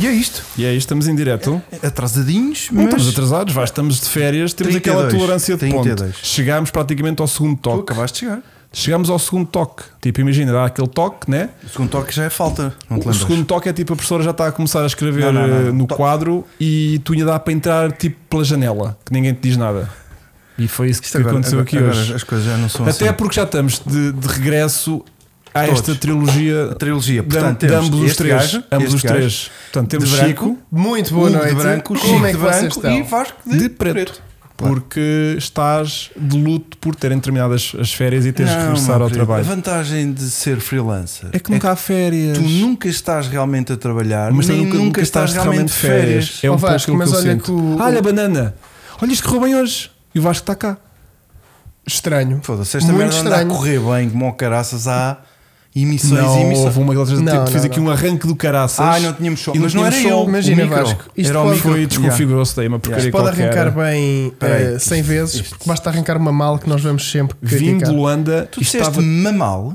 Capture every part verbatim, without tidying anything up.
E é isto. E é isto, estamos em direto. Atrasadinhos, Não mas... estamos atrasados, vai, estamos de férias, temos trinta e aquela dois, tolerância de trinta e ponto. dois. Chegámos praticamente ao segundo Tu toque. acabaste de chegar. Chegámos ao segundo toque. Tipo, imagina, dá aquele toque, né? O segundo toque já é falta, não te O lembras? segundo toque é tipo a professora já está a começar a escrever Não, não, não, eh, não. no To- quadro e tu ainda dá para entrar tipo pela janela, que ninguém te diz nada. E foi isso que Isto agora, aconteceu agora, aqui agora hoje. as coisas já não são Até assim. porque já estamos de, de regresso a Todos. esta trilogia A trilogia, de, portanto, de temos ambos os este três. gajo, ambos este os gajo, três. Portanto, temos de branco, Chico Muito boa Hugo noite. de branco, Como Chico é que de vocês branco estão? e Vasco de, de preto. Porque estás de luto por terem terminado as, as férias e teres Não, que regressar meu ao querido, trabalho. A vantagem de ser freelancer É que nunca há férias. tu nunca estás realmente a trabalhar, Mas tu nem nunca, nunca estás realmente de férias. É um Ó, pouco Vasco, aquilo que mas eu olha sinto. que o- Ah, olha a banana. Olha isto correu bem hoje. E o Vasco está cá. Estranho. Foda-se, esta Muito merda anda a estranho. correr bem como ao caraças há emissões Não, e emissões. houve uma daquelas vezes Não, que fiz não, aqui não. um arranque do caraças. Ah, não tínhamos som. E não Mas não era tínhamos som. eu. Imagina, o micro. Vasco, isto Era o pode- micro. Foi desconfigurou-se daí uma porcaria Isto pode qualquer. arrancar bem Peraí, eh, cem vezes, isto- porque basta arrancar uma mal que nós vamos sempre Vindo criticar. de Luanda, Tu isto disseste estava... mamal?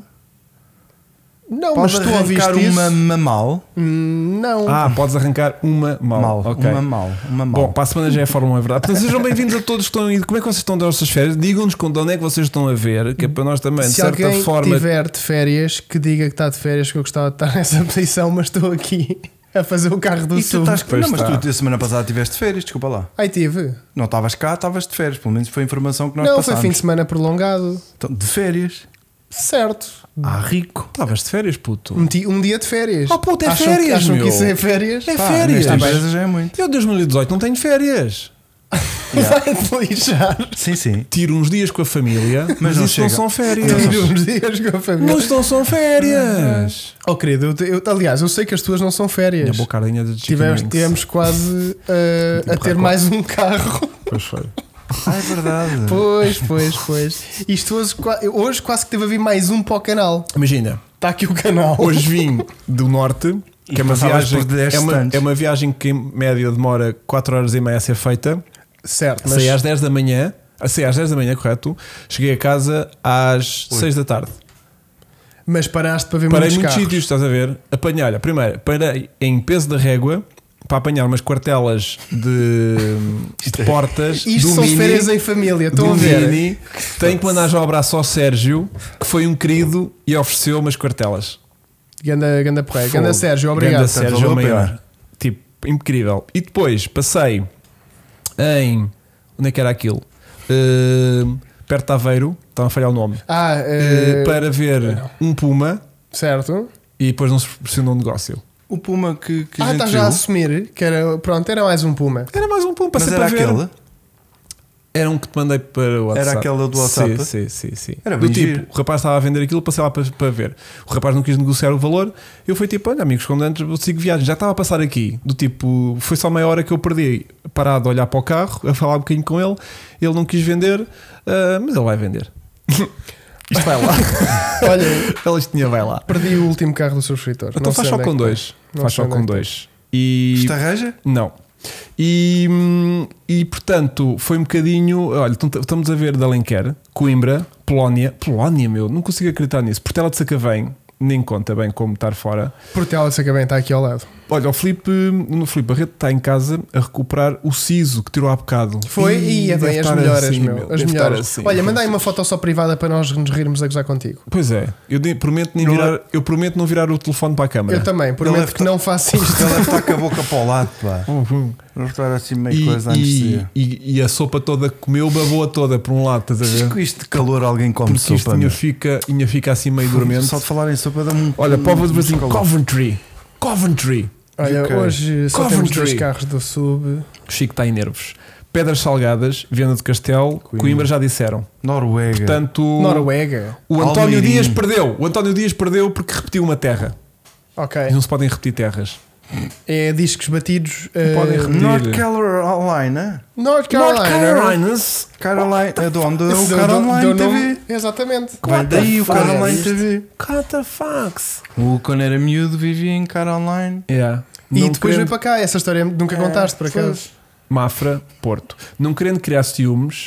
Não, mas Pode tu ouviste arrancar isso? uma mamal? Hum, Não. Ah, podes arrancar uma mal. Mal. Ok. Uma mal. Uma mal. Bom, para a semana já é Fórmula um, é verdade. Portanto, sejam bem-vindos a todos que estão aí. Como é que vocês estão das vossas férias? Digam-nos com de onde é que vocês estão a ver, que é para nós também, de Se certa alguém forma. tiver de férias, que diga que está de férias, que eu gostava de estar nessa posição, mas estou aqui a fazer o carro do E tu sul. estás... Pois Não, mas está. tu a semana passada tiveste de férias, desculpa lá. Aí tive. Não estavas cá, estavas de férias. Pelo menos foi a informação que nós Não, passámos. foi fim de semana prolongado. Então, de férias. Certo. Ah, rico. Estavas de férias, puto. Um, ti- um dia de férias. Oh, puto, é acham, férias, que, acham meu. que isso é férias? É Pá, férias. nesta empresa já é muito. Eu, dois mil e dezoito, não tenho férias. Vai-te lixar. Sim, sim. Tiro uns dias com a família, mas, Mas não isso não chega. são férias. Tive uns dias com a família. Não estão são férias. Oh, querido, eu, eu- aliás, eu sei que as tuas não são Minha férias. bocadinha de chicken Tivemos, wings. tivemos quase uh, a ter mais um carro. Pois foi. Ah, é verdade. Pois, pois, pois. Isto hoje, qua- hoje quase que teve a vir mais um para o canal. Imagina, Está aqui o canal. hoje vim do norte, que é uma, passavas viagem, por dez é, uma, stands. é uma viagem que em média demora quatro horas e meia a ser feita. Certo, mas Saí às dez da manhã, saí às dez da manhã, correto? Cheguei a casa às seis da tarde. mas paraste para ver Parei muitos muitos carros. sítios, estás a ver? Apanhei, olha, primeiro, parei em peso da régua para apanhar umas quartelas de, de portas. Isto do são Mini, férias em família, estão do a ver? Mini. Tenho que mandar já um abraço ao Sérgio, que foi um querido e ofereceu umas quartelas. Ganda, ganda porreiro. Fogo. Ganda Sérgio, obrigado. Ganda Sérgio, valeu o a pena. maior. Tipo, incrível. E depois passei em. Onde é que era aquilo? Uh, perto de Aveiro, estava a falhar o nome. Ah, Uh, eh, para ver um Puma certo. e depois não se proporcionou um negócio. O Puma que, que a Ah, gente está já a viu, assumir que era, pronto, era mais um Puma. Era mais um Puma, mas passei era para ver. aquele? Era um que te mandei para o WhatsApp. Era aquele do WhatsApp? Sim, sim, sim, sim. Era do bem tipo, giro. o rapaz estava a vender aquilo, passei lá para, para ver. O rapaz não quis negociar o valor. Eu fui tipo, olha, amigos, como antes, eu sigo viagem. Já estava a passar aqui. Do tipo, foi só meia hora que eu perdi parado a olhar para o carro, a falar um bocadinho com ele. Ele não quis vender, ah, mas ele vai vender. Isto vai lá. Olha, Ele isto tinha, vai lá. perdi o último carro do subscritor. Então Não faz sei só onde é com que dois. Não Faz sei só onde é com que dois. E. Isto arranja? Não. E, hum, e portanto foi um bocadinho. Olha, então estamos a ver de Alenquer, Coimbra, Polónia. Polónia, meu, não consigo acreditar nisso. Portela de Sacavém, nem conta bem como estar fora. Portela de Sacavém está aqui ao lado. Olha, o Filipe, no Filipe Barreto está em casa a recuperar o siso que tirou há bocado. Foi e é deve bem as estar melhores, assim, meu. meu, As deve estar melhores. assim. Olha, manda aí uma foto só privada para nós nos rirmos a gozar contigo. Pois é, eu de- prometo, nem Não virar, eu prometo não virar o telefone para a câmara. Eu também, prometo deve que tá- não faço isto. Ele deve estar com a boca para o lado, pá. Uhum. Vamos estar assim meio E, coisa a e, anestesia. e, e a sopa toda que comeu, babou toda por um lado, estás a ver? Com isto de calor alguém come Porque isto sopa, ainda meu. fica, ainda fica assim meio dormente. Só de falar em sopa dá-me um... Olha, povo de um Brasil, calor. Coventry. Coventry. Olha, Ok. hoje só temos Coventry. dois carros do sub. O Chico está em nervos. Pedras Salgadas, Viana do Castelo, Coimbra, Coimbra. já disseram. Noruega. Portanto, Noruega. o António Almeirim. Dias perdeu. O António Dias perdeu porque repetiu uma terra. Ok. E não se podem repetir terras. É discos batidos. Não eh, podem repetir. North Carolina. North Carolina. North Carolinas. Carolina. É de onde? Deu- O deu- Caroline deu T V. nome- Exatamente. Vem daí o fuck? Caroline T V. What the fucks? O quando era miúdo vivia em Caroline. Yeah. E Não depois querendo- veio para cá. Essa história nunca contaste, por acaso. Mafra, Porto. Não querendo criar ciúmes,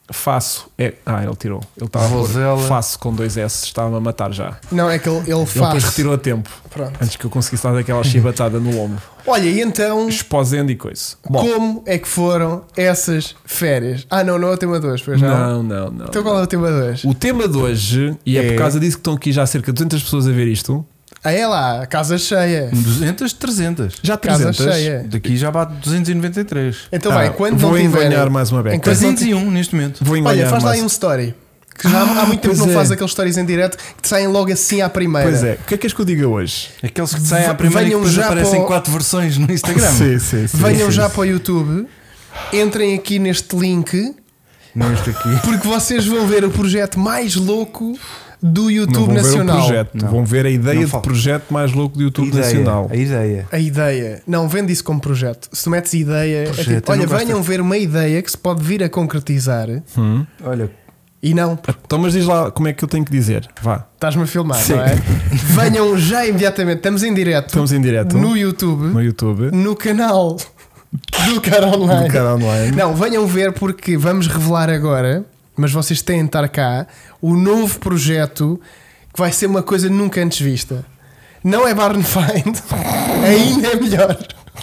faço. É, ah, ele tirou. Ele estava a pôr Rosela. faço com dois S, estava-me a matar já. Não, é que ele, ele Ele faz. depois retirou a tempo, Pronto. antes que eu conseguisse dar aquela chibatada no ombro. Olha, e então, Exposendo e coisa. Bom, como é que foram essas férias? Ah, não, não é o tema dois, pois não? não, não, não. Então qual é o tema dois? O tema de hoje, e é, É- por causa disso que estão aqui já cerca de duzentas pessoas a ver isto, Ah, é lá, casa cheia. duzentas, trezentas. já Casa trezentas. cheia. Daqui já bate duzentos e noventa e três. Então Ah, vai, quando vou não tiver. enganhar mais uma beca. Enquanto não trezentos e um neste momento. Vou Olha, enganar faz lá mais. aí um story. Que já há- há muito tempo pois não é. faz aqueles stories em direto que te saem logo assim à primeira. Pois é, o que é que és que eu diga hoje? Aqueles que saem à primeira e que Venham depois já aparecem para o- quatro versões no Instagram. sim, sim. Venham já para o YouTube, entrem aqui neste link, Neste aqui. porque vocês vão ver o projeto mais louco do Não YouTube vão ver o Nacional. projeto, Não. vão ver a ideia Não de falo. projeto mais louco do YouTube Ideia, Nacional. A ideia. A ideia. Não, vende isso como projeto. Se tu metes ideia, é Projeto, tipo, eu olha, não gosto venham ver uma ideia que se pode vir a concretizar Hum. Olha, e não, Então, mas diz lá como é que eu tenho que dizer. Vá, estás-me a filmar, Sim. não é? Venham já imediatamente, estamos em direto estamos em direto no YouTube, no YouTube, no canal do Cara Online. do canal online. Não, venham ver porque vamos revelar agora, mas vocês têm de estar cá, o novo projeto que vai ser uma coisa nunca antes vista. Não é Barn Find, ainda é melhor.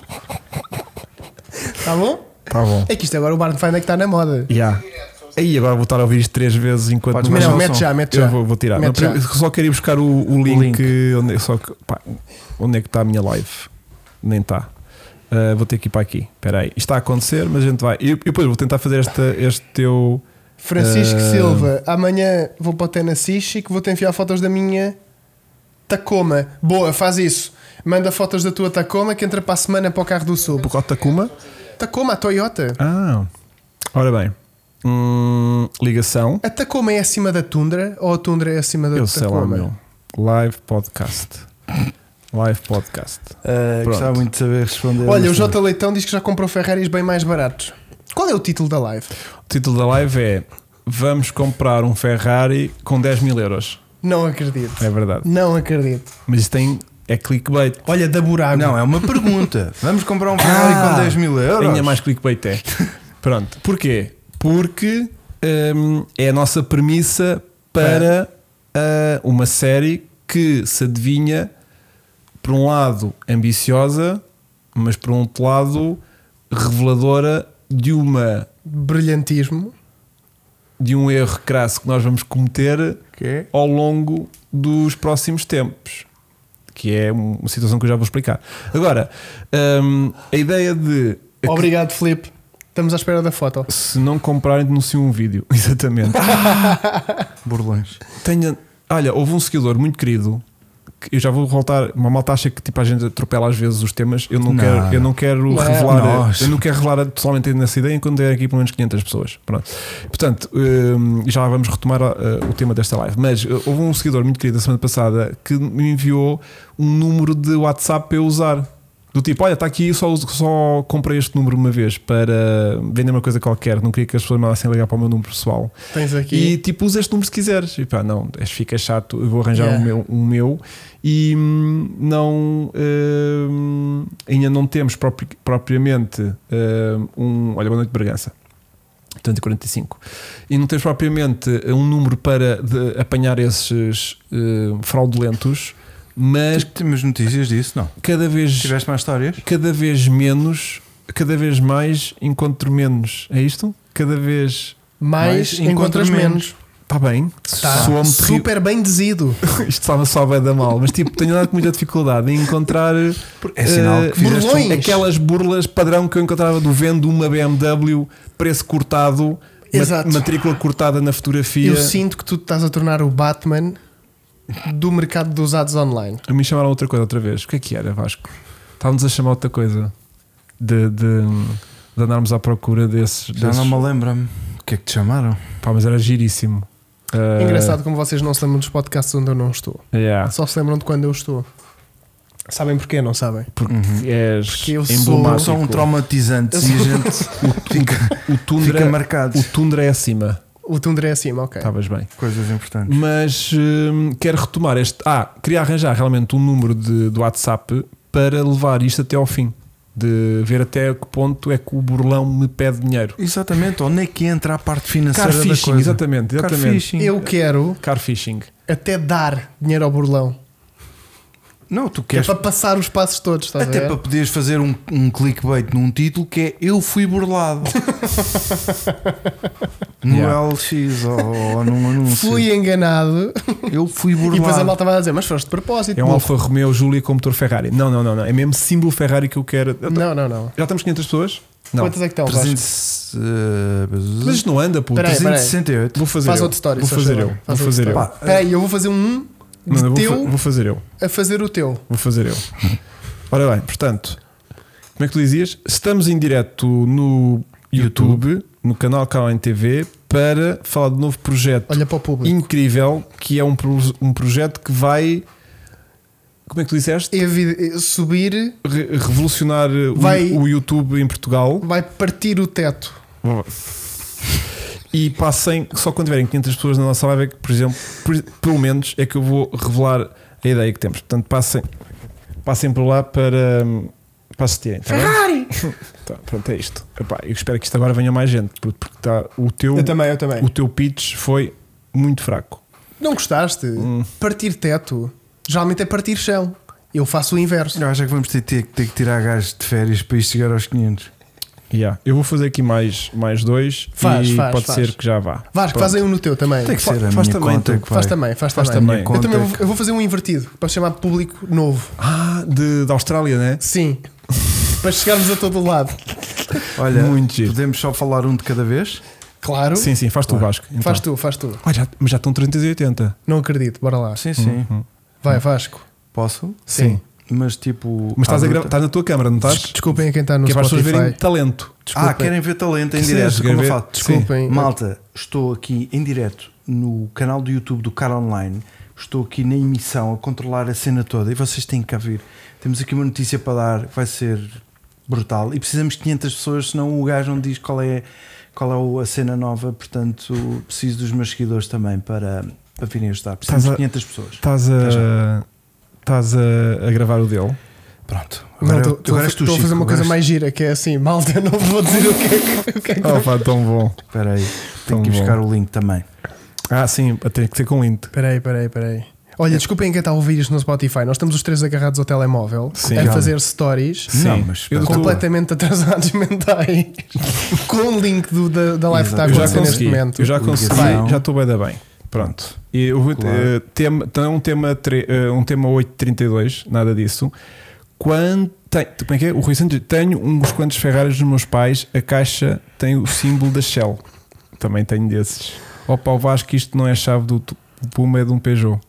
Tá bom? Tá bom. É que isto agora o Barn Find é que está na moda. Yeah. Aí agora vou estar a ouvir isto três vezes enquanto Podes Mas Mas não, não mete são. já, mete eu já. vou, vou tirar. Mete Não, já. só quero ir buscar o, o link, link. Onde, só que, pá, onde é que está a minha live? Nem está. Uh, vou ter que ir para aqui. Espera aí. Isto está a acontecer, mas a gente vai. E eu, eu depois vou tentar fazer esta, este teu. Francisco Ah. Silva, amanhã vou para o Tennessee Chico, vou-te enviar fotos da minha Tacoma. Boa, faz isso. Manda fotos da tua Tacoma que entra para a semana para o carro do Sul. Por Takuma. Tacoma, a Toyota. Ah, ora bem. Hum, ligação. A Tacoma é acima da Tundra ou a Tundra é acima da Eu sei lá, Tacoma? meu. Live podcast. Live podcast. uh, Pronto. gostava muito de saber responder. Olha, o mas- J. Leitão diz que já comprou Ferraris bem mais baratos. Qual é o título da live? O título da live é Vamos comprar um Ferrari com dez mil euros. Não acredito. É verdade. Não acredito. Mas isso tem. É clickbait. Olha, da Burago. Não, é uma pergunta. Vamos comprar um Ferrari Ah, com dez mil euros? Ainda mais clickbait é. Pronto. Porquê? Porque hum, é a nossa premissa para ah, uma série que se adivinha, por um lado, ambiciosa, mas por um outro lado, reveladora de uma Brilhantismo. de um erro crasso que nós vamos cometer Que é? ao longo dos próximos tempos, que é uma situação que eu já vou explicar. Agora, hum, a ideia de Obrigado, Filipe. Estamos à espera da foto. se não comprarem, denunciam um vídeo. Exatamente. Burlões. Tenha, olha, houve um seguidor muito querido que eu já vou voltar. Uma malta acha que tipo, a gente atropela às vezes os temas. Eu não, Não. quero, eu não quero Não. revelar. Nós. Eu não quero revelar totalmente nessa ideia enquanto der aqui pelo menos quinhentas pessoas. Pronto. Portanto, hum, já vamos retomar uh, o tema desta live. Mas uh, houve um seguidor muito querido da semana passada que me enviou um número de WhatsApp para eu usar. Do tipo, olha, está aqui, só, uso- só comprei este número uma vez para vender uma coisa qualquer. Não queria que as pessoas me mandassem ligar para o meu número pessoal. Tens aqui. E tipo, usa este número se quiseres. E pá, não, este fica chato. Eu vou arranjar Yeah. um, meu, um meu. E hum, não, hum, ainda não temos propri- propriamente hum, um. Olha, boa noite, Bragança. oitenta e quarenta e cinco. E não temos propriamente um número para de apanhar esses hum, fraudulentos, mas Temos notícias disso, não? cada vez, Tiveste mais histórias? cada vez menos, cada vez mais encontro menos. É isto? Cada vez. mais mais encontras encontras menos. Está bem. Está Soa-me terrível. super bem dizido. Isto estava só bem da mal, mas tipo, tenho dado com muita dificuldade em encontrar É sinal eh, que fizeste um- burlões. aquelas burlas padrão que eu encontrava do vendo uma B M W, preço cortado, ma- Exato. matrícula cortada na fotografia. Eu sinto que tu te estás a tornar o Batman do mercado de usados online. A mim chamaram outra coisa outra vez. O que é que era, Vasco? Estávamos a chamar outra coisa de, de, de andarmos à procura desses. Já desses- não me lembro-me. O que é que te chamaram? Pá, mas era giríssimo. Eh, Engraçado como vocês não se lembram dos podcasts onde eu não estou. yeah, Só se lembram de quando eu estou. Sabem porquê? Não sabem? porque Uhum. és Porque eu sou- emblemático. São traumatizantes Eu e a gente fica, O Tundra, fica marcado. o Tundra é acima. O Tundra é acima, ok. Estavas bem. Coisas importantes. Mas hum, quero retomar este. Ah, queria arranjar realmente um número de, do WhatsApp para levar isto até ao fim. de ver até que ponto é que o burlão me pede dinheiro. Exatamente, onde é que entra a parte financeira Car da fishing, coisa? exatamente, exatamente. Car fishing. Eu quero Car fishing. até dar dinheiro ao burlão. Não, tu Que é queres. para passar os passos todos, estás a Até ver? para poderes fazer um, um clickbait num título que é Eu fui burlado. No Yeah. L X ou, ou num anúncio. Fui enganado. Eu fui E depois a burlado. malta vai dizer, mas foste de propósito. É um burro." Alfa Romeo Júlia com motor Ferrari. Não, não, não, não. É mesmo símbolo Ferrari que eu quero. Eu tô- Não, não, não. Já estamos quinhentas pessoas? Não. Quantas é que estão? Vasco? trezentos, eh, Mas isto não anda, pô. Peraí, trezentos e sessenta e oito. Vou fazer Faz eu. outra história. Vou só fazer favor. eu. Vou Faz outra fazer eu. história. Espera aí, eu vou fazer um de Não, não, vou, teu fa- vou fazer eu. a fazer o teu. Vou fazer eu. Ora bem, portanto, como é que tu dizias? Estamos em direto no YouTube, no canal Caroline T V, para falar de um novo projeto Olha para o público. incrível, que é um, pro- um projeto que vai. Como é que tu disseste? Evi- subir, Re- revolucionar o- Vai- o YouTube em Portugal. vai partir o teto. E passem, só quando tiverem quinhentas pessoas na nossa live, é que, por exemplo, por- pelo menos é que eu vou revelar a ideia que temos. Portanto, passem, passem por lá para, para assistirem. Tá bem? Ferrari! Tá, pronto, é isto. Epá, eu espero que isto agora venha mais gente, porque porque tá, o, teu, Eu também, eu também. o teu pitch foi muito fraco. Não gostaste? Hum. Partir teto. Geralmente é partir chão. Eu faço o inverso. Eu acho que vamos ter, ter, ter que tirar gajos de férias para isto chegar aos quinhentos. Yeah. Eu vou fazer aqui mais, mais dois Faz, e faz, pode faz. ser que já vá. Vasco, Pronto. faz aí um no teu também. Tem que Fa- ser a faz minha também conta tu. que vai. Faz também, faz, Faz também. também. Eu Conta também que- vou, eu vou fazer um invertido para chamar público novo. Ah, de, da Austrália, né? Sim. Para chegarmos a todo lado. Olha, Muito giro. podemos só falar um de cada vez? Claro. Sim, sim, faz tu, Vasco. Então. Faz tu, faz tu. Olha, já, mas já estão trezentos e oitenta. Não acredito, bora lá. Sim, sim. Uhum. Vai, Vasco. Posso? Sim. Mas tipo. Mas estás, à a gra- bruta. estás na tua câmara, não estás? Desculpem a quem está no Que é para as pessoas verem Spotify. talento. Ah, Desculpem. querem ver talento em Sim, direto? querem Como eu ver- falo? Desculpem. Malta, estou aqui em direto no canal do YouTube do Car Online. Estou aqui na emissão a controlar a cena toda e vocês têm que cá vir. Temos aqui uma notícia para dar, vai ser brutal. E precisamos de quinhentas pessoas, senão o gajo não diz qual é, qual é o- a cena nova. Portanto, preciso dos meus seguidores também para, para virem ajudar. Precisamos Estás a- de quinhentas pessoas. Estás a, estás a, a gravar o dele. Pronto. Não, Agora, estou- estou agora és tu, estou a fazer Chico, uma coisa agora mais gira, que é assim, malta, não vou dizer o que é que, o que, é que Oh, pá, tão bom. Espera aí, Tão tenho que ir bom. buscar o link também. Ah, sim, tem que ser com link. Peraí, peraí, peraí. Olha, desculpem quem está a ouvir isto no Spotify. Nós estamos os três agarrados ao telemóvel Sim. a Já. fazer stories Sim. Não, mas Eu tô- completamente atrasados mentais com o link do, da, da live que está a Eu já acontecer neste consegui. momento. Eu já consegui. Ligação. Já estou bem da bem. Pronto. E eu vou Claro. eh, tema, tem um tema, tre- eh, um tema oito trinta e dois, nada disso. Quando tem, como é que é? O Rui Santos, tenho uns quantos Ferraris dos meus pais, a caixa tem o símbolo da Shell. Também tenho desses. Opa, o Vasco, isto não é chave do tu- o Puma, é de um Peugeot.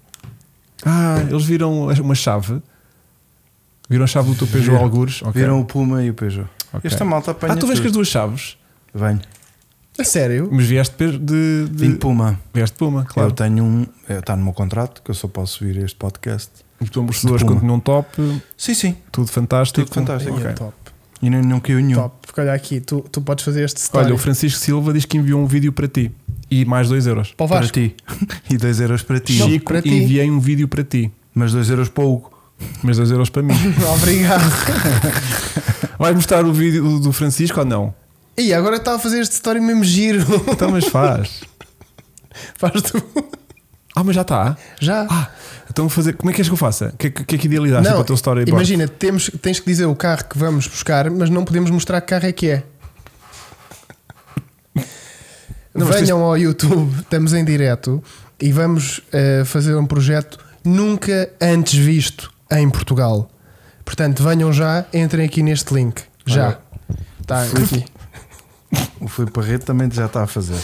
Ah, eles viram uma chave. Viram a chave do teu Peugeot Viram. algures? Ok. Viram o Puma e o Peugeot. Ok. Esta malta apanha Ah, tu vês tudo. com as duas chaves? Venho. A sério? Mas vieste de, de, Vim de Puma. vieste de Puma, claro. Eu tenho um. Está no meu contrato que eu só posso vir a este podcast. Os teus amortecedores de Puma. continuam top, Sim, sim. tudo fantástico. Tudo fantástico. Ai, Ok. top, E não, não caiu nenhum. top. Porque olha aqui, tu, tu podes fazer este story. Olha, o Francisco Silva diz que enviou um vídeo para ti e mais dois euros. para o Para Vasco. ti. E dois euros para ti. Não, Chico, para ti. enviei um vídeo para ti, Mas dois euros para o Hugo. mas dois euros para mim. Obrigado. Vais mostrar o vídeo do- do Francisco ou não? E agora está a fazer este story mesmo giro. Então, mas faz. Faz tu. Ah, mas já está. Já. Ah, então vou fazer. Como é que queres que eu faça? O que, é que- que é que idealizaste para o teu storyboard? imagina, temos, tens que dizer o carro que vamos buscar, mas não podemos mostrar que carro é que é. Não, mas Venham ao YouTube, estamos em direto e vamos eh, fazer um projeto nunca antes visto em Portugal. Portanto, venham já, entrem aqui neste link. Já. Olha, Está Filipe. aqui. O Filipe Barreto também já está a fazer.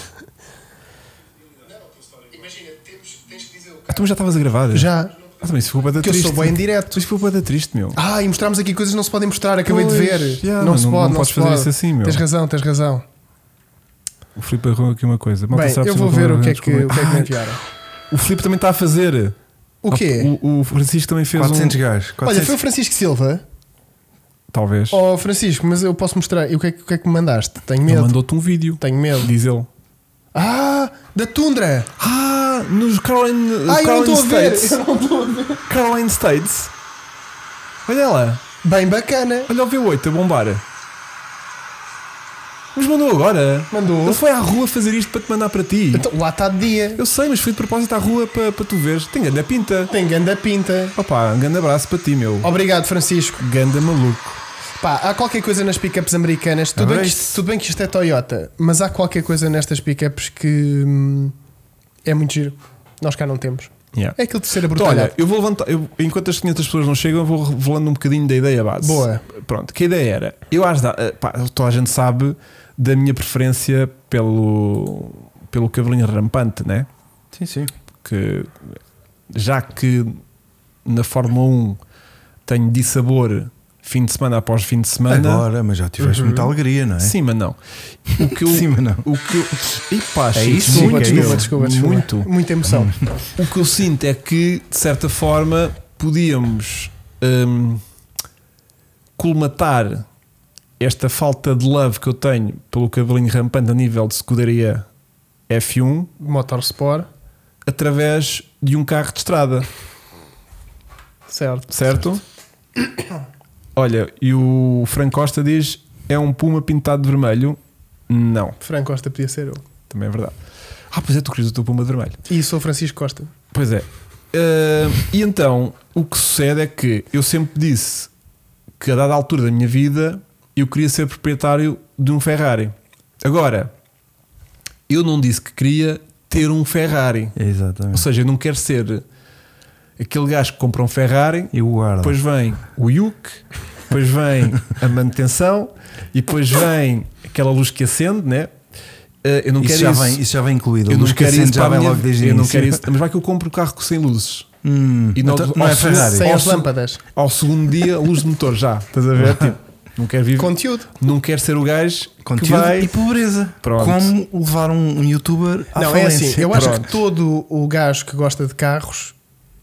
Imagina, tens que dizer o Ah, tu já estavas a gravar? Já. Ah, também isso ficou bué da Que eu triste. sou bem em direto. Isso ficou bué da triste, meu. Ah, e mostramos aqui coisas que não se podem mostrar, acabei Pois, de ver. yeah, não mas se não- pode, não não, podes se fazer pode. isso assim, meu. Tens razão, tens razão. O Filipe errou aqui uma coisa. Malta, Bem, sabe eu se vou não ver vou o que, é ver que, nos o que é que me comentários. enviaram. Ah, o Filipe também está a fazer. O quê? O, o Francisco também fez quatrocentos um. gajos. Olha, quatrocentos. foi o Francisco Silva. Talvez. Oh, Francisco, mas eu posso mostrar. E o que é, que- o que, é que me mandaste? Tenho Ele medo. mandou-te um vídeo. Tenho medo. Diz ele. Ah, da Tundra. Ah, nos Caroline, Ah, eu não Caroline estou a ver. States. Eu não estou a ver. Caroline States. Olha lá. Bem bacana. Olha o V oito a bombar. Mas mandou agora. Mandou. Ele foi à rua fazer isto para te mandar para ti. Então, lá está de dia. Eu sei, mas fui de propósito à rua para, para tu veres. Tem ganda pinta. Tem ganda pinta. Opa, um grande abraço para ti, meu. Obrigado, Francisco. Ganda maluco. Pá, há qualquer coisa nas pickups americanas. Tudo bem, que isto, tudo bem que isto é Toyota, mas há qualquer coisa nestas pickups que hum, é muito giro. Nós cá não temos. Yeah. É aquilo de ser a Então, olha, eu vou levantar. Eu, enquanto as quinhentas pessoas não chegam, eu vou revelando um bocadinho da ideia base. Boa. Pronto, que a ideia era? Eu acho que pá, toda a gente sabe da minha preferência pelo, pelo cavalinho rampante, né? Sim, sim. Que já que na Fórmula um tenho dissabor fim de semana após fim de semana. Agora, mas já tiveste Uhum. muita alegria, não é? Sim, mas não. O que eu, Sim, mas não. O que eu, e pá, É Chico, isso? Desculpa, muito, desculpa, desculpa, desculpa. muito. Muita emoção. O que eu sinto é que, de certa forma, podíamos hum, colmatar esta falta de love que eu tenho pelo cavalinho rampante a nível de escuderia F um Motorsport. através de um carro de estrada, Certo. certo? Olha, e o Franco Costa diz: é um Puma pintado de vermelho? Não, Franco Costa podia ser eu. também é verdade. Ah, pois é, tu querias o teu Puma de vermelho. E sou Francisco Costa. Pois é. Uh, e então, o que sucede é que eu sempre disse que a dada altura da minha vida eu queria ser proprietário de um Ferrari. Agora, eu não disse que queria ter um Ferrari. Ou Exatamente. seja, eu não quero ser aquele gajo que compra um Ferrari, E o guarda. depois vem o I U C, depois vem a manutenção e depois vem aquela luz que acende, né? Uh, eu não isso, quero já isso. vem, isso já vem incluído. Eu A não luz que quero acende isso já para a vem minha logo desde o Eu não início. quero isso. Mas vai que eu compro o carro sem luzes. Hum, E não- então, não é ao segundo- Ferrari. Sem Ao as se- lâmpadas. Ao segundo dia, luz de motor já. Estás a ver? Tipo, não quero viver. Conteúdo. Não quero ser o gajo que Conteúdo vai. e pobreza. Pronto. Como levar um, um youtuber à Não, é falência. assim. Eu acho Pronto. que todo o gajo que gosta de carros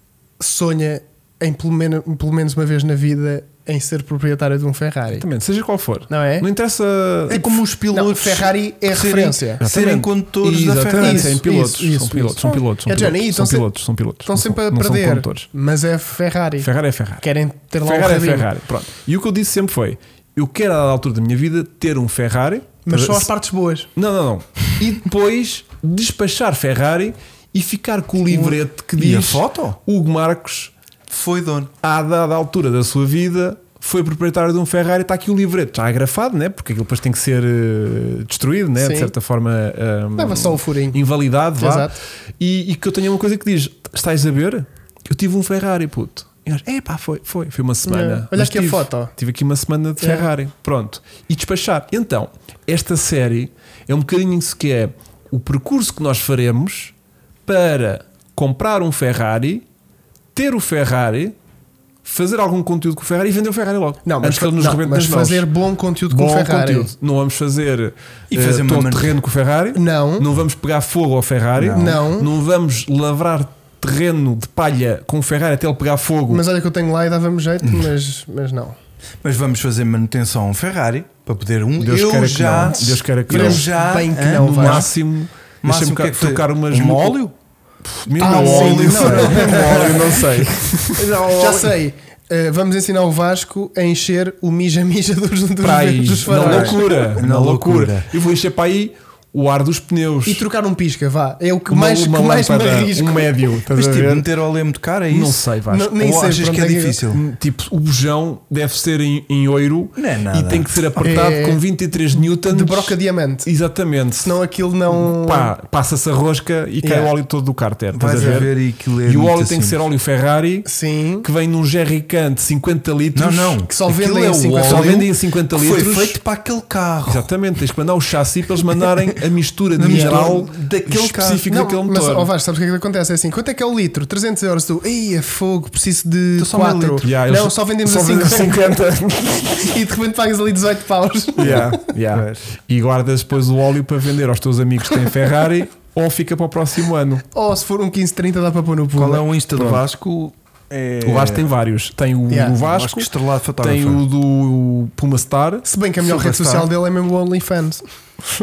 sonha em pelo menos, pelo menos uma vez na vida em ser proprietário de um Ferrari. Exatamente, seja qual for. Não é? Não interessa. É como os Não, pilotos. Ferrari é serem- referência. Exatamente. Serem condutores da Exatamente, Ferrari. Isso, são pilotos. isso, são isso, pilotos, isso. são pilotos, são É, Johnny, pilotos, estão são sempre- pilotos, são pilotos. Estão Não sempre são- a não são perder. condutores. Mas é Ferrari. Ferrari é Ferrari. Querem ter lá Ferrari um é rabinho. Ferrari. Pronto. E o que eu disse sempre foi: eu quero, a dada altura da minha vida, ter um Ferrari. Mas só Se- as partes boas. Não, não, não. E depois despachar Ferrari e ficar com o livrete que E a diz foto? Hugo Marcos, Foi dono. à dada altura da sua vida, foi proprietário de um Ferrari. Está aqui o livrete já agrafado, né? Porque aquilo depois tem que ser uh, destruído, né? Sim. De certa forma, um, Leva só o furinho. invalidado. Vá. Exato. E, e que eu tenha uma coisa que diz: estás a ver? Eu tive um Ferrari, puto. E nós, é pá, foi, foi, foi uma semana. É. Olha Mas aqui a tive, foto. Tive aqui uma semana de É. Ferrari. Pronto. E despachar. Então, esta série é um bocadinho isso que é o percurso que nós faremos para comprar um Ferrari, ter o Ferrari, fazer algum conteúdo com o Ferrari e vender o Ferrari logo. Não, mas, Antes que ele nos não, rebente mas nas mãos. fazer bom conteúdo Bom com o Ferrari. conteúdo. Não vamos fazer E eh, fazer uma todo man- terreno com o Ferrari. Não. Não vamos pegar fogo ao Ferrari. Não. Não. Não vamos lavrar terreno de palha com o Ferrari até ele pegar fogo. Mas olha que eu tenho lá e dava-me jeito, mas, mas não. Mas vamos fazer manutenção a um Ferrari para poder um. Deus eu queira já. que não. Deus queira que eu não. já. Bem que hã? não, no vai. máximo, Máximo deixa-me que é que foi? trocar umas Um óleo? Mesmo Ah, um sim, óleo, não. um óleo, não sei. Já sei. Uh, vamos ensinar o Vasco a encher o mija-mija dos, dos, Para aí, dos na faróis. loucura, Na na loucura. loucura. Eu vou encher para aí o ar dos pneus. E trocar um pisca, vá. É o que Uma- mais, uma que mais me lâmpada, arrisco. um médio, estás Mas a tipo, ver? meter óleo é muito caro, é isso? Não sei, Vasco. Não, nem Ou sei achas por que é onde é que- difícil? Tipo, o bujão deve ser em, em ouro Não é nada. e tem que ser apertado É com vinte e três newtons De broca diamante. Exatamente. Senão aquilo não. Pá, passa-se a rosca e cai Yeah. o óleo todo do cárter. Estás Vais a a ver? ver e aquilo é E o muito óleo tem que simples. ser óleo Ferrari Sim. que vem num jerrycan de cinquenta litros. Não, não. Que só Aquilo vendem é a o cinquenta Só óleo vendem em cinquenta que foi litros. feito para aquele carro. Exatamente, tens que mandar o chassi para eles mandarem a mistura de Na mistura mineral daquele específico Não, daquele mas, motor. ó Vasco, sabes o que é que acontece? É assim: quanto é que é o litro? trezentos euros. Tu, ei, é fogo, preciso de Então só meio quatro. litro. Yeah, Não, eles- só vendemos só a vendem cinquenta. cinquenta. E de repente pagas ali dezoito paus. Yeah, yeah. Pois. E guardas depois o óleo para vender aos teus amigos que têm Ferrari ou fica para o próximo ano. Ou se for um quinze trinta, dá para pôr no pulo. Qual é o Insta do Pronto. Vasco? É... O Vasco tem vários. Tem o Yeah. do Vasco, Estrelado Fotógrafo. tem o do Puma Star. Se bem que a melhor rede Superstar. social dele é mesmo o OnlyFans.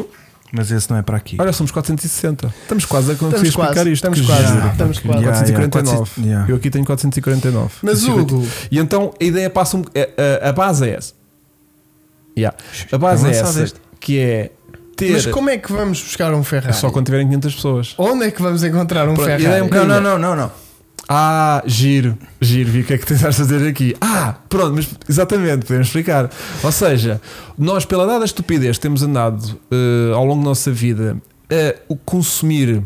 Mas esse não é para aqui. Olha, somos quatrocentos e sessenta. Estamos quase a conseguir Estamos quase, explicar isto. estamos que quase, giro. estamos quase. Yeah, quatrocentos e quarenta e nove. yeah, quatrocentos, yeah. Eu aqui tenho quatrocentos e quarenta e nove. Mas Hugo, E então a ideia passa um, a, a, a base é essa. Yeah. A base é, É lançado essa, este. que é ter. mas como é que vamos buscar um Ferrari? É só quando tiverem quinhentas pessoas. Onde é que vamos encontrar um Pronto, Ferrari? ideia é um Não, não, não, não, não. Ah, giro, giro, vi o que é que tentaste fazer aqui. Ah, pronto, mas exatamente, podemos explicar. Ou seja, nós, pela dada estupidez, temos andado uh, ao longo da nossa vida a consumir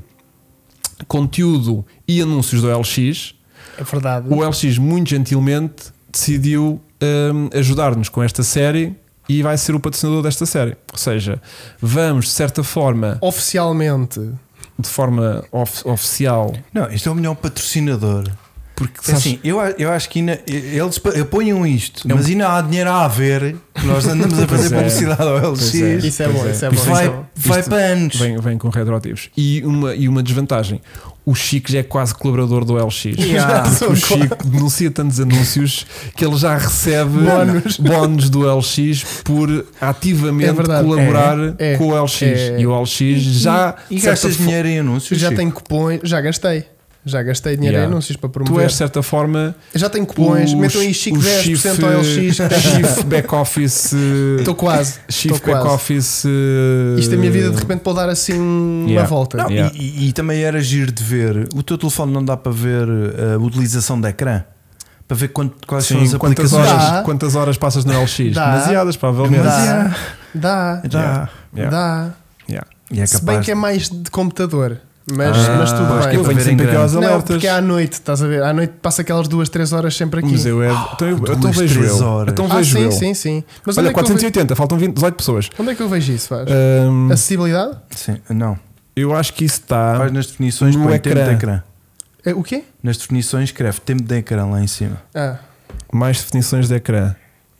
conteúdo e anúncios do L X. É verdade. O L X, muito gentilmente, decidiu um, ajudar-nos com esta série e vai ser o patrocinador desta série. Ou seja, vamos, de certa forma, Oficialmente. de forma of- oficial, Não, isto é o melhor patrocinador. porque É sabes- assim, eu, a- eu acho que ainda, eles pa- apoiam isto, É um- mas ainda há dinheiro a haver. Nós andamos a fazer Pois é. publicidade ao L Pois é. X. Isso é Pois bom, é. isso é Isto bom. Vai, isso é bom. vai Isto para anos. Vem, vem com retroativos. E uma, e uma desvantagem: o Chico já é quase colaborador do L X. Yeah. Porque o Chico denuncia tantos anúncios que ele já recebe Bónus. bónus do L X por É ativamente verdade. colaborar É, é. com o L X. É. E o L X já. E de certa gastas fo- dinheiro em anúncios? Já Chico? tenho cupons, já gastei. Já gastei dinheiro Yeah. em anúncios para Tu promover. és, de certa forma, Eu já tenho cupons, o metam aí Chico o dez por cento chief- ao L X. Chief Back Office. Estou quase. Chief Estou Back quase. Office. Isto é a minha vida de repente pode dar assim uma Yeah. volta. Não, Yeah. e, e- e também era giro de ver. O teu telefone não dá para ver a utilização de ecrã? Para ver quanto, quais são Sim, as quantas aplicações? horas, Dá. quantas horas passas no L X? Dá. Demasiadas, provavelmente. Dá. Dá. Dá. Yeah. Dá. Yeah. E é Se bem capaz que é mais de computador. Mas, Ah, mas tudo pois, bem. que é Eu para venho ver em sempre aqui aos grande. Não, alertas. porque é à noite, estás a ver? À noite passa aquelas duas, três horas sempre aqui. Mas eu é. Então, eu, Duas, então vejo três eu. horas. Então ah, vejo sim, eu. sim, sim. Mas Olha, onde, é que eu quatrocentos e ve- oitenta, faltam vinte, dezoito pessoas. onde é que eu vejo isso, faz? Hum, Acessibilidade? Sim, não. eu acho que isso está. Vais nas definições, no põe tempo ecrã. de ecrã. É, o quê? Nas definições escreve tempo de ecrã lá em cima. Ah, Mais definições de ecrã.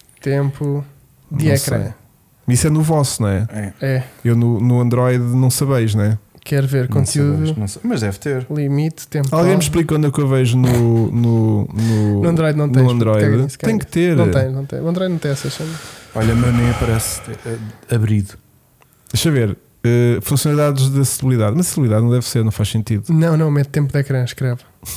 tempo de Não ecrã. sei. Isso é no vosso, não é? É. É, Eu no, no Android não sabeis, não é? quer ver Não conteúdo, sabes, não sei. Mas deve ter. limite, tempo. Alguém me explica onde é que eu vejo no. No, no, No Android não tens, No Android. caga nisso, caga Tem que ter. Não tem, não tem. O Android não tem essa chama. Olha, meu nem aparece eh, abrido. Deixa eu ver. Uh, funcionalidades de acessibilidade. Mas acessibilidade não deve ser, não faz sentido. Não, não, mete tempo de ecrã, escreve.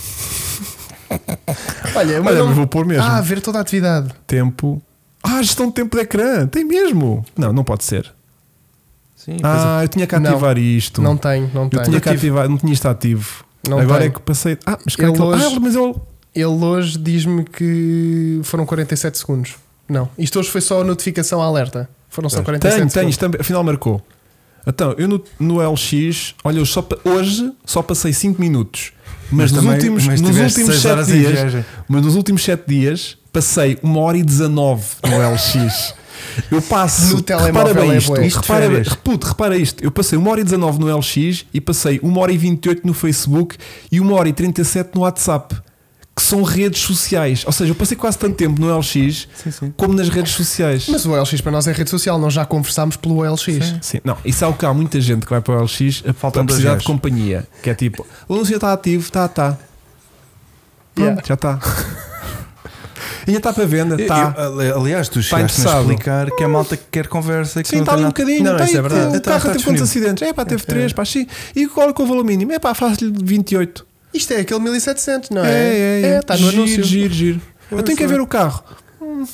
Olha, mas Olha, não... mas vou pôr mesmo. Ah, ver toda a atividade. Tempo. Ah, gestão de tempo de ecrã. Tem mesmo. Não, não pode ser. Sim, Ah, eu tinha que Não. ativar isto. Não tem, não eu tem. tinha que ativar, não tinha isto ativo. Não Agora tem. é que passei. Ah, mas, Ele ele hoje- ah, mas ele. Ele hoje diz-me que foram quarenta e sete segundos. Não, isto hoje foi só a notificação alerta. Foram só quarenta e sete Tenho, segundos. tenho, isto também- afinal marcou. Então, eu no, no L X, olha, eu só, pa- hoje só passei cinco minutos. Mas, nos também- últimos, mas nos tiveste últimos seis sete horas em dias, viagem. mas nos últimos sete dias passei uma hora e dezanove no L X. Eu passo No telemóvel repara bem é isto, bué. isto repara, bem, Férias. puto, repara isto. Eu passei uma hora e dezanove no L X e passei uma hora e vinte e oito no Facebook e uma hora e trinta e sete no WhatsApp, que são redes sociais. Ou seja, eu passei quase tanto tempo no L X Sim, sim. como nas redes sociais. Mas o L X para nós é rede social, nós já conversámos pelo L X. Sim, não, isso é o que há muita gente que vai para o L X a, Faltam a dois precisar de gajos. companhia, que é tipo, o anúncio está ativo, está, está. Pronto, Yeah. já está. Ainda está para venda, Eu- está. eu- ali- aliás, tu Está chegaste a interessado. explicar que é malta que quer conversa. Que Sim, não está tem ali um nada- bocadinho. Não, Tá isso aí, é verdade. O Então, carro está teve quantos disponível. acidentes? É pá, teve três, pá, sim. E qual é que é o valor mínimo? É pá, faz-lhe vinte e oito. Isto é aquele mil e setecentos, não é? É, é, é. está no giro, anúncio. Giro, giro. Eu tenho que Força. ver o carro. Hum.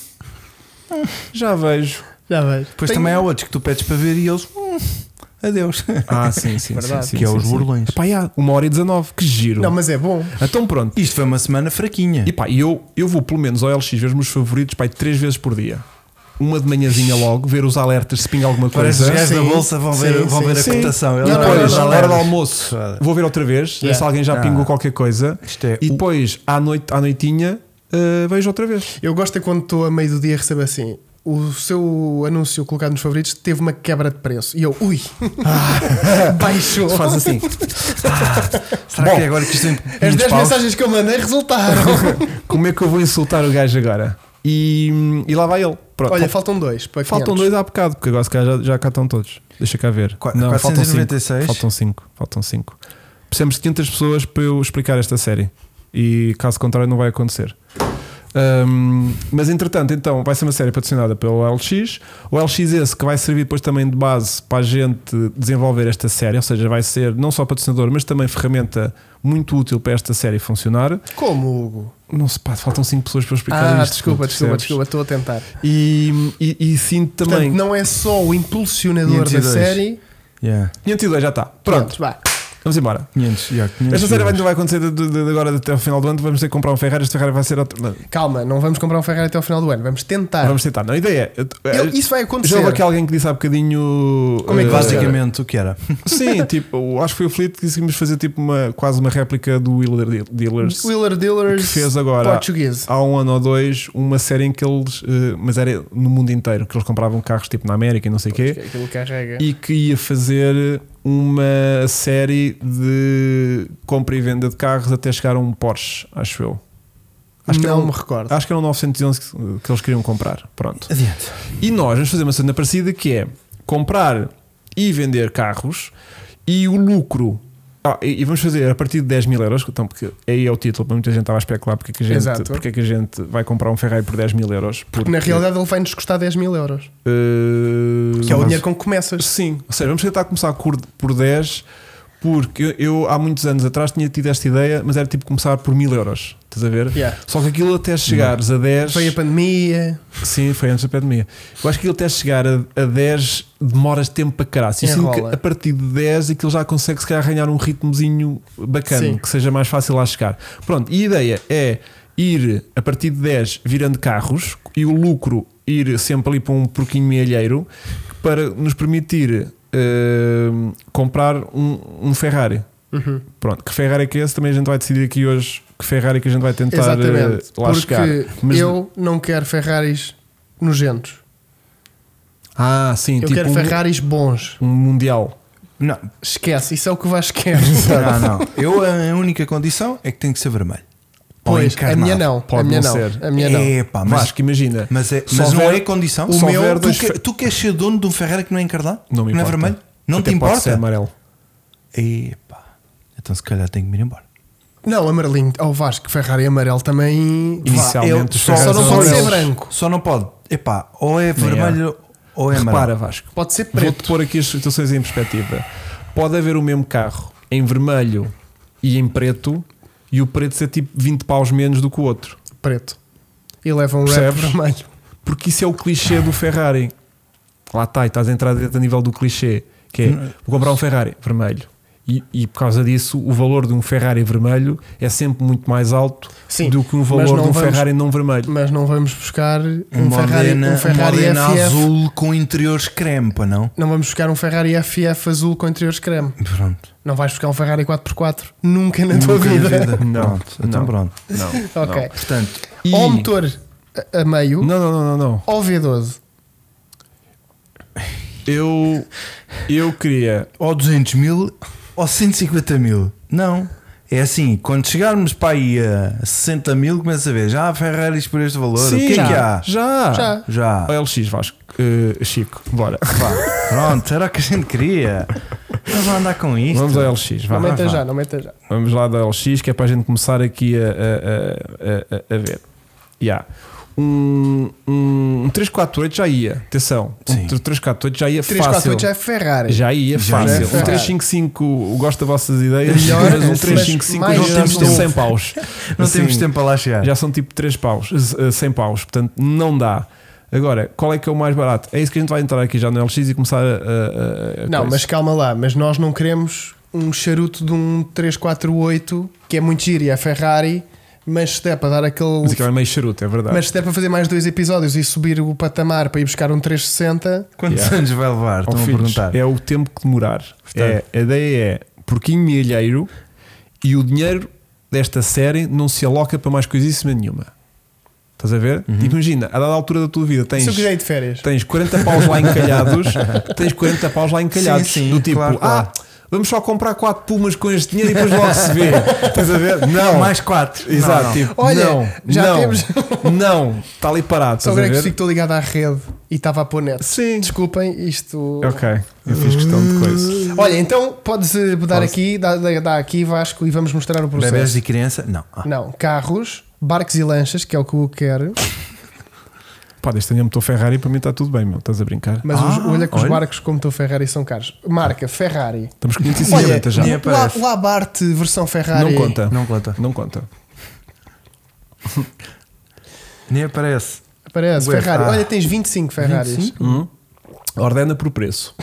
Já vejo. Já vejo. Depois Tem- também há outros que tu pedes para ver e eles. hum, adeus. Ah, sim, sim, Verdade. sim, sim. Que é sim, os sim. burlões. Epá, já, uma hora e dezanove, que giro. Não, mas é bom. Então pronto. Isto foi uma semana fraquinha. E pá, eu, eu vou pelo menos ao L X ver os meus favoritos pá, três vezes por dia. Uma de manhãzinha logo, ver os alertas se pinga alguma Parece os coisa. gajos da Sim, bolsa vão ver, sim, vão sim, ver a sim. cotação. E Eles Não, não, depois, não, à não, hora do não. almoço, vou ver outra vez, ver Yeah. se alguém já Ah. pingou qualquer coisa. Isto é E o- depois, à, noite, à noitinha, uh, vejo outra vez. Eu gosto é quando estou a meio do dia e recebo assim. O seu anúncio colocado nos favoritos teve uma quebra de preço. E eu, ui, baixou. Faz assim. Será Bom, que é agora que isto tem As vinte dez paus? mensagens que eu mandei resultaram. Como é que eu vou insultar o gajo agora? E, e lá vai ele. Pronto. Olha, faltam dois. Para Faltam quinhentos. dois há bocado, porque agora se calhar já, já cá estão todos. Deixa cá ver. Qua- Não, faltam quatrocentos e cinco. noventa e seis. Faltam cinco. Faltam cinco. Precisamos de quinhentas pessoas para eu explicar esta série. E caso contrário, não vai acontecer. Um, mas entretanto, então vai ser uma série patrocinada pelo L X. O L X esse que vai servir depois também de base para a gente desenvolver esta série, ou seja, vai ser não só patrocinador, mas também ferramenta muito útil para esta série funcionar. Como, Hugo? Não se pá, faltam cinco pessoas para explicar Ah, isto. desculpa, desculpa, percebes? desculpa, estou a tentar. E, e, e sinto também. Portanto, não é só o impulsionador quinhentos e da dois. série. Yeah. quinhentos e dois já está. Pronto, Vá. vamos embora. quinhentos, yeah, quinhentos Esta série vai, euros. não vai acontecer de, de, de agora até ao final do ano. Vamos ter que comprar um Ferrari. Este Ferrari vai ser outro. Não, Calma, não vamos comprar um Ferrari até ao final do ano, vamos tentar. vamos tentar. Não, a ideia é. Eu- isso vai acontecer. Já houve aqui alguém que disse há bocadinho. Como é que eh, Basicamente, o que era? Sim, tipo, acho que foi o Fleet que decidimos fazer tipo uma, quase uma réplica do Wheeler Deal- Dealers. Wheeler Dealers Que fez agora português. há um ano ou dois uma série em que eles, eh, mas era no mundo inteiro, que eles compravam carros tipo na América e não sei o quê, Aquilo carrega. e que ia fazer uma série de compra e venda de carros até chegar a um Porsche, acho eu. Acho que, não era um, me recordo. acho que era um novecentos e onze que, que eles queriam comprar. Pronto. Adiante. E nós vamos fazer uma cena parecida que é comprar e vender carros e o lucro. Ah, e e vamos fazer a partir de dez mil euros, então, porque aí é o título, para muita gente estava a especular porque é que a gente, Exato. porque é que a gente vai comprar um Ferrari por dez mil euros. Porque na realidade ele vai-nos custar dez mil euros. eh, Que é o mas- dinheiro com que começas. Sim, ou seja, vamos tentar começar por, por dez, porque eu, eu há muitos anos atrás tinha tido esta ideia, mas era tipo começar por mil euros. Estás a ver? Yeah. Só que aquilo até chegares a dez. Veio a pandemia. Sim, foi antes da pandemia. Eu acho que aquilo até chegar a, a dez demoras tempo para caralho. E sinto que Enrola. a partir de dez aquilo já consegue se calhar arranhar um ritmozinho bacana, Sim. que seja mais fácil lá chegar. Pronto, e a ideia é ir a partir de dez virando carros e o lucro ir sempre ali para um porquinho mealheiro para nos permitir eh, comprar um, um Ferrari. Uhum. Pronto, que Ferrari é que é esse? Também a gente vai decidir aqui hoje que Ferrari que a gente vai tentar Exatamente. eh, lá Porque chegar. Mas- eu não quero Ferraris nojentos. Ah, sim, Eu tipo quero um, Ferraris bons. um mundial. Não, Esquece, isso é o que o Vasco quer. não, não. Eu, a única condição é que tem que ser vermelho. Ou Pois, a encarnado. minha não. Pode a minha não não. ser. A minha não. Epá, mas, Vasco, imagina. mas, é, Se mas não houver- é condição. o Se meu- houver tu tu, que- que, tu queres ser dono de um Ferrari que não é encarnado? Não me não é importa. vermelho? Não Até te pode importa? ser amarelo. Epá, então se calhar tenho que me ir embora. Não, amarelinho. Ao Vasco, Ferrari amarelo também. Inicialmente, eu- os só, Ferraris só não pode ser amarelos. branco. Só não pode. Epá, ou é Nem vermelho ou é Repara, amarelo. Vasco. Pode ser Vou-te preto. pôr aqui as situações em perspectiva. Pode haver o mesmo carro em vermelho e em preto e o preto ser tipo vinte paus menos do que o outro. Preto. E leva um wrap Percebes? vermelho. Porque isso é o clichê do Ferrari. Lá está, e estás a entrar dentro a nível do clichê. Que é, vou comprar um Ferrari vermelho. E, e por causa disso, o valor de um Ferrari vermelho é sempre muito mais alto Sim, do que um mas valor não de um vamos- Ferrari não vermelho. Mas não vamos buscar um, Um Ferrari, Modena, um Ferrari um Modena F F. azul com interiores creme, pá, não? Não vamos buscar um Ferrari F F azul com interiores creme. Pronto. Não vais buscar um Ferrari quatro por quatro. Nunca na tua Nunca na vida. Não, Pronto, então não. pronto. Não. Ok. Portanto, E- Ou motor a, a meio, Não, não, não, não, não. ou V doze. Eu, eu queria. ou duzentos mil ou cento e cinquenta mil. Não. É assim, quando chegarmos para aí a sessenta mil, começa a ver, já há Ferraris por este valor. Sim, o que é já, que há? Já. Já. Já. O L X, Vasco. Uh, Chico, bora. Vá, pronto, era o que a gente queria. Não vou andar com isto. Vamos ao L X, vá. Não meta vá. já, não meta já. Vamos lá da L X, que é para a gente começar aqui a, a, a, a, a ver. Yeah. Um, um, um três quatro oito já ia, atenção. Sim. Um três quatro oito já ia três quatro fácil. oito já é Ferrari. Já ia Já fácil. ia Um Ferrari. três cinco cinco, gosto das vossas ideias, Melhor, mas um mas três cinco cinco mais já temos novo. cem paus. Não Assim, temos tempo para lá chegar. Já são tipo três paus, eh, cem paus, portanto não dá. Agora, qual é que é o mais barato? É isso que a gente vai entrar aqui já no L X e começar a. a, a Não, coisa. mas calma lá. Mas nós não queremos um charuto de um três quatro oito que é muito giro e é Ferrari. Mas se der para dar aquele. Mas aquilo é meio charuto, é verdade. Mas se der para fazer mais dois episódios e subir o patamar para ir buscar um trezentos e sessenta, Quantos Yeah. anos vai levar? Ó, Estão a filhos, perguntar. é o tempo que demorar. Portanto. É, a ideia é porquinho milheiro e o dinheiro desta série não se aloca para mais coisíssima nenhuma. Estás a ver? Uhum. Tipo, imagina, a dada altura da tua vida tens, se eu quiser ir de férias. tens quarenta paus lá encalhados, tens quarenta paus lá encalhados. Sim, sim, do tipo, claro, claro. ah, vamos só comprar quatro pumas com este dinheiro e depois logo se vê. Estás a ver? Não. Mais quatro. Exato, Não, não. tipo, Olha, não, já não, temos- não, está ali parado. Só Estás a agora que ver? fico ligado à rede e estava a pôr net. Sim. Desculpem, isto. Ok, eu fiz questão de coisa. Olha, então podes eh, dar Posso. aqui, dá, dá dá aqui Vasco e vamos mostrar o processo. Bebés e criança? Não. Ah. Não, carros, barcos e lanchas, que é o que o Hugo quer. Pá, desde tenha motor Ferrari, para mim está tudo bem, meu. Estás a brincar? Mas Ah, os, olha que os olha. barcos como o Ferrari são caros. Marca Ferrari. Estamos quinhentos e Olha, cinquenta já. nem o, aparece. o Abarth versão Ferrari. Não conta. Não conta. Não conta. Nem aparece. Aparece, Ué, Ferrari. ah. Olha, tens vinte e cinco Ferraris. vinte e cinco? Hum? Ordena por preço.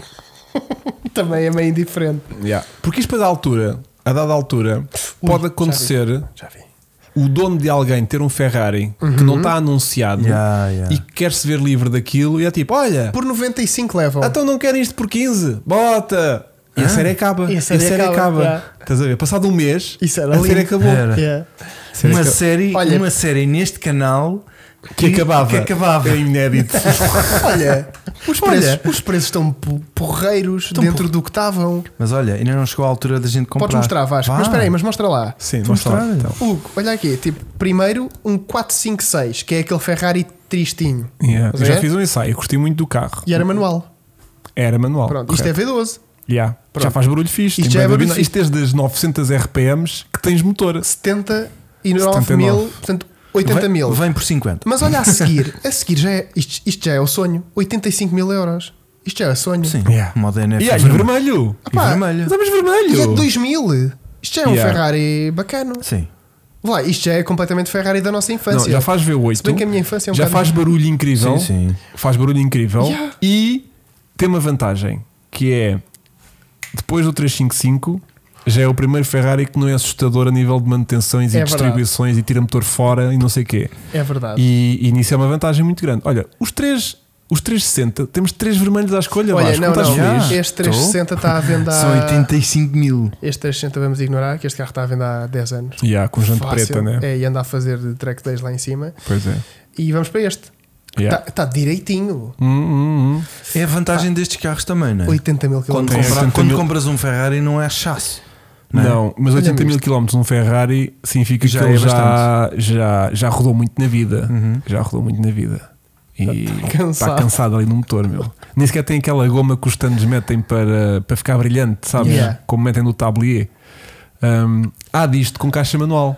Também é meio indiferente. Yeah. Porque isto, para dar altura, a dada altura, Ui, pode já acontecer Já vi. o dono de alguém ter um Ferrari que não está anunciado Yeah, yeah. e que quer se ver livre daquilo e é tipo: olha, Por noventa e cinco levam. então não querem isto por quinze? Bota! E a Ah. série acaba. E a série acaba, acaba. yeah. Estás a ver? Passado um mês, Isso era a série lindo. acabou. Era. Yeah. A série Uma acaba- série, Olha- uma série neste canal que acabava. Que acabava. É inédito. Olha, os Olha. preços, os preços estão po- porreiros dentro do que estavam. Mas olha, ainda não chegou a altura da gente comprar. Podes mostrar, Vasco. Vá. Mas espera aí, mas mostra lá. Sim, Vou mostra lá, mostrar. então. Hugo, olha aqui. Tipo, primeiro um quatro cinco seis, que é aquele Ferrari tristinho. Yeah. Estás a Eu já ver? fiz um ensaio, curti muito do carro. E era manual. Era manual. Pronto, isto é correto. V doze. Yeah. Pronto. Já faz barulho fixe. Isto Tem já é bué de barulho bina- Isto desde as novecentos R P Ms que tens motor. setenta e nove setenta e nove. mil, portanto oitenta Vem- mil. Vem por cinquenta. Mas olha a seguir, a seguir já é, isto, isto já é o sonho. oitenta e cinco mil euros. Isto já é o sonho. Sim, Yeah. modo N F. E aí, vermelho. E Pá, vermelho. Estamos vermelho. E é de dois mil. Isto já é um Yeah. Ferrari bacana. Sim. Vá lá, isto já é completamente Ferrari da nossa infância. Não, já faz V oito. Se bem que a minha infância é um já bocado- faz barulho incrível. Sim, sim. Faz barulho incrível. Yeah. E tem uma vantagem que é depois do trezentos e cinquenta e cinco já é o primeiro Ferrari que não é assustador a nível de manutenções É e verdade. distribuições e tira motor fora e não sei o quê. É verdade. E, e nisso é uma vantagem muito grande. Olha, os três, os trezentos e sessenta, temos três vermelhos à escolha. Olha, Vasco, não, estás não. feliz? Já. Este trezentos e sessenta está à venda São há... oitenta e cinco mil. Este trezentos e sessenta vamos ignorar, que este carro está à venda há dez anos. Yeah, com jante Fácil. preta, né? É, e anda a fazer de track days lá em cima. Pois é. E vamos para este. Yeah. Está direitinho. Hum, hum, hum. É a vantagem destes carros também, não é? oitenta mil Quando, quilómetros. Tem compra- oitenta quando mil. compras um Ferrari não é chasse. Não, Não, é? mas Olha oitenta mil isto. quilómetros num Ferrari significa Já que ele é já, já, já rodou muito na vida. Uhum. Já rodou muito na vida. E Está cansado. está cansado ali no motor, meu. Nem sequer tem aquela goma que os stands metem para, para ficar brilhante, sabes? Yeah. Como metem no tablier. Um, há disto com caixa manual.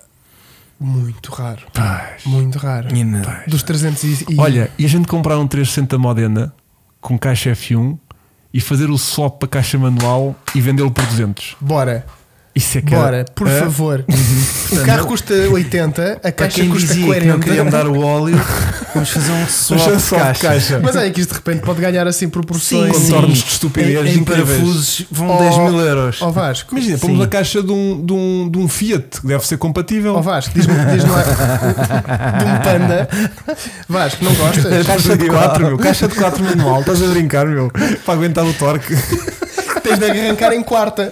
Muito raro. Muito raro. E não. Dos trezentos e... e- Olha, e a gente comprar um trezentos e sessenta Modena com caixa F um e fazer o swap para caixa manual e vendê-lo por duzentos. Bora. Isso é que Bora, por é? favor. O carro custa oitenta, a Para caixa quem custa dizia que não quarenta. queria mudar o óleo, vamos fazer um swap Swap de de caixa. caixa. Mas é que isto de repente pode ganhar assim proporções. Com tornos de estupidez Em, em incríveis. parafusos vão Oh, dez mil euros. Ó Vasco, Imagina, Sim. pomos a caixa de um, de, um, de um Fiat que deve ser compatível. ó Vasco, diz-me diz lá de um Panda. Vasco, não gostas? Caixa de quatro, meu. Caixa de quatro manual. Estás a brincar, meu. Para aguentar o torque. Tens de arrancar em quarta.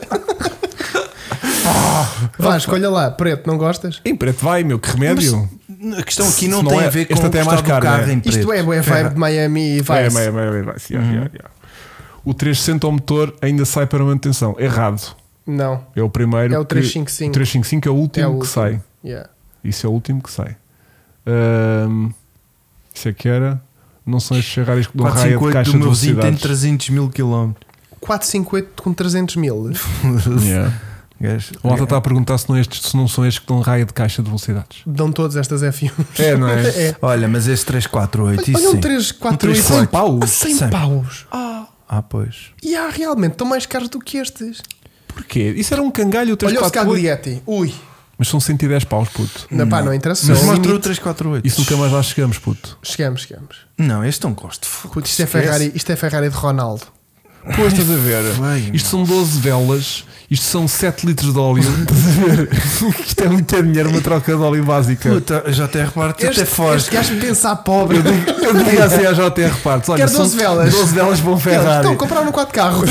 Vasco, olha lá, preto, não gostas? Em preto vai, meu. Que remédio. A questão aqui não, Não tem é- a ver com este o até é mais gostar do caro, carro né? em preto. Isto é, é vibe de Miami e Vai, vai. vai, vai, vai, vai. Yeah, yeah, yeah. O trezentos e sessenta ao motor ainda sai para manutenção. Errado. Não, É o primeiro. é o que- trezentos e cinquenta e cinco. O trezentos e cinquenta e cinco é o último É o que último. sai. Yeah. Isso é o último que sai. Ahm, isso é que era. Não são estes Ferraris que dão raia de quatrocentos e cinquenta e oito caixa do de meu vizinho tem velocidades. trezentos mil quilómetros. quatrocentos e cinquenta e oito com trezentos mil. Yeah. O Malta está a perguntar se não, estes, se não são estes que dão raia de caixa de velocidades. Dão todas estas F um. É, não é? É. Olha, mas esse trezentos e quarenta e oito, Olha isso um sim. trezentos e quarenta e Um oito. trezentos e cem paus? cem cem. paus. Ah, Ah, pois. e há realmente, estão mais caros do que estes. Porquê? Isso era um cangalho o Olha o trezentos e quarenta e oito. Scaglietti. Ui, Mas são cento e dez paus, puto. não, pá, não interessa. Mas Só o mostra o limite. trezentos e quarenta e oito. Isso nunca mais lá chegamos, puto. Chegamos, chegamos. Não, este não gosto. Puto, isto, é Ferrari, isto é Ferrari de Ronaldo. Pô, estás a ver? Feio, Isto são doze velas, isto são sete litros de óleo. Estás a ver? Isto é muito dinheiro, uma troca de óleo básica. Puta, já até reparo que Este, até foge. este gajo pensa a pobre. Eu digo assim à J R Partes: olha, Quer são doze velas. doze velas para um Ferrari. Então, compraram quatro carros.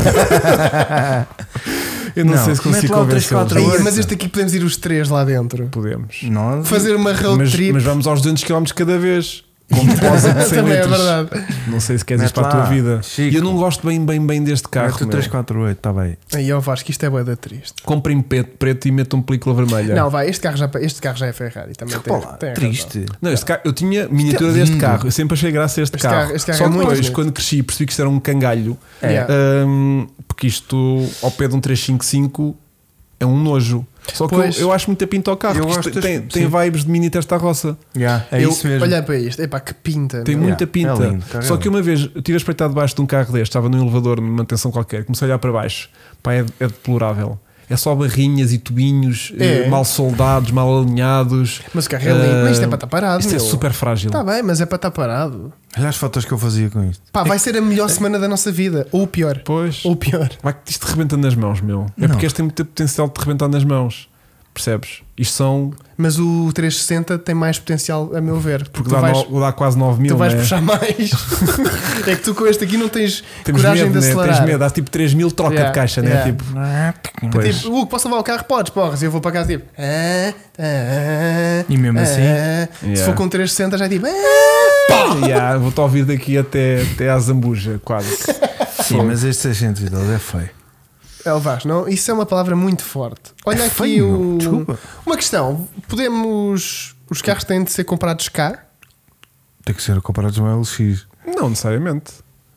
Eu não, Não, sei se mete consigo lá o convencer. trezentos e quarenta e oito. Aí, mas este aqui podemos ir os três lá dentro. Podemos. Nós, Fazer uma road Mas, trip. mas vamos aos duzentos quilómetros cada vez. Com depósito de cem Também é litros. verdade. Não sei se queres Mete isto para a lá, tua vida. Chico. E eu não gosto bem, bem, bem deste carro. mete o meu. trezentos e quarenta e oito, está bem. Aí, ó Vasco, isto é bué da triste. Comprem preto, preto e metam película vermelha. Não, vai, este carro já, este carro já é Ferrari. Também tem, Pá lá, tem razão. triste. Não, este carro, eu tinha miniatura é deste lindo. carro. Eu sempre achei graça a este, Este carro. carro- este carro Só é que muito depois, bonito. quando cresci, percebi que isto era um cangalho. Yeah. Hum, porque isto, ao pé de um trezentos e cinquenta e cinco, é um nojo. Só que eu, Pois. eu acho muito a pinta ao carro. Eu porque gosto isto das- tem, tem sim. vibes de mini testa roça. Yeah, é eu, isso mesmo. Olhar para isto, epá, que pinta. Tem meu. muita Yeah, pinta. é lindo, carro Só é que uma vez eu tive a espreitar debaixo de um carro deste, estava num elevador, numa manutenção qualquer, comecei a olhar para baixo. Pá, é, é deplorável. É só barrinhas e tubinhos É. eh, mal soldados, mal alinhados. Mas o carro é lindo. Mas isto é Ah, para estar parado. Isto é meu. super frágil. Está bem, mas é para estar parado. Olha as fotos que eu fazia com isto. Pá, vai ser a melhor semana da nossa vida. Ou o pior. Pois. Ou o pior. Vai que isto te rebenta nas mãos, meu. É Não. porque este tem muito potencial de te rebentar nas mãos. Percebes? Isto são. Mas o trezentos e sessenta tem mais potencial, a meu ver. Porque tu dá, vais, no- dá quase nove mil. tu vais né? puxar mais. É que tu com este aqui não tens Temos coragem medo, de né? acelerar. Tens medo, dá tipo três mil, troca Yeah, de caixa, yeah. né? Tipo, pois. Tipo, Hugo, posso levar o carro? Podes, porra. Se eu vou para casa, tipo. Ah, ah, E mesmo ah, assim? ah. Se Yeah. for com trezentos e sessenta, já é tipo. Ah, Yeah, vou-te ouvir daqui até, até à Zambuja, quase. Sim, mas este seiscentos e doze é feio. é o Vasco, não? Isso é uma palavra muito forte. Olha É aqui feio, o. meu. Desculpa. Uma questão: podemos. Os carros têm de ser comprados cá? Tem que ser comparados no L X. Não necessariamente.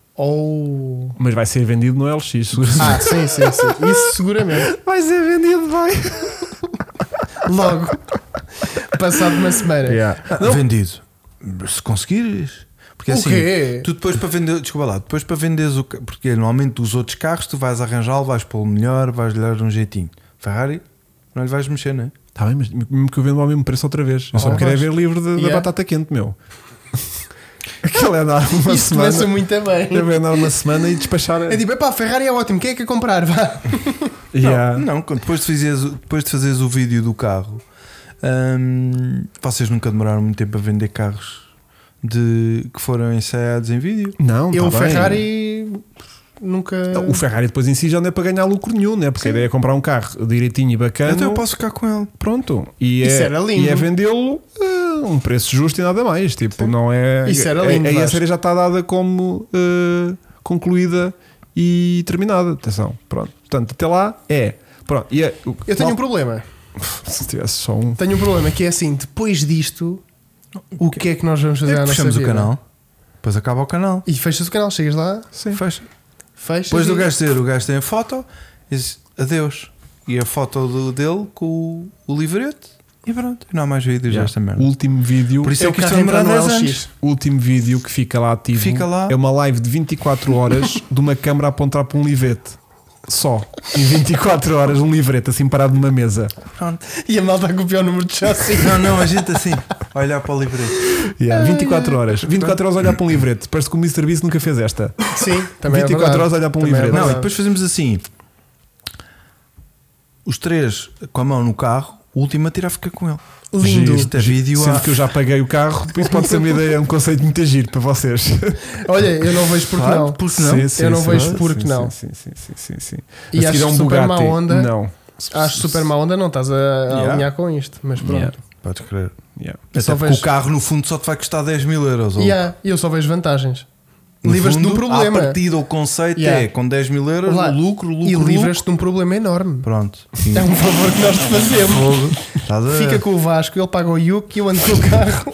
Ou. Mas vai ser vendido no L X. seguramente. Ah, sim, sim, sim. Isso seguramente. Vai ser vendido, vai. Logo. Passado uma semana. Yeah. Ah, vendido. Se conseguires. Porque O assim, quê? tu depois para vender, desculpa lá, depois para venderes o ca- porque normalmente os outros carros tu vais arranjá-lo, vais pô-lo melhor, vais lhe dar um jeitinho. Ferrari, não lhe vais mexer, não é? Tá bem, mas mesmo que eu vendo ao mesmo preço outra vez. Eu só Oh, me queria vais. ver livre de- da Yeah. batata quente, meu. Aquilo é dar uma Isso semana. começa muito bem. É bem dar uma semana e despachar. É tipo, epá, a Ferrari é ótimo, quem é que é comprar? Vá. Yeah. Não, não, quando depois de, fazeres, depois de fazeres o vídeo do carro, hum, vocês nunca demoraram muito tempo a vender carros de, que foram ensaiados em vídeo. Não, Eu, o tá bem. Ferrari, nunca. O Ferrari depois em si já não é para ganhar lucro nenhum, né? Porque a ideia é comprar um carro direitinho e bacana. Então eu posso ficar com ele. Pronto. E Isso é, era lindo. E é vendê-lo a um preço justo e nada mais. Tipo, não é. Isso era é- lindo, Aí a Vasco. série já está dada como eh, concluída e terminada. Atenção. Pronto. Portanto, até lá é. Pronto. E é, o- Eu tenho um mal- problema. Se tivesse só um. Tenho um problema que é assim: depois disto, o que é que nós vamos fazer É que à nossa fechamos o vida? canal, depois acaba o canal. E fechas o canal, chegas lá, Sim. Fecha. fechas. Depois do e- gajo ter, o gajo tem a foto e diz adeus. E a foto do, dele com o, o livrete e pronto. Não há mais vídeos Yeah. desta merda. O último vídeo. Por isso É é o que isto carro vai demorar entrar no dez L anos. X. O último vídeo que fica lá ativo Fica lá. é uma live de vinte e quatro horas de uma câmara a apontar para um livrete. Só. Em vinte e quatro horas, um livrete assim parado numa mesa. Pronto. E a malta a copiar o número de chassi. Não, não, a gente assim, a olhar para o livrete. Yeah, vinte e quatro horas. vinte e quatro horas a olhar para um livrete. Parece que o mister Beast nunca fez esta. Sim, também vinte e quatro é verdade. horas a olhar para um Também é livrete. Não, e verdade. depois fazemos assim: os três com a mão no carro, o último a tirar fica com ele. Lindo. Isto é vídeo. Sendo a- que eu já paguei o carro, por isso pode ser uma ideia, um conceito muito giro para vocês. Olha, eu não vejo porque Claro, não. porque não. Sim, sim, Eu não sim, vejo sim, porque sim, não. Sim, sim, sim, sim, sim. E A seguir acho é um super má Bugatti. onda. Não. Acho super má onda, não estás a, a Yeah. alinhar com isto, mas pronto. Yeah, Podes crer. yeah. Eu só Até porque vejo- o carro no fundo só te vai custar dez mil euros. ou- Yeah, e eu só vejo vantagens. no Livras-te de um fundo, problema. À partida, o conceito Yeah. é com dez mil euros, Lá. o lucro, lucro, E lucro. livras-te de um problema enorme. Pronto. É um favor que nós te fazemos. Fogo. Estás a ver? Fica com o Vasco, ele paga o Yuke e eu ando com o carro.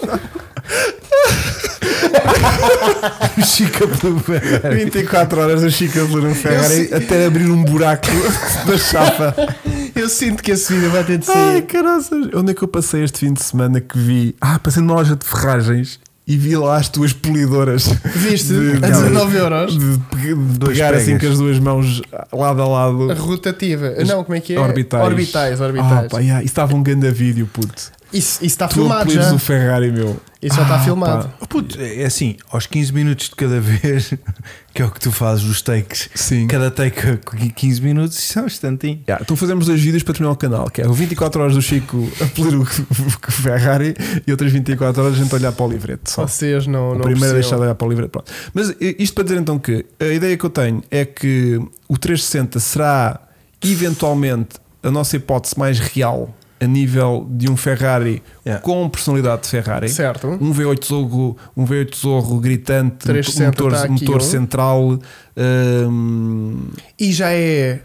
Chica pelo Ferrari. vinte e quatro horas a Chica de um Ferrari Eu até abrir um buraco da chapa. Eu sinto que esse vídeo vai ter de Ai, sair. caraças. Onde é que eu passei este fim de semana que vi? Ah, passei numa loja de ferragens e vi lá as tuas polidoras. Viste? De- A dezanove euros. De, pe- de Dois pegar assim pegas. com as duas mãos lado a lado. Rotativa. Não, como é que é? Orbitais. Orbitais, Ah, orbitais. pá, yeah, isso estava um grande vídeo, puto. Isso, isso está Tu filmado apelidas já. o Ferrari, meu. Isso já está Ah, filmado. pá. Oh, puto, é assim, aos quinze minutos de cada vez, que é o que tu fazes, os takes. Sim. Cada take com quinze minutos, isso é um instantinho. Yeah, então fazemos dois vídeos para terminar o canal, que é o vinte e quatro horas do Chico a pelir o, o Ferrari e outras vinte e quatro horas a gente olhar para o livrete. Só. Vocês não. O não primeiro é deixar de apreciam. olhar para o livrete. Pronto. Mas isto para dizer então que a ideia que eu tenho é que o trezentos e sessenta será eventualmente a nossa hipótese mais real a nível de um Ferrari Yeah. com personalidade de Ferrari. Certo. Um V oito Zorro, um V oito Zorro gritante, trezentos e sessenta motor, tá aqui, motor ó. central. hum, E já é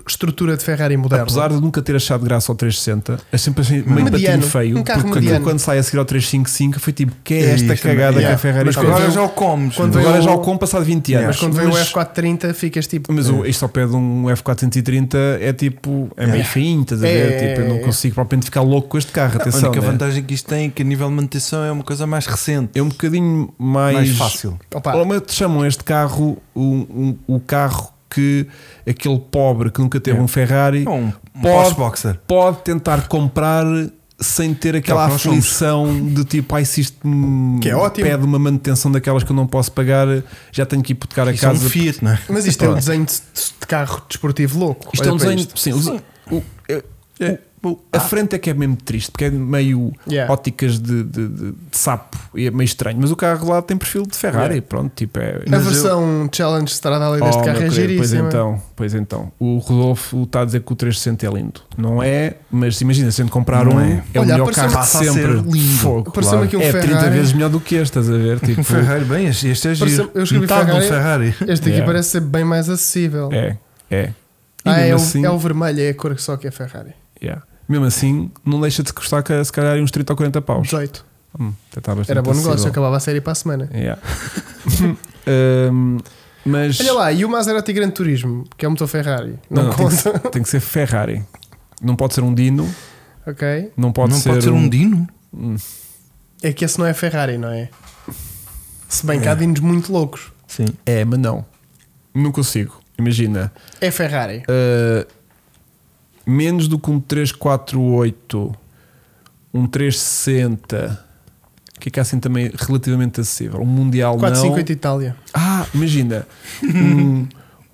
estrutura de Ferrari moderna. Apesar de nunca ter achado graça ao trezentos e sessenta, é sempre assim, meio Mediano, patinho feio. um carro porque mediano. aquilo, quando sai a seguir ao trezentos e cinquenta e cinco foi tipo, que é, É esta isto, cagada yeah. que a Ferrari Mas faz? Agora veio- já o comes. quando meu. veio Agora o- já o com passado vinte anos. Mas quando veio o F quatrocentos e trinta ficas tipo. Mas o, isto ao pé de um F quatrocentos e trinta é tipo, é meio É. feinho, estás a É, ver? Tipo, eu não é. consigo propriamente ficar louco com este carro. A Atenção, única né? vantagem que isto tem é que a nível de manutenção é uma coisa mais recente, É um bocadinho mais, mais fácil. Opa, Ou mas chamam este carro o, um, o carro que aquele pobre que nunca teve É. um Ferrari É um, um Pode- Porsche Boxer. pode tentar comprar sem ter aquela É o que nós somos. aflição de tipo, ai, se isto me Que é ótimo. pede uma manutenção daquelas que eu não posso pagar, já tenho que hipotecar a Isso é um casa. Fiat, não é? mas isto é um Pronto. desenho de, de carro desportivo louco. Isto Olha é um para desenho. isto. Sim, o- o- é- É. a frente é que é mesmo triste, porque é meio Yeah. óticas de, de- de- de sapo e é meio estranho. Mas o carro lá tem perfil de Ferrari, Yeah. pronto, tipo é. A Mas versão Challenge Stradale deste Oh, carro meu é querido, pois giríssima. então, pois então. O Rodolfo está a dizer que o trezentos e sessenta é lindo. Não é, mas imagina, se a gente comprar Não um, é. é, o Olha, melhor apareceu- carro de passa a ser sempre. lindo. Fogo. Apareceu-me aqui um é trinta Ferrari. vezes melhor do que este, estás a ver? Tipo, Um Ferrari, bem, este, este é Pareceu- giro. eu escrevi Metade de um Ferrari. Ferrari. Este aqui Yeah. parece ser bem mais acessível. É, é. E Ah, é mesmo o, assim, é o vermelho, é a cor só que é Ferrari. yeah. Mesmo assim, não deixa de custar que, se calhar uns trinta ou quarenta paus. dezoito. Hum, até está bastante Era bom negócio, acessível. acabava a série para a semana. Yeah. Hum, mas Olha lá, e o Maserati Gran Turismo, que é um motor Ferrari? Não, Não, não, tem, que conta. ser, tem que ser Ferrari. Não pode ser um Dino. Ok. Não pode não ser pode ser um Dino? Hum, É que esse não é Ferrari, não é? Se bem que há É. dinos muito loucos. Sim. É, mas não. Não consigo. Imagina. É Ferrari. uh, menos do que um trezentos e quarenta e oito, um trezentos e sessenta, que é que há assim também relativamente acessível. Um Mundial quatrocentos e não. cinquenta Itália. Ah, imagina. Um,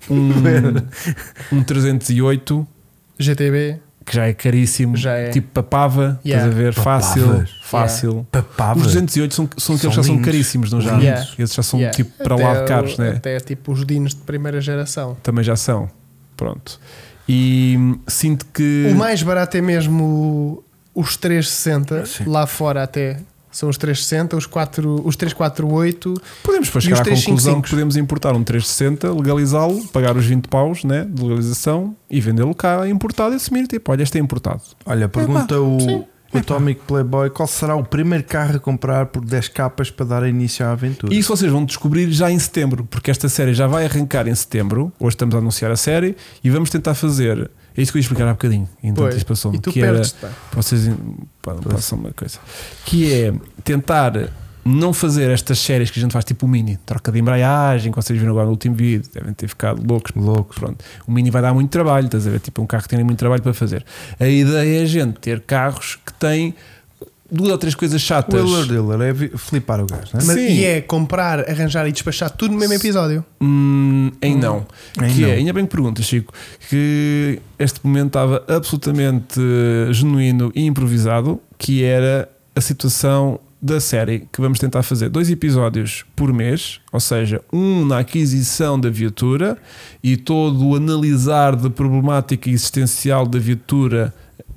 um, um trezentos e oito, G T B. que já é caríssimo. Já é. Tipo papava. Yeah. Estás a ver? Fácil. Papavas. Fácil. Papava. Os duzentos e oito são, são aqueles que já São são lindos. caríssimos, não já? Yeah. Esses já são Yeah. tipo para Até lá de o- caros, né? Até tipo os dinos de primeira geração. Também já são. Pronto. E hum, sinto que. O mais barato é mesmo os trezentos e sessenta, Sim. lá fora até. São os trezentos e sessenta, os, quatro, os trezentos e quarenta e oito. Podemos depois E chegar os à conclusão trezentos e cinquenta e cinco? que podemos importar um trezentos e sessenta, legalizá-lo, pagar os vinte paus, né, de legalização e vendê-lo cá importado e assumir, tipo, olha, este é importado. Olha, pergunta o, sim. o Atomic Playboy qual será o primeiro carro a comprar por dez capas para dar início à aventura. E isso vocês vão descobrir já em setembro, porque esta série já vai arrancar em setembro. Hoje estamos a anunciar a série e vamos tentar fazer. É isso que eu ia explicar há bocadinho, em Pois. antecipação. E tu que era, perdes-te, pá. vocês pá, não passam uma coisa que é tentar não fazer estas séries que a gente faz tipo o Mini, troca de embreagem, que vocês viram agora no último vídeo, devem ter ficado loucos. Loucos. Pronto. O Mini vai dar muito trabalho, estás a ver? Tipo um carro que tem muito trabalho para fazer. A ideia é a gente ter carros que têm duas ou três coisas O chatas. Wheeler Dealer é vi- flipar o gajo, não é? Mas, Sim. e é comprar, arranjar e despachar tudo no mesmo episódio. Hum, em não. Em que não. é, ainda bem que perguntas, Chico, que este momento estava absolutamente eh, genuíno e improvisado, que era a situação da série que vamos tentar fazer dois episódios por mês, ou seja, um na aquisição da viatura e todo o analisar da problemática existencial da viatura.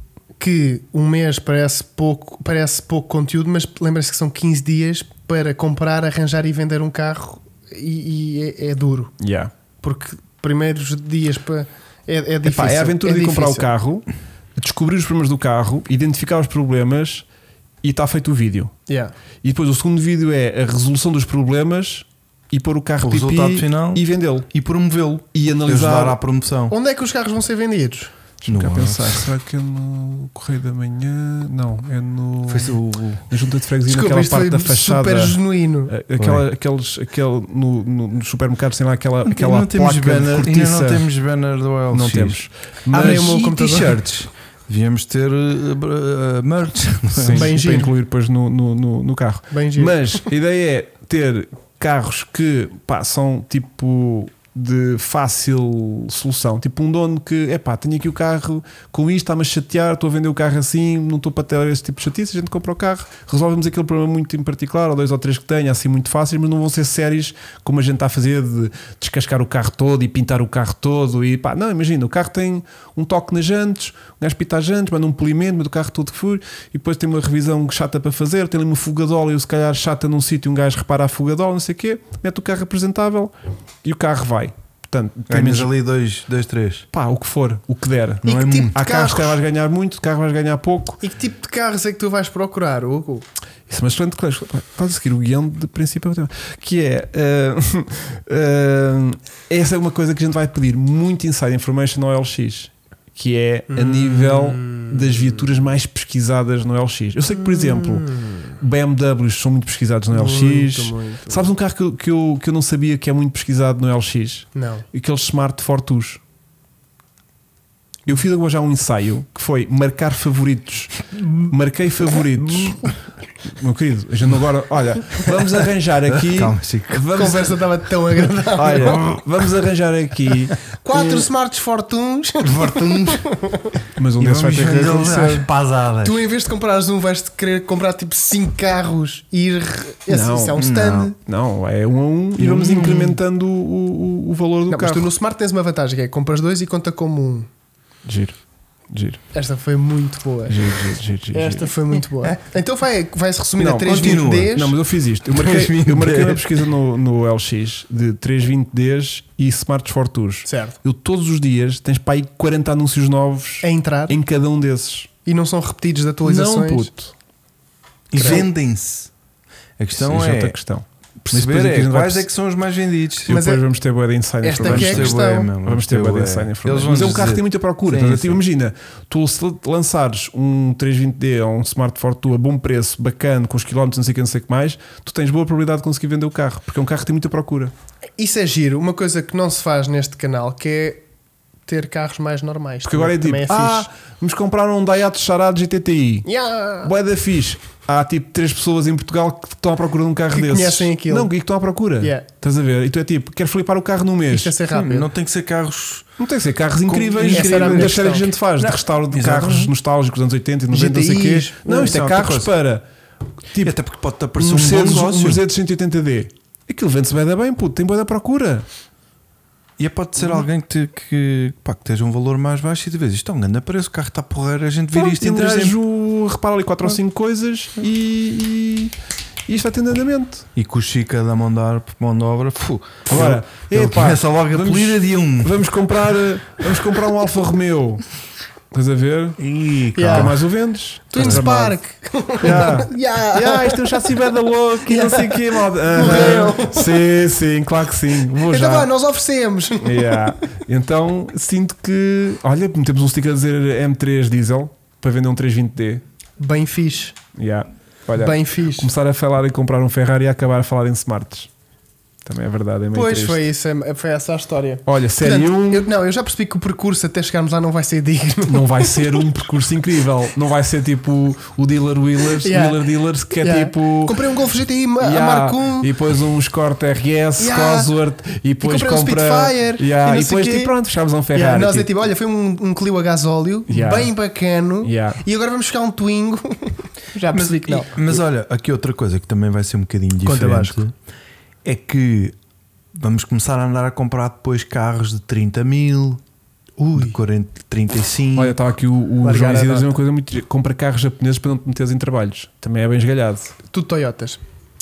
Que um mês parece pouco, parece pouco conteúdo, mas lembra-se que são quinze dias para comprar, arranjar e vender um carro e, e é, é duro. Yeah. Porque primeiros dias para, é, é difícil. Epá, é a aventura é de comprar o difícil. carro, descobrir os problemas do carro, identificar os problemas e está feito o vídeo. Yeah. E depois o segundo vídeo é a resolução dos problemas e pôr o carro O pipi resultado final. e vendê-lo. E promovê-lo. E Ajudar analisar. à promoção. Onde é que os carros vão ser vendidos? Deixa-me cá No- pensar, será que é no Correio da Manhã? Não, é no. Foi o, na Junta de Freguesia, Desculpa, naquela isto parte foi da fachada. super genuíno. A- Aquela, aqueles, aquele, no, no, nos supermercados tem lá aquela, Ainda aquela não temos placa banner, de ainda cortiça. não temos banner do L X. Não temos. Abrem Mas, o meu E computador. t-shirts. Devíamos ter uh, uh, merch. sim, Bem para giro. incluir depois no, no, no, no carro. Bem giro. Mas a ideia é ter carros que pá, são tipo de fácil solução. Tipo um dono que, é pá, tenho aqui o carro com isto, está-me a chatear, estou a vender o carro assim, não estou para ter esse tipo de chatice, a gente compra o carro, resolvemos aquele problema muito em particular, ou dois ou três que tenha, assim muito fáceis, mas não vão ser séries como a gente está a fazer de descascar o carro todo e pintar o carro todo e pá, não, imagina, o carro tem um toque nas jantes, um gajo pita as jantes, manda um polimento, manda o carro todo que for e depois tem uma revisão chata para fazer, tem ali uma fuga de óleo, se calhar chata num sítio, um gajo repara a fuga de óleo, não sei o quê, mete o carro apresentável e o carro vai. Portanto, tem Ganhas menos, ali dois, dois, três. pá, o que for, o que der. E Não que é tipo muito. de Há carros que carros? vais ganhar muito, carros vais ganhar pouco. E que tipo de carros é que tu vais procurar, Hugo? Isso é uma excelente coisa. Estás a seguir o guião de princípio ao tema. Que é uh, uh, essa é uma coisa que a gente vai pedir muito inside information no L X, que é a nível das viaturas mais pesquisadas no L X. Eu sei que, por exemplo, B M Ws são muito pesquisados no L X. Muito, muito. Sabes um carro que, eu- que, eu, que eu não sabia que é muito pesquisado no L X? Não. Aqueles Smart Fortus. Eu fiz agora já um ensaio que foi marcar favoritos. Marquei favoritos. Meu querido, a gente agora, olha, vamos arranjar aqui. Calma, Chico. A Vamos, conversa estava tão agradável. olha, vamos arranjar aqui. Quatro eh, Smarts Fortunes. Mas um E desses vai vamos ter que vendê-los às acontecer. pasadas. Tu, em vez de comprares um, vais querer comprar tipo cinco carros e ir. Esse, Não, isso é um stand. Não, é um a um e Um vamos a um. incrementando o, o, o valor do Não, mas carro. tu no Smart tens uma vantagem que é compras dois e conta como um. Giro, giro, Esta foi muito boa. giro, giro, giro, giro. Esta foi muito boa. Então vai, vai-se resumir Não, a três vinte continua. Ds. Não, mas eu fiz isto. Eu marquei, eu marquei uma pesquisa no, no L X de trezentos e vinte Ds e Smart Fortus. Certo. Eu todos os dias tens para aí quarenta anúncios novos A entrar em cada um desses. e não são repetidos de Não, atualizações. puto. E Creio. vendem-se. A questão Isso é outra é questão. Mas perceber depois aqui a é, gente vai quais perce- é que são os mais vendidos. E Mas depois é- vamos ter boa de inside esta information. aqui é a Vamos ter questão. bué, meu, Vamos ter boa de bué. inside Eles information. vão Mas é um dizer- carro que tem muita procura. Sim, Então, tipo, sim. imagina, tu se lançares um trezentos e vinte D ou um Smart Fortwo a bom preço, bacana, com os quilómetros, não sei o que, não sei o que mais, tu tens boa probabilidade de conseguir vender o carro, porque é um carro que tem muita procura. Isso é giro. Uma coisa que não se faz neste canal que é ter carros mais normais. Porque agora é tipo, Também ah, fixe. vamos comprar um Daihatsu Charade G T T I. Yeah. Boa da fixe. Há tipo três pessoas em Portugal que estão à procura de um carro Que desses. conhecem aquilo. Não, e que estão à procura. Yeah. Estás a ver? E tu é tipo, quero flipar o carro num mês. Isto é ser Sim, rápido. não tem que ser carros. Não tem que ser carros incríveis, Essa era a minha da série que a questão. gente faz, de Não, restauro de exatamente. carros nostálgicos dos anos oitenta e noventa, não sei o quê. G T Is. Não, isto Não, é isso é carros outra para tipo Até porque pode-te um aparecer um bom Mercedes, um negócio. Mercedes cento e oitenta D. Aquilo vende-se bem, bem, puto, tem boa da procura. E pode ser alguém que, te, que, pá, que esteja um valor mais baixo e tu vês isto é um grande preço, o carro está porreiro, a gente vira isto em um três anos. gajo repara ali quatro ou cinco coisas e, e, e isto vai tendo andamento. E com o Chica da mão de, ar- mão de obra, fu, Agora, ele, ele epá, começa logo a vamos- polir a dia um. Vamos comprar, vamos comprar um Alfa Romeo. Estás a ver? Ih, Yeah. Nunca mais o vendes. Twin Estás tramado. Spark. Yeah. Yeah. Yeah, isto é um chassi bad louco e não sei o quê, moda. Morreu. Sim, sim, claro que sim. Vou Então já. vá, nós oferecemos. Yeah. Então sinto que, olha, metemos um sticker a dizer M três diesel para vender um trezentos e vinte D. Bem fixe. Yeah. Olha, Bem fixe. começar a falar em comprar um Ferrari e acabar a falar em Smarts. Também é verdade, é meio Pois triste. foi isso, é- foi essa a história. Olha, série Portanto, um eu, não, eu já percebi que o percurso até chegarmos lá não vai ser digno. não vai ser um percurso incrível. Não vai ser tipo o Dealer Wheelers, Yeah. Wheeler Dealers, que é Yeah. tipo. Comprei um Golf G T I a Yeah, Mark um. e depois um Escort R S, Yeah. Cosworth, e depois comprei um compra. Spitfire, Yeah, e não e sei depois quê. tipo, pronto, fechámos um Ferrari. Yeah, nós é tipo, tipo, olha, foi um, um Clio a gasóleo, Yeah. bem bacano, Yeah. e agora vamos buscar um Twingo. Já Mas, percebi que não. mas olha, aqui outra coisa que também vai ser um bocadinho Conta, diferente Vasco. é que vamos começar a andar a comprar depois carros de trinta mil, de quarenta, trinta e cinco. Olha, estava aqui o, o Largar João a Isidro a dizer nota. uma coisa muito. Compra carros japoneses para não te meteres em trabalhos. Também é bem esgalhado. Tudo Toyotas.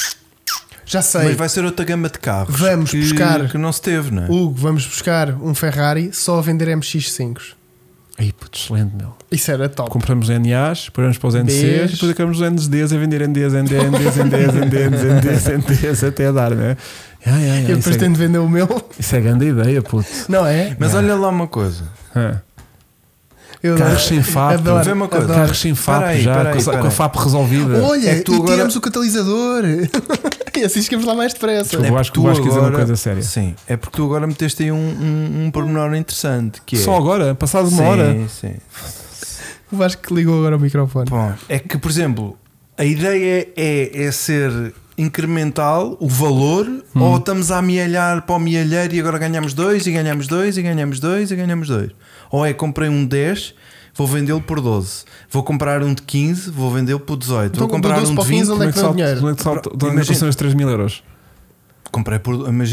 Já sei. Mas vai ser outra gama de carros Vamos que, buscar- que não se teve, não é? Hugo, vamos buscar um Ferrari só a vender M X cinco. Aí, puto, excelente, meu. Isso era top. Compramos N As, depois vamos para os N Cs, Ds. depois acabamos os N Ds a vender N Ds, N Ds, N Ds, N Ds, N Ds, N Ds, N Ds, até a dar, não é? Ah, yeah, yeah, Eu isso, depois é, tenho de vender o meu. isso é grande ideia, puto. Não é? Mas Yeah. olha lá uma coisa. Ah. Eu Carros sem FAP. adoro, Vê uma coisa. adoro. Carros sem FAP Espera aí, já, espera aí, com, a- espera com a aí. FAP resolvida. Olha, É que tu e agora- tiramos o catalisador. E assim chegamos lá mais depressa. Eu acho que o Vasco quis dizer uma coisa séria. Sim, é porque tu agora meteste aí um, um, um pormenor interessante que é. Só agora, passado uma sim, hora. Sim. O Vasco que ligou agora o microfone. Bom, é que, por exemplo, a ideia é, é ser incremental o valor Hum. ou estamos a amealhar para o amealheiro e agora ganhamos dois e ganhamos dois e ganhamos dois e ganhamos dois. Ou é comprei um dez, vou vendê-lo por doze. Vou comprar um de quinze, vou vendê-lo por dezoito. Então, vou comprar do doze um para de o quinze, vinte. onde é que Como é vem o que salta- dinheiro? onde é que salta- onde é que Imagina. custam os três mil euros? Comprei por, imagina,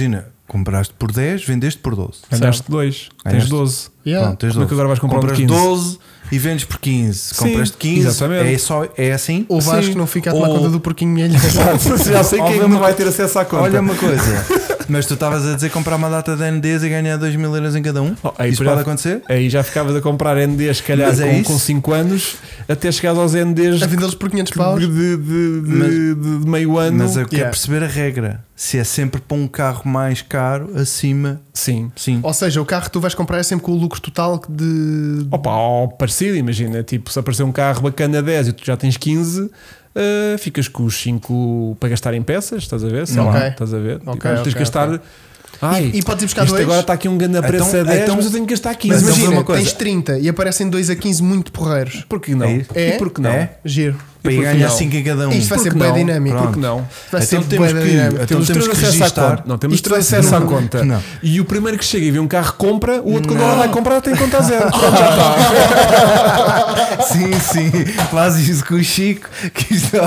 Compraste por dez, vendeste por doze. Andaste dois, tens Ganhaste. doze. Yeah. Pronto, tens Como é que agora vais comprar um de Compras quinze? doze e vendes por quinze. Sim, Compraste quinze, exatamente. é, só, é assim? O Vasco Sim. não fica a tomar Ou- conta do porquinho milho. Já sei quem é que não vai ter acesso à conta. Olha uma coisa, mas tu estavas a dizer comprar uma data de N Ds e ganhar dois mil euros em cada um? Oh, aí Isso já- pode acontecer? Aí já ficavas a comprar N Ds, se calhar, Mas é com, isso? com cinco anos, até chegares aos N Ds A vendê-los por quinhentos de, paus. de, de, de- Mas- de- de meio ano. Mas eu quero Yeah. perceber a regra. Se é sempre para um carro mais caro, acima. Sim. Sim. Ou seja, o carro que tu vais comprar é sempre com o lucro total de. Opa, ó, parecido, imagina, tipo, se aparecer um carro bacana a dez e tu já tens quinze, uh, ficas com os cinco para gastar em peças, estás a ver? Sei Ok. lá, estás a ver? Ok, Tipo, tens ok, que gastar. ok. Ai, E podes ir buscar isto dois. agora está aqui um grande preço Então- a dez, então- mas eu tenho que gastar quinze. Mas Mas vamos ver imagina, uma coisa. tens trinta e aparecem dois a quinze muito porreiros. Por que não? É isso? É? E por que não? É? Giro. Para ir por que ganhar não? cinco em cada um. Isto vai Por ser que bem não? dinâmico. Por que não? Vai ser Então temos bué que, dinâmico. então Temos temos três que acesso à registar. conta. Não, temos Isto três vai ser acesso à um- conta. Não. E o primeiro que chega e vê um carro compra, o outro quando Não. ela vai comprar tem conta a zero. Pronto, já está. Sim, sim. Fazes isso com o Chico, que isto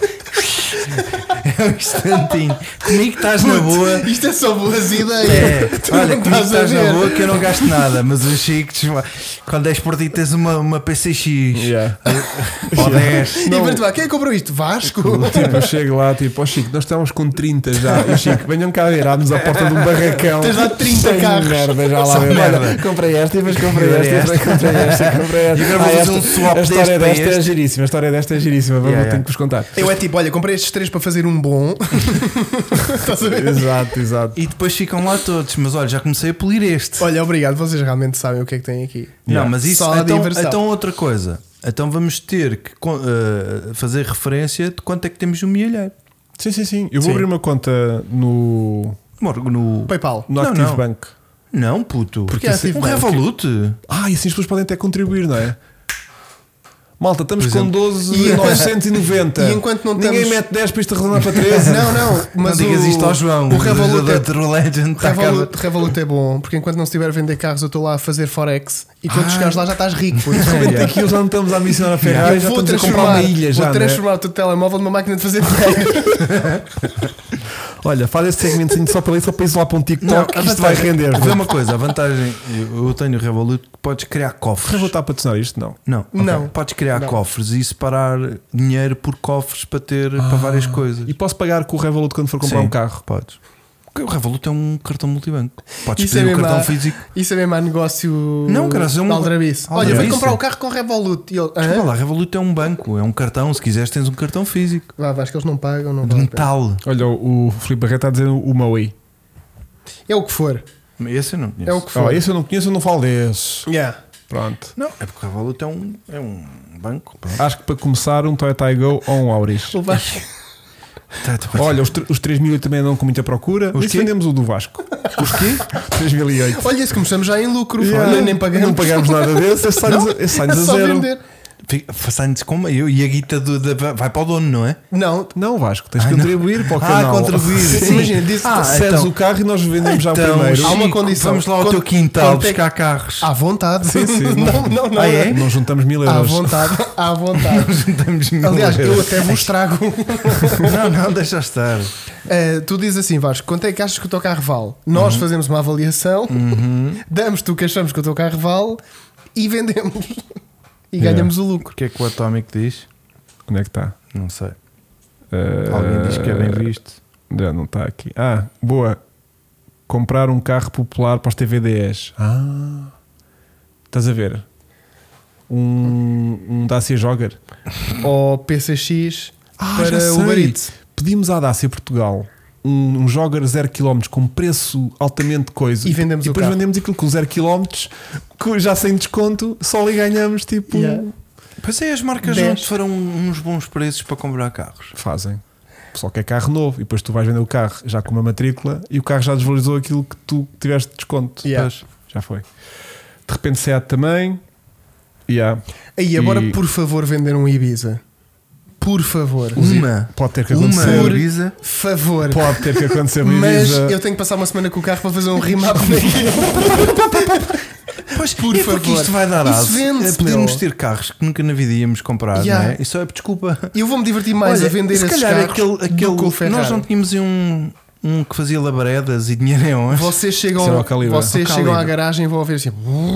é um instantinho. Comigo estás na boa. Isto é só boas ideias. É, Tu olha, não comigo estás a estás na ver. boa que eu não gasto nada, mas o Chico, quando és por ti, tens uma, uma P C X Yeah. ou dez. E depois tu vai, quem é que comprou isto? Vasco? Tipo, eu chego lá, tipo, ó Chico, nós estamos com trinta já. E o Chico, venham cá ver, abrimos a porta de um barracão. Tens lá trinta Cheio de carros. merda, já lá Só ver. merda. Olha, comprei esta e depois comprei Comprei esta, e depois comprei esta, e comprei esta. E agora vou Ah, fazer um esta- swap A história deste para desta é este. giríssima, a história desta é giríssima. Vamos, Yeah, tenho yeah. que vos contar. Eu é tipo, olha, comprei estes três para fazer um bom. Estás a ver? Exato, exato. E depois ficam lá todos. Mas olha, já comecei a polir este. Olha, obrigado, vocês realmente sabem o que é que tem aqui. Não, Yeah. mas isso. Só a Então, diversão. então, outra coisa. Então vamos ter que con- eh, fazer referência de quanto é que temos no milheiro. Sim, sim, sim. Eu vou Sim. abrir uma conta no, Moro, No. PayPal. no Não, Active não. Bank. Não, puto. Porque Um é Active Bank. Revolut. Ah, e assim as pessoas podem até contribuir, não é? Malta, estamos Por com exemplo. doze E- mil novecentos e noventa. E enquanto não Ninguém estamos- mete dez para isto arredondar para treze. Não, não, mas não digas o, isto ao João. O Revolut é, True Legend está Revolut, Revolut é bom, porque enquanto não estiver a vender carros, eu estou lá a fazer Forex e quando Ah. chegares lá já estás rico. puto. De repente aqui já não estamos a missionar a Ferrari, Eu já vou estamos a comprar transformar, uma ilha já. vou não é? transformar o teu telemóvel numa máquina de fazer dinheiro. Olha, faz esse segmento só para, só para isolar para um TikTok que isto vai render. Vê uma coisa, a vantagem, eu eu tenho o Revolut que podes criar cofres. Vou voltar a patrocinar isto? Não. Não, ok. Não. Podes criar Não. cofres e separar dinheiro por cofres para ter para várias coisas. E posso pagar com o Revolut quando for comprar Sim, um carro? Podes. Porque o Revolut é um cartão multibanco. Podes Isso é pedir um mesmo cartão a- físico. Isso é mesmo a negócio Não, caras, é um- de Aldrabice. Olha, Aldrabice. vem comprar o carro com Revolut. E ele, Desculpa "Hã?" lá, Revolut é um banco, é um cartão. Se quiseres, tens um cartão físico Vá, vais que eles não pagam, não de vale a pena. metal. Olha, o, o Filipe Barreto está a dizer o Maui. É o que for. Esse eu não conheço. É o que Oh, for. esse eu não conheço, eu não falo desse. Yeah. Pronto. Não, é porque o Revolut é um, é um banco. Pronto. Acho que para começar, um Toyota Aygo ou um Auris. O Vasco- Tá, tá, Olha, os, tr- os três mil também andam com muita procura. Os Isso quê? vendemos o do Vasco. Os quê? três mil e oito. Olha, se começamos já em lucro, Yeah. olha, nem pagamos. Não pagamos nada desse, esse sai-nos esse É sai-nos a só zero. vender. Façantes como eu e a guita do, da- vai para o dono, não é? Não, Não, Vasco, tens que Ah, não. contribuir para o Ah, canal. contribuir. Sim, imagina, disse- Ah, Cedes então- o carro e nós vendemos já o Então, primeiro. há uma Chico, condição. Vamos lá ao Quanto- teu quintal quanto é que- buscar carros. à vontade. Sim, sim. Não, não, não. Ah, é? Não juntamos mil À euros. vontade, à vontade. Juntamos mil Aliás, eu euros. até vos trago. Não, não, deixa estar. Uh, tu dizes assim, Vasco, quanto é que achas que o teu carro vale? Nós fazemos uma avaliação, damos-te o que achamos que o teu carro vale e vendemos. E Yeah. ganhamos o lucro. O que é que o Atomic diz? Onde é que está? Não sei. Uh, Alguém diz que é bem visto. Já não está aqui. Ah, boa. Comprar um carro popular para os T V D S. Ah. Estás a ver? Um, um Dacia Jogger. Ou P C X Ah, para já o sei. Uber Eats. Pedimos à Dacia Portugal um, um Jogger zero quilómetros com preço altamente coisa. E vendemos e o depois carro. vendemos aquilo com zero quilómetros já sem desconto, só ali ganhamos tipo. Yeah. Pois é, as marcas dez. juntos foram uns bons preços para comprar carros. Fazem. Só que é carro novo e depois tu vais vender o carro já com uma matrícula e o carro já desvalorizou aquilo que tu tiveste de desconto. Yeah. Pois, já foi. De repente Seat também. Yeah. Aí, agora, E- por favor, vender um Ibiza. Por favor. Uma. Pode ter que Uma acontecer. Ibiza. Favor. Pode ter que acontecer uma Mas Ibiza. eu tenho que passar uma semana com o carro para fazer um remap naquilo. Pois, Por é porque favor. isto vai dar Isso aso. vende-se, É, podemos meu. ter carros que nunca na vida íamos comprar, Yeah. não é? Isso é desculpa. Eu vou-me divertir mais Olha, a vender se esses calhar carros aquele, do aquele que o Ferrari. nós não tínhamos um, um que fazia labaredas e dinheiro em onde? Vocês Isso era chegam, o calibre. vocês O chegam à calibre. garagem e vão ouvir assim.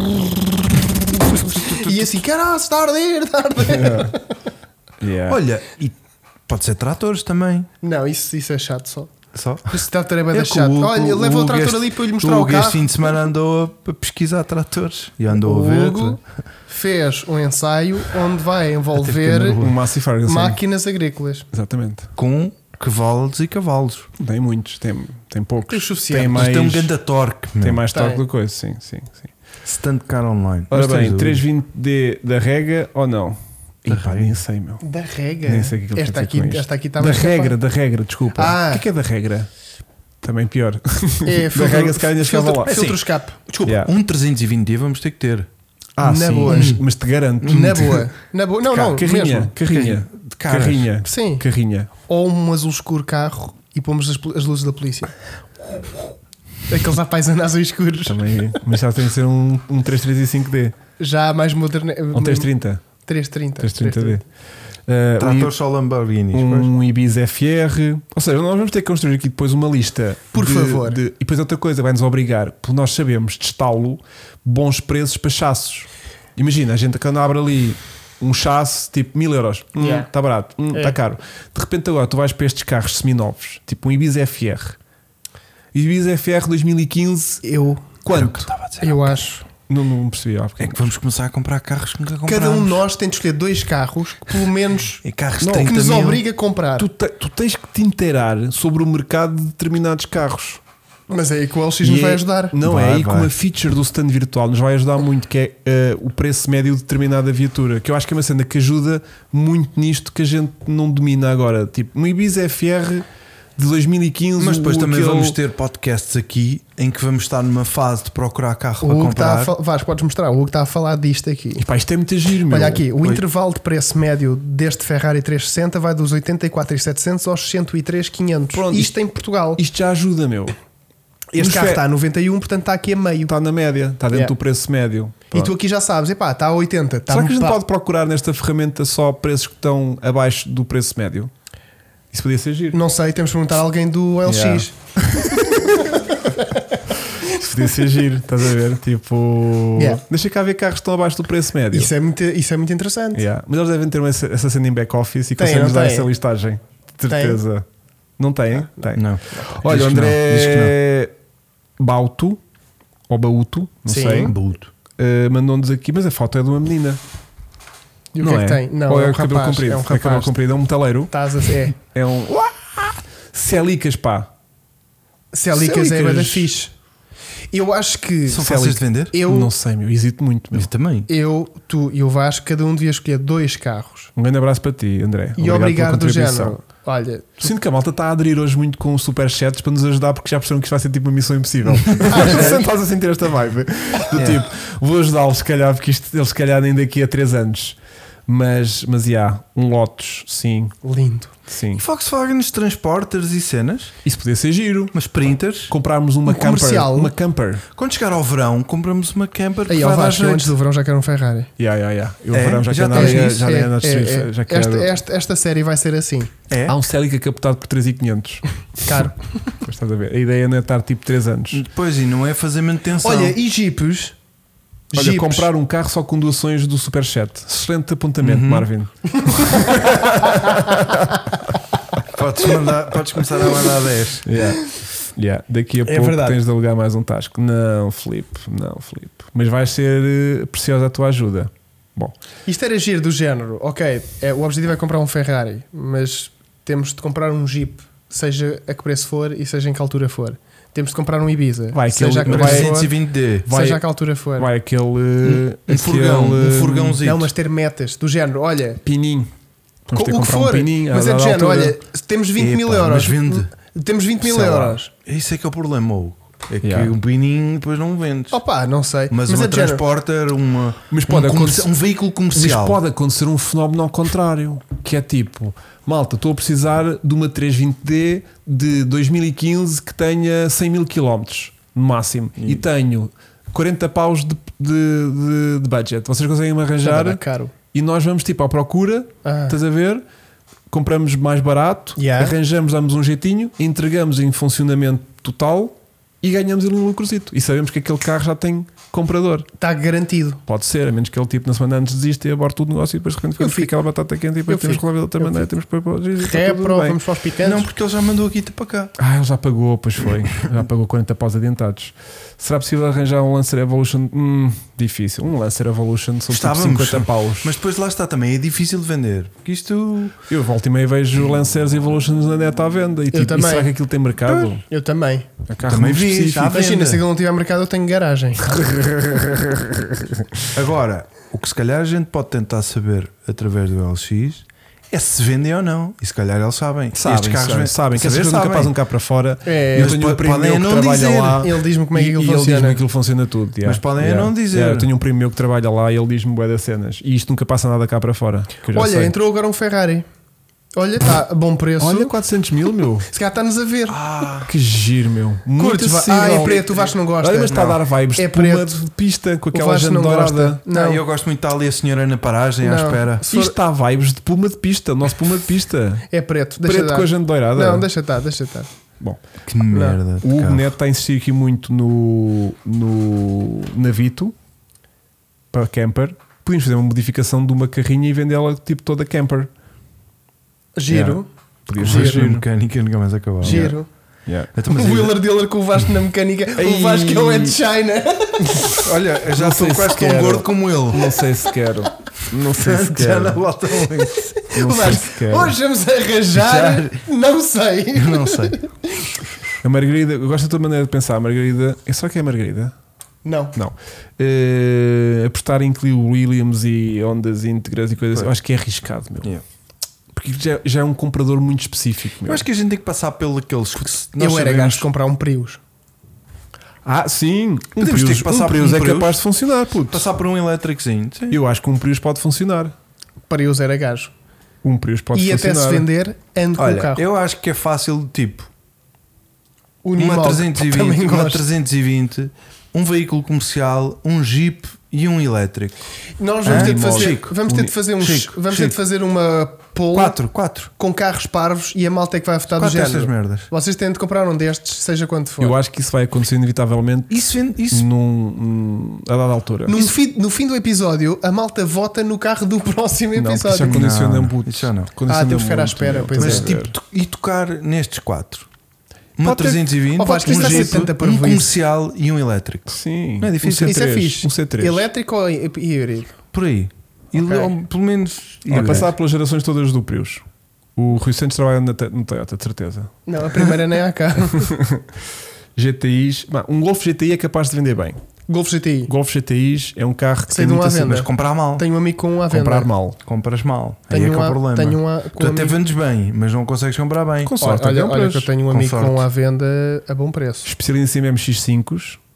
E assim, caralho, está a arder, está a arder. Yeah. Olha, e pode ser tratores também. Não, isso, isso é chato só. Só. Esse trator é bem É da que chato. o- Olha, o- leva o, o trator Hugo ali para eu lhe mostrar o o Hugo este carro. fim de semana andou a pesquisar tratores e andou O a ver. Hugo fez um ensaio onde vai Até envolver fiquei Um Massey Ferguson. máquinas agrícolas. Exatamente. Com cavalos e cavalos. Tem muitos, tem, tem poucos. Tem o suficiente. Tem Mas mais, tem um grande torque. tem meu. mais Tem. torque do que coisa, sim, sim, sim. Stand car online. Ora Mas bem, tens o- trezentos e vinte D da Rega ou não? Da Epá, Rega. nem sei, meu. Da regra. Nem sei o que é que ele esta, quer dizer aqui, com isto. esta aqui está Da mais regra, da regra, desculpa. Ah. O que é que é da regra? Também pior. É, Da regra, se calhar ainda chegava filtro, lá. filtro Sim. escape. Desculpa, Yeah. um trezentos e vinte D vamos ter que ter. Ah, Na sim, boa. mas, mas te garanto. Na boa. Na boa. Não, não, Carrinha, mesmo. carrinha, De caras. carrinha, Sim. carrinha. Ou um azul escuro carro e pomos as, pol- as luzes da polícia. Aqueles apaisanados escuros. Também, mas já tem que ser um, um trezentos e trinta e cinco D. Já mais moderno. Um trezentos e trinta. trezentos e trinta. trezentos e trinta D. Uh, Trator só Lamborghini. um Ibiza F R. Ou seja, nós vamos ter que construir aqui depois uma lista. Por de- favor. de- e depois outra coisa, vai-nos obrigar, porque nós sabemos testá-lo, bons preços para chassos. Imagina, a gente quando abre ali um chasse tipo mil euros, está Yeah. barato, está É. caro. De repente agora tu vais para estes carros seminovos, tipo um Ibiza F R. Ibiza F R dois mil e quinze, Eu, quanto? eu acho. Não, não percebi. há É bocadinho. que vamos começar a comprar carros que nunca compramos. Cada um de nós tem de escolher dois carros que pelo menos E carros de não, trinta que nos mil. obriga a comprar. Tu, te- tu tens que te inteirar sobre o mercado de determinados carros. Mas é aí que o L X E nos é- vai ajudar. Não, Vai, é aí vai. com a feature do stand virtual nos vai ajudar muito, que é eh, o preço médio de determinada viatura, que eu acho que é uma cena que ajuda muito nisto que a gente não domina agora. Tipo, um Ibiza F R de dois mil e quinze. Mas depois o- também aquele- vamos ter podcasts aqui em que vamos estar numa fase de procurar carro O para Hugo está comprar. a falar. Vasco, podes mostrar. O Hugo está a falar disto aqui. E pá, isto é muito giro, meu. Olha aqui, o Oi. intervalo de preço médio deste Ferrari trezentos e sessenta vai dos oitenta e quatro mil e setecentos aos cento e três mil e quinhentos. Pronto, Isto em Portugal. Isto já ajuda, meu. Este nos carro fe- está a noventa e um, portanto está aqui a meio. Está na média, está dentro Yeah. do preço médio. E Pronto. tu aqui já sabes, epá, está a oitenta. Está Será que a gente pá- pode procurar nesta ferramenta só preços que estão abaixo do preço médio? Isso podia ser giro. Não sei, temos de perguntar a alguém do L X. Isso podia ser giro, estás a ver? Tipo, Yeah. deixa cá ver carros que estão abaixo do preço médio. Isso é muito, isso é muito interessante. Yeah. Mas eles devem ter uma- essa cena em back-office e Tem, conseguem-nos não dar tem? essa listagem. De certeza. Não tem? Tem. Não. Olha, Diz que não, diz que André Bauto, ou Bauto, não Sim. sei, não. Bruto. uh, mandou-nos aqui, mas a foto é de uma menina. E o não que é que é? tem? Não, Ou é um o cabelo rapaz. comprido? É um É cabelo rapaz. comprido, é um metaleiro. Estás a é. É um. Celicas, pá. Celicas é Celicas. da fixe. Eu acho que São Célica. fáceis de vender? eu, Não sei, meu. Hesito muito, meu. Eu também. eu, tu e o Vasco, cada um devia escolher dois carros. Um grande abraço para ti, André. E Obrigado obrigar pela do contribuição. género. Olha, Sinto que a malta está a aderir hoje muito com superchats para nos ajudar, porque já perceberam que isto vai ser tipo uma missão impossível. Você estás a sentir esta vibe do É. tipo, vou ajudá-los, se calhar, porque isto, eles se calhar nem daqui a três anos. Mas, mas, já, um Lotus, sim, lindo. sim. E Volkswagens, transporters e cenas? Isso podia ser giro. Umas printers. Comprarmos uma Um camper. comercial. Uma camper. Quando chegar ao verão, compramos uma camper que Aí, vai ó dar Vasco, eu jeito. antes do verão já quero um Ferrari. Yeah, yeah, yeah. Eu É? verão já, Já quero tens andar- isso? já É, andei na é, Street, é. já quero. Esta, esta, esta série vai ser assim. É? Há um Celica captado por três mil e quinhentos. Caro. Pois estás a ver. A ideia não é estar tipo três anos. Depois, e não é fazer manutenção. Olha, e Jeeps? Olha, Jeeps. comprar um carro só com doações do Superchat. Excelente apontamento, Uhum. Marvin. Podes, mandar, podes começar a mandar dez. Yeah. Yeah. Daqui a É pouco verdade. tens de alugar mais um tasco. Não, Filipe, não, Filipe. Mas vai ser eh, preciosa a tua ajuda. Bom, Isto era giro do género. Ok, é, o objetivo é comprar um Ferrari, mas temos de comprar um Jeep, seja a que preço for e seja em que altura for. Temos de comprar um Ibiza, Vai, seja a que aquele- preço vai- for, trezentos e vinte D. vai- seja a que altura for. vai aquele. Um, aquele, furgão, um furgãozinho. Não, mas ter metas do género. Olha, Pininho. Vamos ter o que que comprar for, um pininho. mas a é do dada género. altura. Olha, temos vinte mil Epá, euros. mas vende. Temos vinte mil Sei lá. euros. Isso é que é o problema, Hugo. É que Yeah. um pininho depois não vendes. Opa, não sei. Mas, mas uma é do género. transporter, uma, Mas pode um, acontecer- comerci- um veículo Mas comercial. pode acontecer um fenómeno ao contrário, que é tipo, malta, estou a precisar de uma trezentos e vinte D de dois mil e quinze que tenha cem mil quilómetros no máximo e, E- tenho quarenta paus de, de, de, de budget. Vocês conseguem me Já arranjar dá caro. e nós vamos tipo à procura, Ah. estás a ver? compramos mais barato, Yeah. arranjamos, damos um jeitinho, entregamos em funcionamento total e ganhamos ali um lucrozito. E sabemos que aquele carro já tem comprador. Está garantido. Pode ser, a menos que ele tipo na semana antes desista e aborte tudo o negócio e depois de repente Eu fica aquela batata quente e depois eu temos que fico. resolver de outra Eu maneira, fico. temos que pôr para o Repro, vamos para os picantes. Não, porque ele já mandou aqui para cá. Ah, ele já pagou, pois foi. Já pagou quarenta paus adiantados. Será possível arranjar um Lancer Evolution? Hum, difícil. Um Lancer Evolution são tipo Estávamos. cinquenta paus. Mas depois lá está também, é difícil de vender. Porque isto. Eu volto e meia vejo Lancers Evolutions na net à venda. E, tipo, e também. será que aquilo tem mercado? Eu também. É carro Também muito vi, específico. já. Imagina, venda. se ele não tiver mercado, eu tenho garagem. Agora, o que se calhar a gente pode tentar saber através do L X é se vendem ou não. E se calhar eles sabem. Sabem, Estes carros sabem, ven- sabem que essas saber, coisas nunca sabem. passam cá para fora. É, eu mas tenho um po- primo podem meu que não trabalha dizer. lá. Ele diz-me como é que E- aquilo e ele funciona. diz-me que aquilo funciona tudo. yeah. Mas podem Yeah. não dizer. Yeah, eu tenho um primo meu que trabalha lá e ele diz-me bué das cenas. E isto nunca passa nada cá para fora. que eu já Olha, sei. entrou agora um Ferrari. Olha, está a bom preço. Olha, quatrocentos mil, meu. Se calhar está-nos a ver. Ah, Que giro, meu. Muito Curtes? Va- acessível. Ah, é preto, o Vasco não gosta. Olha, mas está Não. a dar vibes É de puma preto. de pista com O aquela Vasco gente não dourada. gosta. não, Não, eu gosto muito de estar ali a senhora na paragem à Não. espera. Se for- Isto está a vibes de puma de pista. O nosso puma de pista. é preto. Deixa Preto dar. com a gente dourada. Não, deixa estar, deixa estar. Bom, Que merda. de o Hugo carro. Neto está a insistir aqui muito no, no Navito para camper. Podíamos fazer uma modificação de uma carrinha e vendê-la tipo toda camper. Giro. Podia Giro. ser giro. Mecânica nunca mais acabava. Giro. Yeah. Então, O mas eu- wheeler dealer com o Vasco na mecânica. Ei. O Vasco é o Ed China. Olha, eu já Não sou sei quase se tão quero. gordo como ele. Não sei se quero. Não sei se Já quero. não volta muito. Não O sei Vasco, se quero. hoje vamos arranjar. Não sei. Não sei. A Margarida, eu gosto da tua maneira de pensar. A Margarida, é só que é a Margarida? Não. Não. Eh, apostar em Clio Williams e ondas íntegras e coisas assim, eu acho que é arriscado, meu. Yeah. Porque já, já é um comprador muito específico, meu. Eu acho que a gente tem que passar pelo aqueles que se- nós Eu era sabemos- gajo de comprar um Prius. Ah, sim. Um Podemos Prius, ter que passar um por Prius um é Prius. capaz de funcionar, puto. passar por um elétricozinho. Sim. Eu acho que um Prius pode funcionar. Prius era gajo. Um Prius pode e funcionar. até se vender, ando com o Olha, carro. eu acho que é fácil, tipo, O uma Nimog, trezentos e também vinte, uma gosto. trezentos e vinte, um veículo comercial, um Jeep e um elétrico. Nós vamos Hã? ter de fazer, Chico, vamos ter de fazer uns, Chico, vamos ter de Chico. fazer uma poll Quatro, quatro. com carros parvos e a malta é que vai votar do Quatro destas género. merdas. Vocês têm de comprar um destes, seja quanto for. Eu acho que isso vai acontecer inevitavelmente Isso, vende- isso num, num- a dada altura. No, fim, no fim do episódio, a malta vota no carro do próximo Não, porque episódio. isso é condiciona Não, um puto. isso já não. Condiciona Ah, temos que ficar à muito, espera, meu. pois mas é. tipo, to- e tocar nestes quatro. Uma Pode ter- trezentos e vinte, Oh, Vasco, um isso vai ser Jeep, tanta um parvoíce. comercial e um elétrico. Sim. Não é difícil. Um Isso C três, é fixe. Um C três. Elétrico ou hí- híbrido? Por aí. E Ok. ou pelo menos. É passar pelas gerações todas do Prius. O Rui Santos trabalha na te- no Toyota, de certeza. Não, a primeira nem há cá. G T Is. Bah, um Golf G T I é capaz de vender bem. Golf G T I. Golf G T Is é um carro que Sei tem de um muita à venda. cena. Mas comprar mal. Tenho um amigo com um à venda. Comprar mal. Compras mal. Aí Tenho é que um é o à- problema. tenho um à- com Tu um até amigo- vendes bem, mas não consegues comprar bem. Com sorte, Olha, compras. olha que eu tenho um Com amigo com sorte. um à venda a bom preço. Especialista em M X cinco.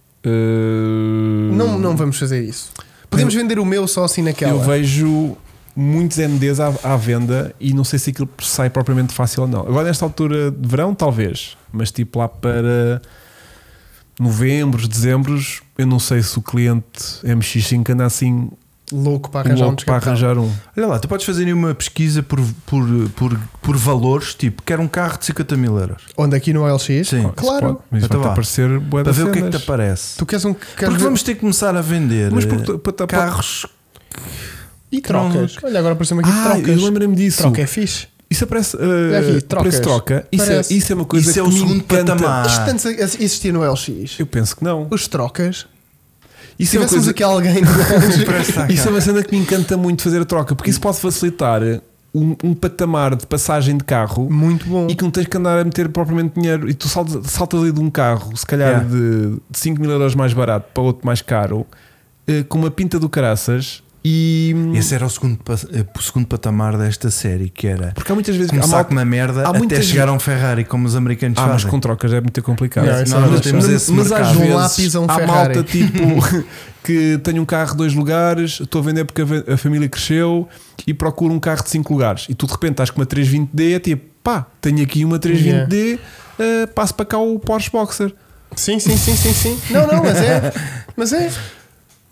Uh, Não, não vamos fazer isso. Podemos vender o meu só assim naquela. Eu vejo muitos M Ds à, à venda e não sei se aquilo sai propriamente fácil ou não. Agora, nesta altura de verão, talvez, mas tipo lá para novembro, dezembro, eu não sei se o cliente M X cinco anda assim Louco para arranjar um louco para descapotado. arranjar um. Olha lá, tu podes fazer aí uma pesquisa por, por, por, por valores, tipo, quero um carro de cinquenta mil euros. Onde aqui no L X? Sim. Claro. Pode, mas Então vai-te vá. aparecer bué Para de ver o que é que te cenas. aparece. Tu queres um queres Porque ver- vamos ter que começar a vender Mas porque eh, tu- para- para- carros. E trocas. Olha, agora apareceu-me aqui Ah, eu trocas. lembrei-me disso. Troca é fixe. Isso aparece. Uh, Aqui, trocas. preço troca. Isso é, Parece. isso é uma coisa Isso é que o me segundo encanta. patamar. Isto antes existia no L X. Eu penso que não. Os trocas. Isso Se é uma tivéssemos coisa. aqui alguém. Parece estar cá. Isso é uma cena que me encanta muito fazer a troca, porque isso pode facilitar um, um patamar de passagem de carro Muito bom. e que não tens que andar a meter propriamente dinheiro. E tu saltas, saltas ali de um carro, se calhar Yeah. de, de cinco mil euros mais barato para outro mais caro, eh, com uma pinta do caraças. E Esse era o segundo, pa- eh, o segundo patamar desta série, que era porque há muitas vezes há começar malta- com uma merda há até muitas chegar a um Ferrari, como os americanos Ah, mas fazem. com trocas é muito complicado. Não, isso Nós não não temos mas, esse mas às mercado. Um vezes lápis a um há Ferrari. malta tipo que tem um carro de dois lugares, estou a vender porque a ve- a família cresceu e procura um carro de cinco lugares e tu de repente estás com uma trezentos e vinte D, é tipo, pá, tenho aqui uma trezentos e vinte D, eh, passo para cá o Porsche Boxer. Sim, sim, sim, sim, sim. Não, não, mas é. Mas é.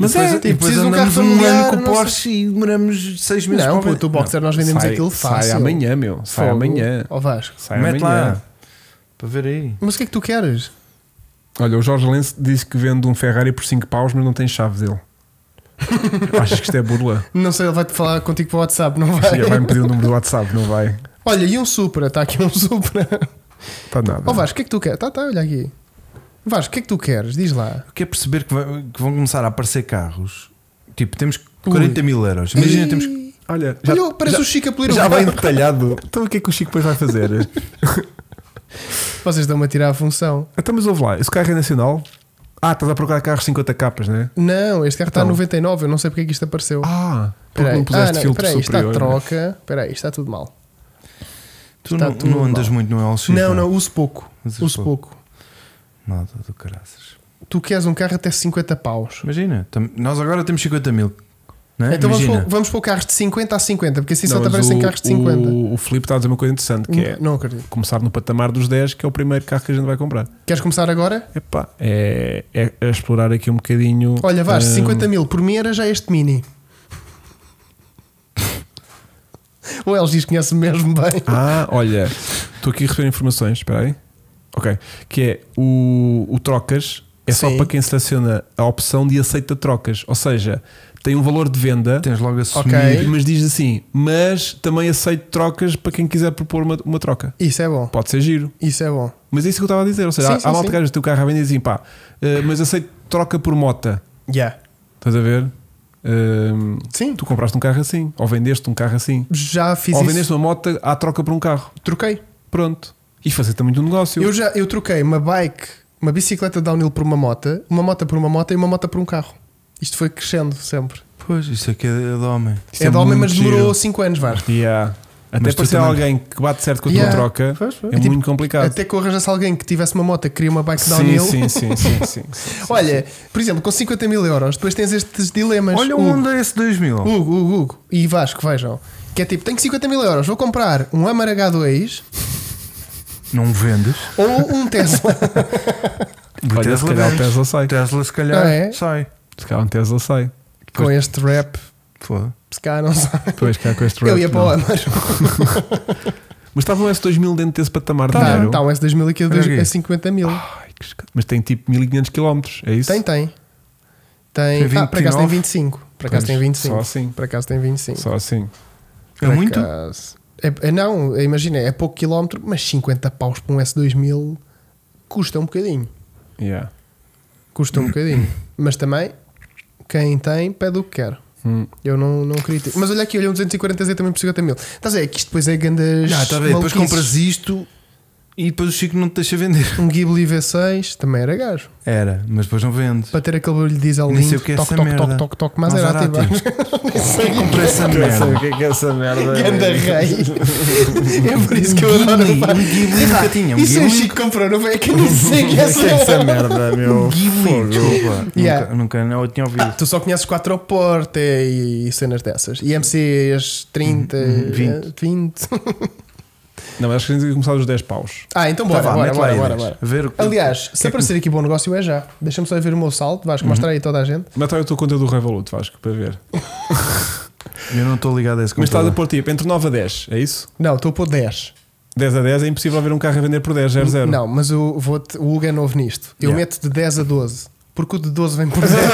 Mas depois, é, e tipo, depois preciso de um andamos carro um familiar, ano com o não sei. Porsche e demoramos seis meses Não, para puto, o Boxer nós vendemos sai, aquilo sai fácil. amanhã, meu. Sai Fogo. amanhã. Ó Vasco. Sai Mete amanhã. lá para ver aí. Mas o que é que tu queres? Olha, o Jorge Lenço disse que vende um Ferrari por cinco paus, mas não tem chave dele. Achas que isto é burla? Não sei, ele vai-te falar contigo para o WhatsApp, não vai? Vai-me pedir o número do WhatsApp, não vai? Olha, e um Supra? Está aqui um Supra. Está nada. Ó Vasco, o que é que tu queres? Tá, tá, olha aqui. Vasco, o que é que tu queres? Diz lá. Eu quero perceber que, vai- que vão começar a aparecer carros. Tipo, temos quarenta mil euros. Imagina, Ei, temos. Olha, já, olha, parece já, o Chico a polir o já carro. bem detalhado. Então o que é que o Chico depois vai fazer? Vocês estão-me a tirar a função. Então, mas ouve lá, esse carro é nacional? Ah, estás a procurar carros cinquenta capas, não é? Não, este carro está a Então. noventa e nove. Eu não sei porque é que isto apareceu. Ah, porque Espera aí. não puseste Ah, não, filtro espera aí, está a superior. troca. Espera aí, está tudo mal. Tu Está não, tudo não andas mal. muito no L X? Não, não, uso pouco. Usas Uso pouco. Nada do caraças. Tu queres um carro até cinquenta paus. Imagina, tam- nós agora temos cinquenta mil. Não é? Então vamos Imagina. pôr, vamos pôr carros de cinquenta a cinquenta, porque assim só Não, te mas aparecem o- carros de cinquenta. O, o Filipe está a dizer uma coisa interessante, que é Não acredito. começar no patamar dos dez, que é o primeiro carro que a gente vai comprar. Queres começar agora? Epá, é, é, é explorar aqui um bocadinho. Olha, Vasco, hum, cinquenta mil por mim era já este Mini. O L G conhece mesmo bem. Ah, olha, estou aqui a receber informações, espera aí. Ok, que é o, o trocas, é só Sim. para quem seleciona a opção de aceita trocas, ou seja, tem um valor de venda, Tens logo a assumir. Ok. mas diz assim, mas também aceito trocas para quem quiser propor uma, uma troca. Isso é bom. Pode ser giro. Isso é bom. Mas é isso que eu estava a dizer, ou seja, Sim, há, sim, há malta sim. que às vezes tem o carro a vender e diz assim, pá, eh, mas aceito troca por mota, Yeah. estás a ver? Hum, Sim, tu compraste um carro assim, ou vendeste um carro assim, já fiz ou isso. vendeste uma moto à troca por um carro, Troquei. pronto. E fazer também um negócio. Eu já eu troquei uma bike, uma bicicleta downhill por uma moto, uma moto por uma moto e uma moto por um carro. Isto foi crescendo sempre. Pois, isso aqui é de homem. Isso é de homem, muito mas demorou giro. cinco anos, Vasco. Yeah. Até Mas tu para ser também- alguém que bate certo com a Yeah. tua troca Pois, pois. é É tipo, muito complicado. Até que eu arranjasse alguém que tivesse uma moto que queria uma bike sim, downhill. sim, sim, sim, sim, sim, sim. Olha, por exemplo, com cinquenta mil euros, depois tens estes dilemas. Olha Hugo, o Honda S dois mil. Hugo, Hugo, Hugo e Vasco, vejam. Que é tipo, tenho cinquenta mil euros, vou comprar um Hummer H dois Não vendes? ou um Tesla. Do Olha, se Tesla calhar o vendes. Tesla sai. Tesla se calhar Ah, é? sai. Se calhar um Tesla sai. Com este rap, Foda. se calhar não sei. Depois cá com este Eu rap, ia para não. o Hummer. Mas estava um S dois mil dentro desse patamar de Tá, dinheiro. tá, um S dois mil aqui Olha aqui. é cinquenta mil. Ai, que esca- Mas tem tipo mil e quinhentos quilómetros, é isso? Tem, tem. Tem Tem. Ah, por acaso tem vinte e nove. vinte e cinco. Por acaso Pois, tem vinte e cinco. Só assim. Por acaso tem vinte e cinco. Só assim. É Por muito? acaso. É, é, não, imagina, é pouco quilómetro, mas cinquenta paus para um S dois mil custa um bocadinho. Yeah. Custa um bocadinho. Mas também, quem tem, pede o que quer. Hum. Eu não, não critico. Mas olha aqui, olha um duzentos e quarenta Z também por cinquenta mil. Estás a ver? É que isto depois é grandes. Ah, tá a ver, depois maluquices. compras isto e depois o Chico não te deixa vender. Um Ghibli V seis também era gajo. Era, mas depois não vende. Para ter aquele barulho de diesel Nem sei lindo. o que é Toque, essa toque, merda. toque, toque, toque. Mas era Maserati. ativar. Comprei essa merda. O que é que é essa merda? Ganda rei. É por isso que eu adoro. Ghibli, pá. um Ghibli nunca tinha. Um Isso o Ghibli Chico comprou, não foi? É que eu nem sei que é O que é essa essa. merda, meu? Um Ghibli, desculpa. Yeah. Nunca, nunca não, eu tinha ouvido. Tu só conheces quatro Porte e cenas dessas. E M Cs trinta, Uhum, vinte. vinte. Não, mas acho que a gente tem que começar dos dez paus. Ah, então Tá bora, vá, bora, mete lá bora, aí bora, dez. bora. A ver o que- Aliás, se que é que- aparecer aqui bom negócio é já. Deixa-me só ver o meu saldo. Vais Uhum. mostrar aí toda a gente. Mete aí a tua conta do Revolut, Vasco, para ver. Eu não estou ligado a esse Mas estás a computador. pôr tipo entre nove a dez, é isso? Não, estou a pôr dez. dez a dez é impossível haver um carro a vender por dez, zero zero. Não, mas eu vou o Hugo é novo nisto. Eu Yeah. meto de dez a doze. Porque o de doze vem por zero.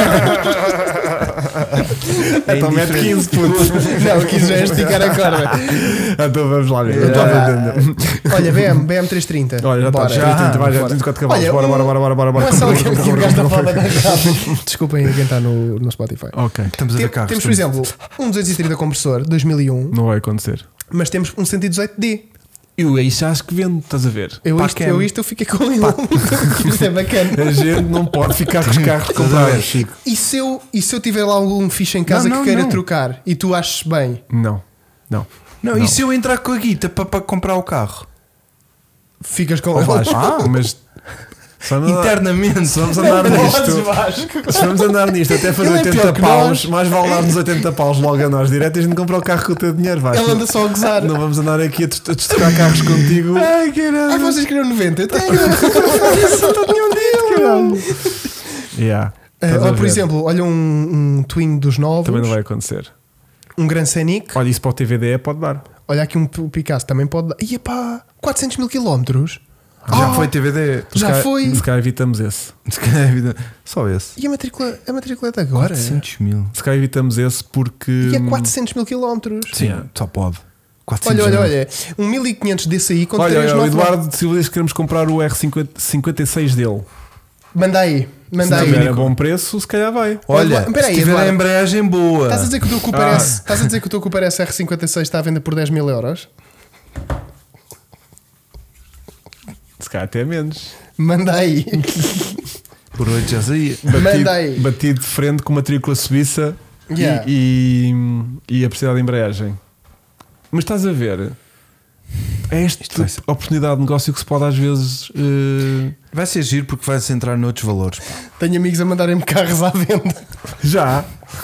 Então mete quinze, puto. Não, quis já esticar a corda. Então vamos lá ver. Eu Então, tô- Olha, B M, B M trezentos e trinta. Olha, já está. Bora. Já, vai, já Bora. trinta e quatro cavalos. Olha, Bora, um- bora, bora, bora, bora, bora. Não é só aquele que o gajo está a falar da cabo. Desculpem quem está no, no Spotify. Ok, Estamos a ver Tem- carros. temos, por exemplo, um duzentos e trinta compressor dois mil e um, não vai acontecer. mas temos um cento e dezoito D. Eu aí já acho que vendo, estás a ver? Eu Pá, isto, que é- eu isto eu fiquei com ele. Isto é bacana. A gente não pode ficar com os carros Estás a comprados, ver? Chico. E se eu, e se eu tiver lá algum ficha em casa Não, não, que queira não. trocar e tu achas bem, Não, não. Não, Não. e se eu entrar com a guita para, para comprar o carro? ficas com Ó, Vasco, Ah. mas se vamos andar- Internamente. se vamos andar nisto, Vasco. se vamos andar nisto até fazer Ele é oitenta pior que paus, nós. mais vale dar-nos oitenta paus logo a nós direto e a gente compra o carro com o teu dinheiro, vai. Ele anda só a gozar. Não vamos andar aqui a tes- a destocar carros contigo. Ai, caralho. Ah, vocês queriam noventa? Eu tenho. Yeah. Estás a ou por ver? exemplo, olha um, um Twin dos novos, Também não vai acontecer. um Gran Scenic. Olha, isso para o T V D E pode dar. Olha aqui um Picasso, também pode dar. E pá, quatrocentos mil quilómetros. Já Ah, foi T V D. Já Se calhar- foi. Se calhar evitamos esse. Se calhar é vida- Só esse. E a matrícula, a matrícula é de agora? quatrocentos mil. Se calhar evitamos esse porque. E é quatrocentos mil quilómetros. Sim, Yeah. só pode. quatrocentos Olha, olha, mil. olha. Um mil e quinhentos desse aí com Olha, três olha, o novos. Eduardo Silva diz que queremos comprar o R cinquenta e seis dele. Manda aí, manda Se aí. tiver a bom preço, se calhar vai. Olha, Espera aí, se tiver a Eduardo. embreagem boa. Estás a dizer que o teu Cooper Ah. S, estás a dizer que o teu Cooper S R cinquenta e seis está à venda por dez mil euros? Se calhar até menos. Manda aí. Por oito já saía. Manda aí. Batido, batido de frente com matrícula suíça e- Yeah. e, e a precisar de embreagem. Mas estás a ver? É esta Isto vai ser- oportunidade de negócio que se pode às vezes. eh, Vai ser giro porque vai-se entrar noutros valores. pá. Tenho amigos a mandarem-me carros à venda. Já.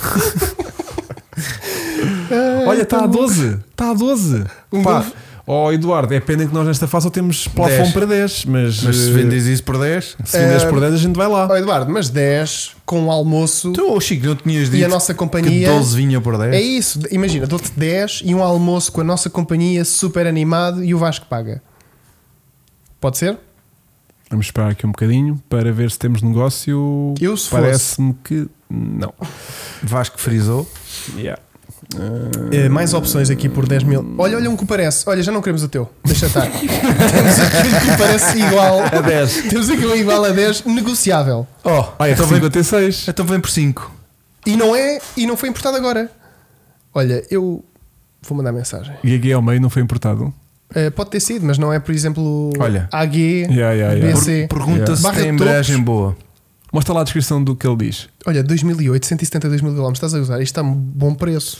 Olha, está a doze. Está a doze. Um Pá, Golf. oh Eduardo, é pena que nós nesta fase só temos plafond dez. para dez. Mas, Mas se eh, vendes isso por dez. se venderes Eh, por dez, a gente vai lá. Ó Eduardo, mas dez com o almoço Tu, oh, Chico, não tinhas dito e a nossa que companhia. doze vinha por dez? É isso, imagina, dou-te dez e um almoço com a nossa companhia super animado e o Vasco paga. Pode ser? Vamos esperar aqui um bocadinho para ver se temos negócio. Eu, se Parece-me que não. Vasco frisou. Yeah. Eh, mais opções aqui por dez mil. Olha, olha um que parece. Olha, já não queremos o teu. Deixa estar. Temos aqui um que parece igual A dez. Temos aqui um igual a dez, negociável. Oh, Ah, então, vem, R cinquenta e seis. então vem por cinco. E não é, e não foi importado agora. Olha, eu vou mandar mensagem. E aqui ao meio não foi importado. Eh, pode ter sido, mas não é, por exemplo, Olha. A G, Yeah, yeah, yeah. B C. Per- Pergunta Yeah. se Barra tem de embreagem topos. boa. Mostra lá a descrição do que ele diz. Olha, dois mil e oito, cento e setenta e dois mil quilómetros. Estás a usar? Isto está a um bom preço.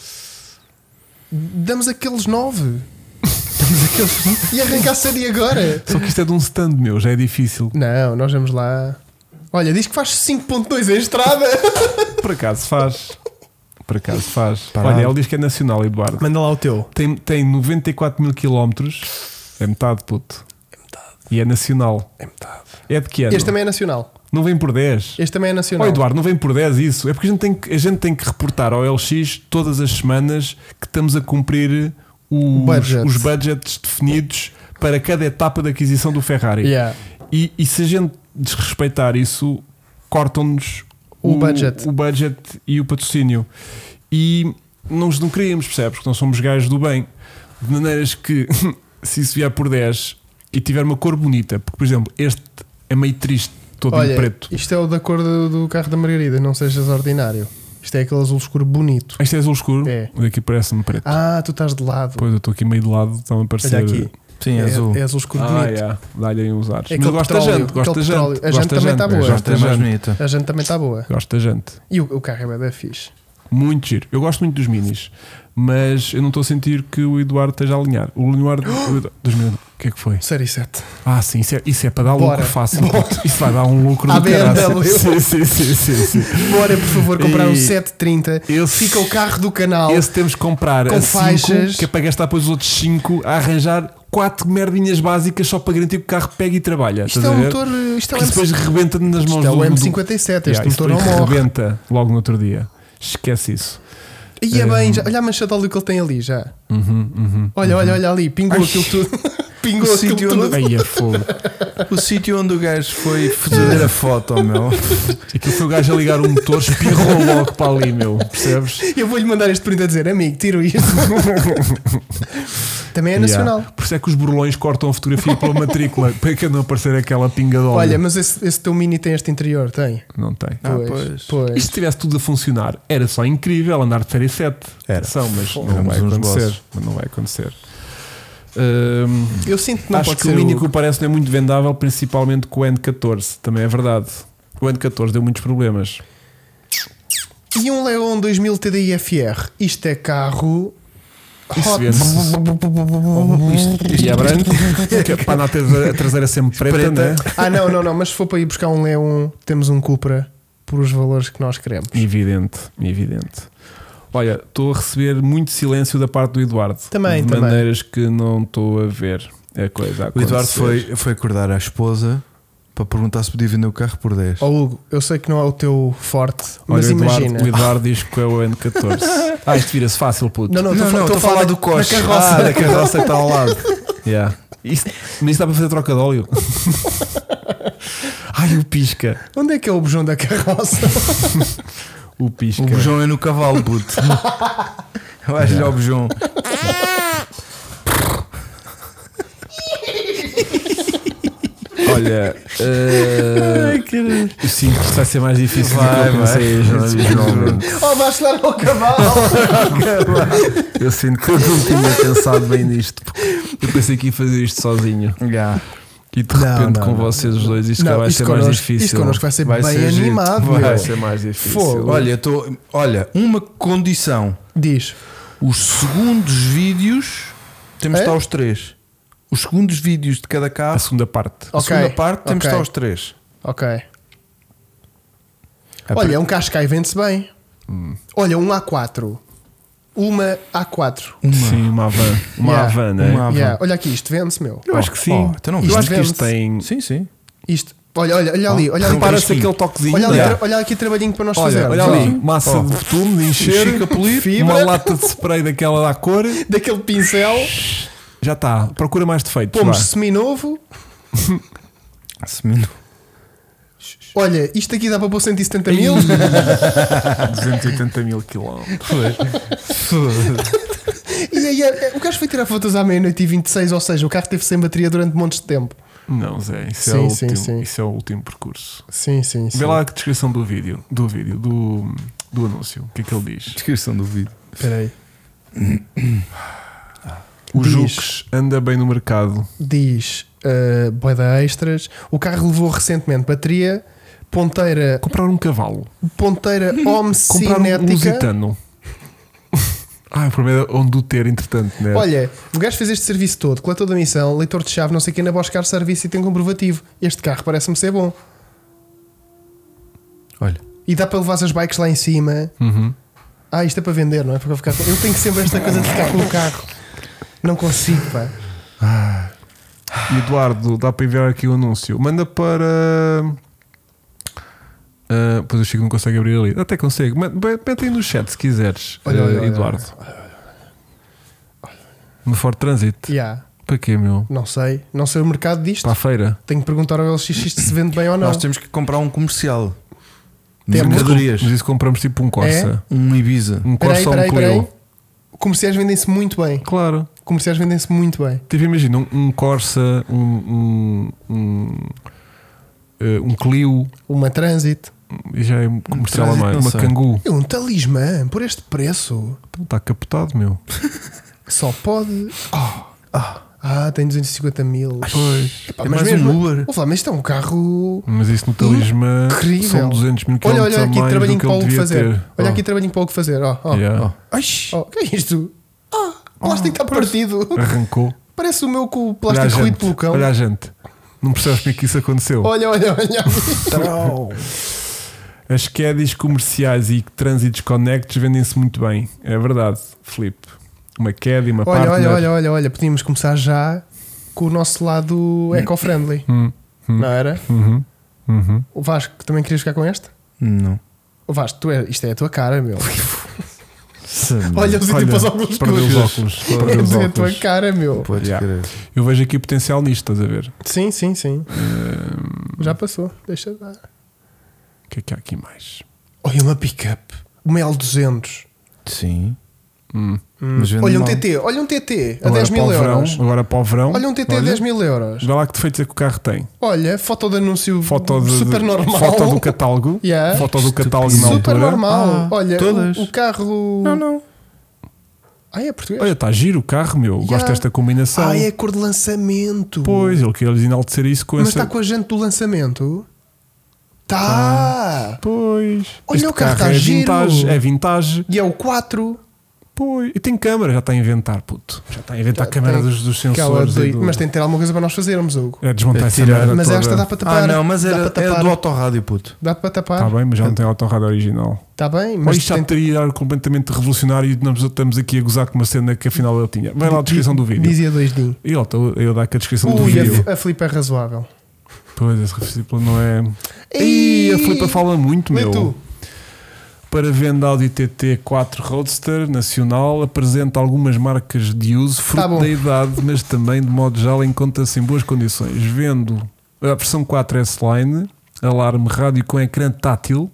Damos aqueles nove. Damos aqueles E arrancar série agora. Só que isto é de um stand meu, já é difícil. Não, nós vamos lá. Olha, diz que faz cinco ponto dois em estrada. Por acaso faz. Por acaso faz. Parado. Olha, ele diz que é nacional, Eduardo. Manda lá o teu. Tem, tem noventa e quatro mil quilómetros. É metade, puto. É metade. E é nacional. É metade. É de que ano? Este também é nacional. Não vem por dez. Este também é Oh, nacional. Eduardo, não vem por dez isso. É porque a gente, tem que, a gente tem que reportar ao L X todas as semanas que estamos a cumprir os, Budget. os budgets definidos para cada etapa da aquisição do Ferrari. Yeah. E, e se a gente desrespeitar isso, cortam-nos O budget. o budget e o patrocínio. E nós não queríamos, percebes? Porque nós somos gajos do bem. De maneiras que, se isso vier por dez e tiver uma cor bonita, porque, por exemplo, este é meio triste, todo Olha, em preto. isto é o da cor do, do carro da Margarida, não sejas ordinário. Isto é aquele azul escuro bonito. Este é azul escuro, É. o daqui parece-me preto. Ah, tu estás de lado. Pois eu estou aqui meio de lado, estão a parecer. Olha aqui. Sim, é, azul. é azul escuro Ah, bonito. yeah. Dá-lhe aí uns ares. É Mas aquele gosto da petróleo, gente, gosto da aquele gente. petróleo. A gosto gente da também tá boa. gosto Esta da é mais gente. bonita. A gente também está boa. Gosto da gente. E o, o carro é bem fixe. Muito giro. Eu gosto muito dos minis, mas eu não estou a sentir que o Eduardo esteja a alinhar. O Eduardo. o Eduardo dois mil, o que é que foi? Série sete. Ah, sim, isso é, isso é para dar Bora. lucro fácil. Isso vai dar um lucro À do B M caralho. W. Sim, sim, sim, sim, sim. Bora, por favor, comprar um E- sete trinta. Esse- Fica o carro do canal. Esse temos que comprar Com a cinco, faixas. que é para gastar depois os outros cinco a arranjar quatro merdinhas básicas só para garantir que o carro pega e trabalha. Isto Estás é a um ver? motor. Isto é Que um isso depois M- rebenta nas mãos isto é do, o do- M cinquenta e sete. Este Yeah, isso motor não depois morre. rebenta logo no outro dia. Esquece isso. E é bem, Um, já, olha a mancha de óleo que ele tem ali já. Uhum, uhum. Olha, olha, olha ali. Pingou Ai. aquilo tudo. Pingou O aquilo sítio tudo. onde- Aí é fogo. O sítio onde o gajo foi fazer a foto, meu. Aquilo foi o gajo a ligar o motor, espirrou logo para ali, meu. Percebes? Eu vou-lhe mandar este print a dizer, amigo, tiro isto. Também é nacional. Yeah. Por isso é que os burlões cortam a fotografia pela matrícula para que não aparecer aquela pinga de óleo. Olha, mas esse, esse teu Mini tem este interior, tem? Não tem. Ah, Pois, pois. pois. E se tivesse tudo a funcionar, era só incrível andar de série sete. Era. São, mas não Éramos vai uns acontecer. bosses. Mas não vai acontecer. Hum, Eu sinto que não acho pode que ser o Mini o- que me parece não é muito vendável, principalmente com o N catorze. Também é verdade. O N catorze deu muitos problemas. E um Leon dois mil T D I F R. Isto é carro. Isso hot. vende-se. Isto, isto é branco, que é para andar a traseira- a traseira sempre preta, Preta. né? Ah, não, não, não. Mas se for para ir buscar um Leon, temos um Cupra por os valores que nós queremos. Evidente, evidente. Olha, estou a receber muito silêncio da parte do Eduardo. Também, de também. maneiras que não estou a ver a coisa a O Eduardo acontecer. foi, foi acordar a esposa para perguntar se podia vender o carro por dez. Ó Hugo, eu sei que não é o teu forte, Olha, mas o Eduardo, imagina. o Eduardo diz que é o N catorze. Ah, isto vira-se fácil, puto. Não, não, Não, estou não, a estou a falar falar da- do Coche. da carroça. Ah, da carroça que está ao lado. Yeah. Isto, mas isso dá para fazer troca de óleo. Ai, o pisca. Onde é que é o bujão da carroça? O pisca. O bujão é no cavalo, puto. Vais-lhe ao bujão. Olha, eh, eu sinto que isto vai ser mais difícil Vai, do que eu pensei originalmente. Oh, vais dar ao cavalo! Eu sinto que eu não tinha pensado bem nisto. Eu pensei que ia fazer isto sozinho. Yeah. E de Não, repente não, com não. vocês os dois isto Não, vai isto ser mais connosco- difícil. Isto connosco vai ser Vai bem ser giro. animado. Vai. meu. Vai ser mais difícil. Fogo. Olha, eu tô, olha, uma condição: Diz. os segundos vídeos temos É? de estar os três. Os segundos vídeos de cada A carro, segunda parte. a Ok, segunda parte, temos de ok. estar os três. Ok. É Olha, para- um Qashqai vende-se bem. Hum. Olha, um A quatro. Uma A quatro. Sim, uma van. Uma Yeah. van, né? Uma- Ah, Yeah. vá. Olha aqui, isto vende-se, meu. Eu acho que sim. Oh, então não eu viste? acho que isto Vende-se. tem. Sim, sim. Isto. Olha, olha, olha ali, olha ali. Repara-se fresquinho. aquele toquezinho. Olha, ali, Yeah. tra- olha aqui trabalhinho para nós Olha, fazermos. olha ó. ali, massa Oh. de betume, de encher, Chica polir, fibra. uma lata de spray daquela da cor, Daquele pincel. já está. Procura mais defeitos. Pomos vá. seminovo. Semino. Olha, isto aqui dá para pôr cento e setenta mil. duzentos e oitenta mil quilómetros. E aí, é- o gajo foi tirar fotos à meia-noite e vinte e seis, ou seja, o carro teve sem bateria durante montes de tempo. Não, Zé, isso, Sim, é, o sim, último, sim. isso é o último percurso. Sim, sim, sim. Vê lá a descrição do vídeo, do vídeo, do, do anúncio. O que é que ele diz? Descrição do vídeo. Espera aí. O Diz. Jux anda bem no mercado. Diz uh, boeda extras. O carro levou recentemente bateria, ponteira, Comprar um cavalo. ponteira Comprar um homocinética. lusitano. Ah, o problema é onde o ter, entretanto, né? Olha, o gajo fez este serviço todo, coletor da missão, leitor de chave, não sei quem, na Bosch Car Service e tem comprovativo. Este carro parece-me ser bom. Olha. E dá para levar as bikes lá em cima. Uhum. Ah, isto é para vender, não é? Para ficar com... Eu tenho sempre esta coisa de ficar com o carro. Não consigo, pá. E Eduardo, dá para enviar aqui o anúncio. Manda para. Ah, pois o Chico não consegue abrir ali. Até consegue. Mete mete aí no chat se quiseres, Olha, eh, olha, olha, Eduardo. No Ford Transit. Yeah, Para quê, meu? não sei. Não sei o mercado disto. Para a feira. Tenho que perguntar ao L X isto se vende bem ou não. Nós temos que comprar um comercial. De Temos. mercadorias. Mas isso compramos tipo um Corsa. Um Ibiza. Um Peraí, Corsa ou um peraí, Clio. peraí. Comerciais vendem-se muito bem. Claro. Comerciais vendem-se muito bem. Tipo, imagina um, um Corsa, um, um, um, eh, um Clio, Uma Transit. e já é um comercial a Transit, mais. não Uma sei. Kangoo. E um talismã por este preço. Está capotado, meu. Só pode. Ah, tem duzentos e cinquenta mil. Pois. Pá, É mas mais mesmo- um Uber. Vou falar, mas isto é um carro. Mas isso no talismã Incrível. são duzentos mil Olha, quilómetros olha a aqui mais do trabalhinho que para o ele Hugo devia fazer. ter. Olha Oh. aqui trabalhinho para o Hugo fazer. Ó, ó. Yeah. Oh. Ai, oh, que é isto? Ah, o plástico está partido. Arrancou. Parece o meu com o Olha a plástico ruído gente. pelo cão. Olha a gente. Não percebes como é que isso aconteceu? Olha, olha, olha. As caddies comerciais e trânsitos connects vendem-se muito bem. É verdade, Filipe. Uma caddy, uma Olha, partner. olha, olha, olha, olha. Podíamos começar já com o nosso lado eco-friendly. Hum, hum, Não era? uhum, uhum. O Vasco, também querias ficar com este? Não. O Vasco, tu é, isto é a tua cara, meu. Olha, Olha, os Olha, para os óculos perdeu os escuros. óculos. Perdeu os Isto é a tua óculos. cara, meu. podes Yeah. crer. Eu vejo aqui potencial nisto, estás a ver? Sim, sim, sim. Hum, Já passou. Deixa dar. O que é que há aqui mais? Olha, uma pick-up. Uma L duzentos. Sim. Hum. Mas vende Olha um mal. T T. Olha um T T. A Agora dez mil para o verão, euros. Agora para o verão. Olha um T T a olha, dez mil euros. Vê lá que defeitos é que o carro tem. Olha, foto de anúncio Foto de, super de- normal. Foto do catálogo. Yeah. Foto do catálogo na Super altura. normal. Ah, Olha, todas. o, o carro. Não, não. Ah, é português? Olha, está giro o carro, meu. Yeah. Gosto desta combinação. Ah, é a cor de lançamento. Pois, ele queria enaltecer isso com Mas essa. está com a jante do lançamento? Tá. Pois. Olha, Este o carro carro está é giro. vintage. É vintage. E é o quatro. Pois. E tem câmara, já está a inventar, puto. Já está a inventar Já a câmara tem dos, dos Aquela sensores. de- e do- Mas tem que ter alguma coisa para nós fazermos, Hugo. É desmontar É essa tirar. merda Mas toda. esta dá para tapar. Ah, não, mas dá era, para é tapar. do autorrádio, puto. Dá para tapar. Está bem, mas já não tem autorrádio original. Está bem, Mas mas isto já tem- teria algo completamente revolucionário e nós estamos aqui a gozar com uma cena que afinal ele tinha. Vai lá a descrição do vídeo. Dizia dois D. E ele está eu dar aqui a descrição do Ui, vídeo. a, a Filipe é razoável. Pois, esse refrigerante não é. Ei, Ih, a Filipa fala muito, lê meu. tu. Para venda Audi T T quatro Roadster nacional, apresenta algumas marcas de uso, fruto Tá bom. da idade, mas também de modo geral encontra-se em boas condições. Vendo a versão quatro S-Line, alarme rádio com ecrã tátil,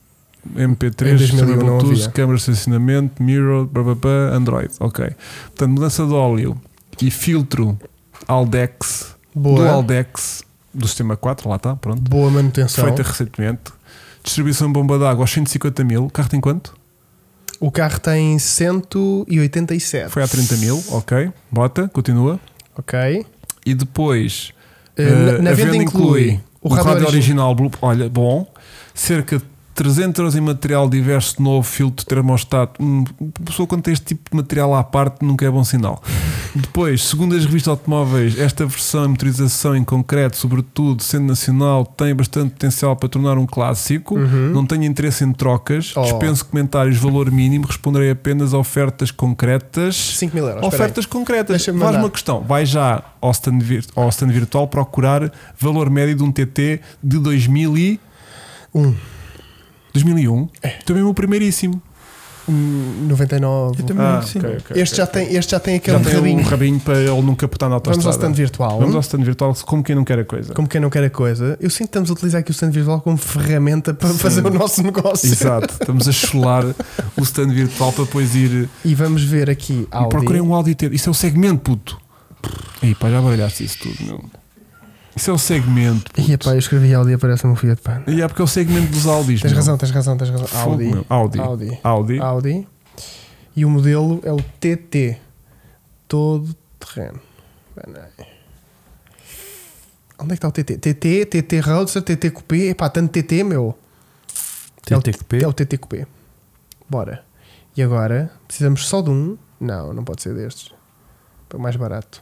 M P três, Em dois mil e um sistema não Bluetooth, havia. câmara de estacionamento, mirror, bababá, Android. Ok. Portanto, mudança de óleo e filtro Aldex, Boa. do Aldex, do sistema quatro, lá está, pronto. Boa manutenção. Feita recentemente. Distribuição de bomba d'água aos cento e cinquenta mil. O carro tem quanto? O carro tem cento e oitenta e sete. Foi a trinta mil, ok. Bota, continua. Ok. E depois Uh, eh, na, na a venda inclui o o rádio, rádio original. original, Blue- olha, bom, cerca de trezentos euros em material diverso novo, filtro termostato. Hum, a pessoa quando tem este tipo de material à parte nunca é bom sinal. Depois, segundo as revistas automóveis, esta versão de motorização em concreto, sobretudo sendo nacional, tem bastante potencial para tornar um clássico. Uhum. Não tenho interesse em trocas, Oh. dispenso comentários, valor mínimo, responderei apenas a ofertas concretas. cinco mil euros. espera aí. Ofertas concretas. Deixa-me Faz mandar. uma questão. Vai já ao stand, vir- ao stand virtual procurar valor médio de um T T de dois mil e... Um. dois mil e um? É. Também o primeiríssimo. Um, noventa e nove. Eu também Ah, sim. ok, ok, Este, já ok. tem, este já tem aquele Já tem rabinho. um rabinho para ele nunca botar na Vamos ao autostrada. stand virtual. Vamos ao stand virtual como quem não quer a coisa. Como quem não quer a coisa. Eu sinto que estamos a utilizar aqui o stand virtual como ferramenta para Sim. fazer o nosso negócio. Exato. Estamos a chular o stand virtual para depois ir... E vamos ver aqui E Audi. procurei um Audi T T. Isso é o segmento, puto. Aí pá, já baralhaste isso tudo, meu. Isso é o segmento, puto. E epá, eu escrevi Audi e aparece-me um Fiat Pan. E é porque é o segmento dos Audis. Tens meu. razão, tens razão, tens razão. Fogo, Audi. meu. Audi. Audi. Audi. Audi. E o modelo é o T T. Todo terreno. Espera aí. Onde é que está o T T? T T, T T Roadster, T T Coupé. Epá, tanto T T, meu. É o- T T Coupé? É o T T Coupé. Bora. E agora, precisamos só de um. Não, não pode ser destes. Para mais barato.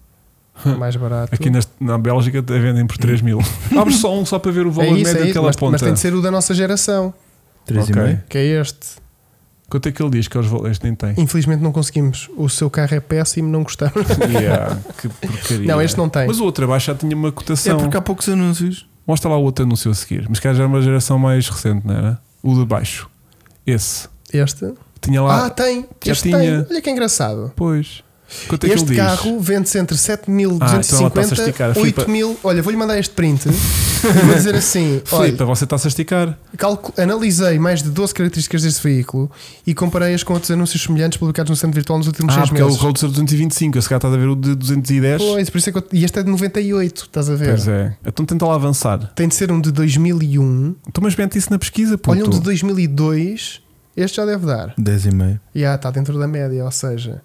Mais barato. Aqui neste- na Bélgica te vendem por três mil. Abre só um só para ver o é valor isso, médio é isso. daquela Mas, ponta. mas tem de ser o da nossa geração. três e Ok. meio. Que é este. Quanto é que ele diz que é os valores? Este nem tem. Infelizmente não conseguimos. O seu carro é péssimo, não gostamos. Yeah, que porcaria. Não, este não tem. Mas o outro abaixo já tinha uma É cotação. porque há poucos anúncios. Mostra lá o outro anúncio a seguir. Mas que já era uma geração mais recente, não era? O de baixo. Esse. Este. Tinha lá. Ah, tem. já Este tinha. tem. Olha que engraçado. Pois. Quanto é que Este ele diz? carro vende-se entre sete mil Ah, duzentos e então ela está-se a cinquenta esticar. e Filipa. oito mil. Olha, vou-lhe mandar este print. E vou dizer assim: Filipe, olha, você está-se a esticar. calcu- analisei mais de doze características deste veículo e comparei-as com outros anúncios semelhantes publicados no stand virtual nos últimos Ah, seis porque é o meses. Roadster duzentos e vinte e cinco. Esse cara está a ver o de duzentos e dez. Pois, por isso é que eu- e este é de noventa e oito, estás a ver? Pois é. Então tenta lá avançar. Tem de ser um de dois mil e um. Então, mas mete isso na pesquisa, puto. Olha, um de dois mil e dois. Este já deve dar. dez e meio. Já está dentro da média, ou seja,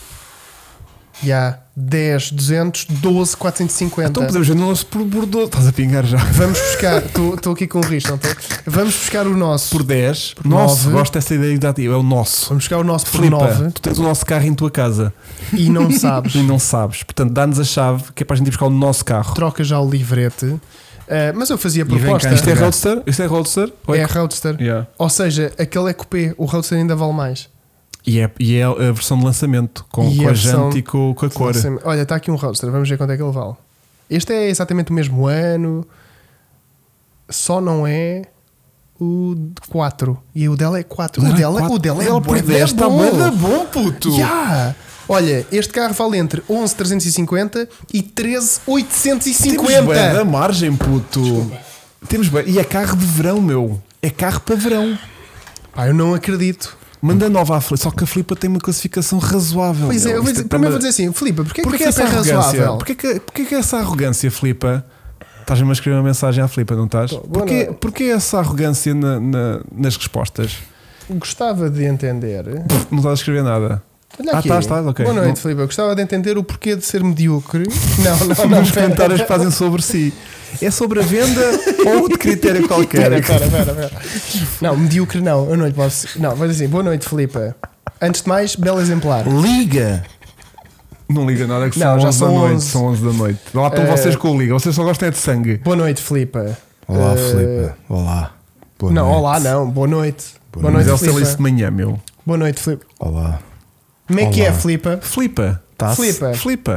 já dez, duzentos, doze, quatrocentos e cinquenta. Então podemos ver no nosso por, por doze. Estás a pingar já. Vamos buscar, estou aqui com o risco, não estou? Vamos buscar o nosso. Por dez. Por Nosso. nove. Gosto dessa ideia dativa. É o nosso. Vamos buscar o nosso por Filipa, nove tu tens o nosso carro em tua casa e não sabes. e não sabes. Portanto, dá-nos a chave que é para a gente ir buscar o nosso carro. Troca já o livrete. Ah, mas eu fazia vem cá proposta. Isto é entregar. Roadster? Isto é Roadster? Ou É a Roadster. Yeah. Ou seja, aquele é coupé. O Roadster ainda vale mais. E, é, e é a versão de lançamento com, E com a a versão jante e com, com a cor. Olha, está aqui um Roadster. Vamos ver quanto é que ele vale. Este é exatamente o mesmo ano. Só não é o quatro. E o dela é quatro. O dela, o dela é Ela bué por da dez está bom. bué da bom, puto. Yeah. Olha, este carro vale entre onze mil trezentos e cinquenta e treze mil oitocentos e Temos bué da cinquenta. margem, puto. Temos bué. E é carro de verão, meu. É carro para verão. Pá, eu não acredito. Manda nova à Filipa. Só que a Filipa tem uma classificação razoável. Pois é, meu. eu vou Isto dizer, primeiro vou para- dizer assim, Filipe, porquê, Porquê que a essa Filipe é arrogância? razoável? Porquê que, porquê que essa arrogância, Filipa? Estás-me a escrever uma mensagem à Filipa, não estás? Tô, boa Porquê, noite. porquê essa arrogância na- na- nas respostas? Gostava de entender. Não estás a escrever nada. Olha Ah, aqui. estás, estás, ok. Boa noite, Não- Filipe. Eu gostava de entender o porquê de ser medíocre. Não, não, não. Nos pera. comentários que fazem sobre si. É sobre a venda ou de critério qualquer? Pera, pera, pera, pera. Não, medíocre não. Eu não lhe posso. Não, vou dizer assim. Boa noite, Filipe. Antes de mais, belo exemplar. Liga! Não liga nada que Não, são já onze são da noite. onze. São onze da noite. Lá estão Eh, vocês com o liga. Vocês só gostam é de sangue. Boa noite, Filipe. Olá, Eh, Filipe. Olá. Boa Não, noite. olá, não. Boa noite. Boa Boa Mas noite, ele se Filipe. isso de manhã, meu. Boa noite, Filipe. Olá. Como é que é, Olá. Filipe? Flipa. Tá-se? Filipe. Flipa.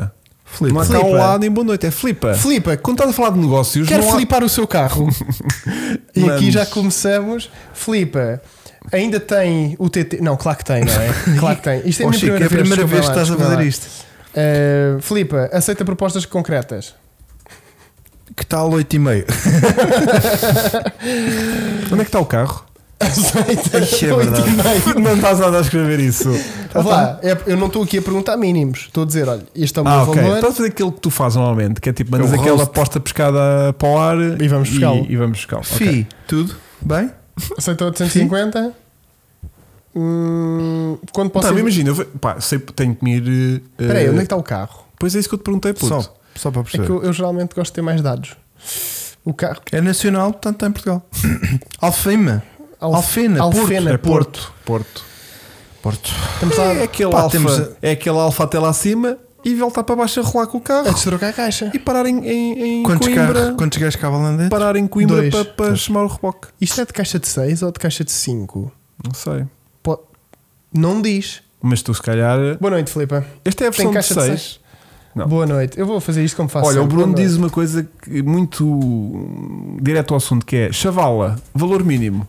Flipa. Não há cá Flipa. olá nem boa noite, é flipa. Flipa, Quando estás a falar de negócios, quer não há... flipar o seu carro? E Vamos. aqui já começamos. Flipa, ainda tem o T T. Não, claro que tem, não é? Claro que tem. Isto é a Oh, minha Chico, primeira é a vez, primeira desculpa vez lá, que estás a desculpa fazer lá. isto. Uh, Flipa, aceita propostas concretas. Que tal oito e meio? Onde é que está o carro? Aceita É oito verdade. e meio. Não estás nada a escrever isso. Ouve lá, é- eu não estou aqui a perguntar mínimos. Estou a dizer, olha, isto é o meu Ah, ok. valor. Estás a fazer aquilo que tu fazes normalmente, que é tipo, mandas É o aquela roast. aposta pescada para o ar E vamos buscá-lo. E, e vamos buscá-lo. Ok. Fi, tudo bem? Aceita oitocentos e cinquenta. Hum, quando posso Não, ir... imagina, eu vou- pá, sei, tenho que me ir. eh, Espera aí, onde é que está o carro? Pois é isso que eu te perguntei, puto. Só, só para É perceber. que eu, eu geralmente gosto de ter mais dados. O carro. É nacional, portanto está em Portugal. Alfema. Alf- Alfena, Alfena, É Porto. Porto. Porto. Estamos lá É aquele, Pá, alfa, temos a- é aquele alfa até lá acima e voltar para baixo a rolar com o carro a destrocar a caixa. e parar em, em, em Quantos, Coimbra. carros, quantos gajos cabem lá dentro? Parar em Coimbra Dois. para, para chamar o reboque. Isto é de caixa de seis ou de caixa de cinco? Não sei. Po- Não diz. Mas tu, se calhar. Boa noite, Filipe. Esta é a Tem versão de caixa de seis. Não. Boa noite. Eu vou fazer isto como faço. Olha, o sempre. Bruno Boa diz noite. uma coisa que muito hum, direto ao assunto, que é chavala, valor mínimo.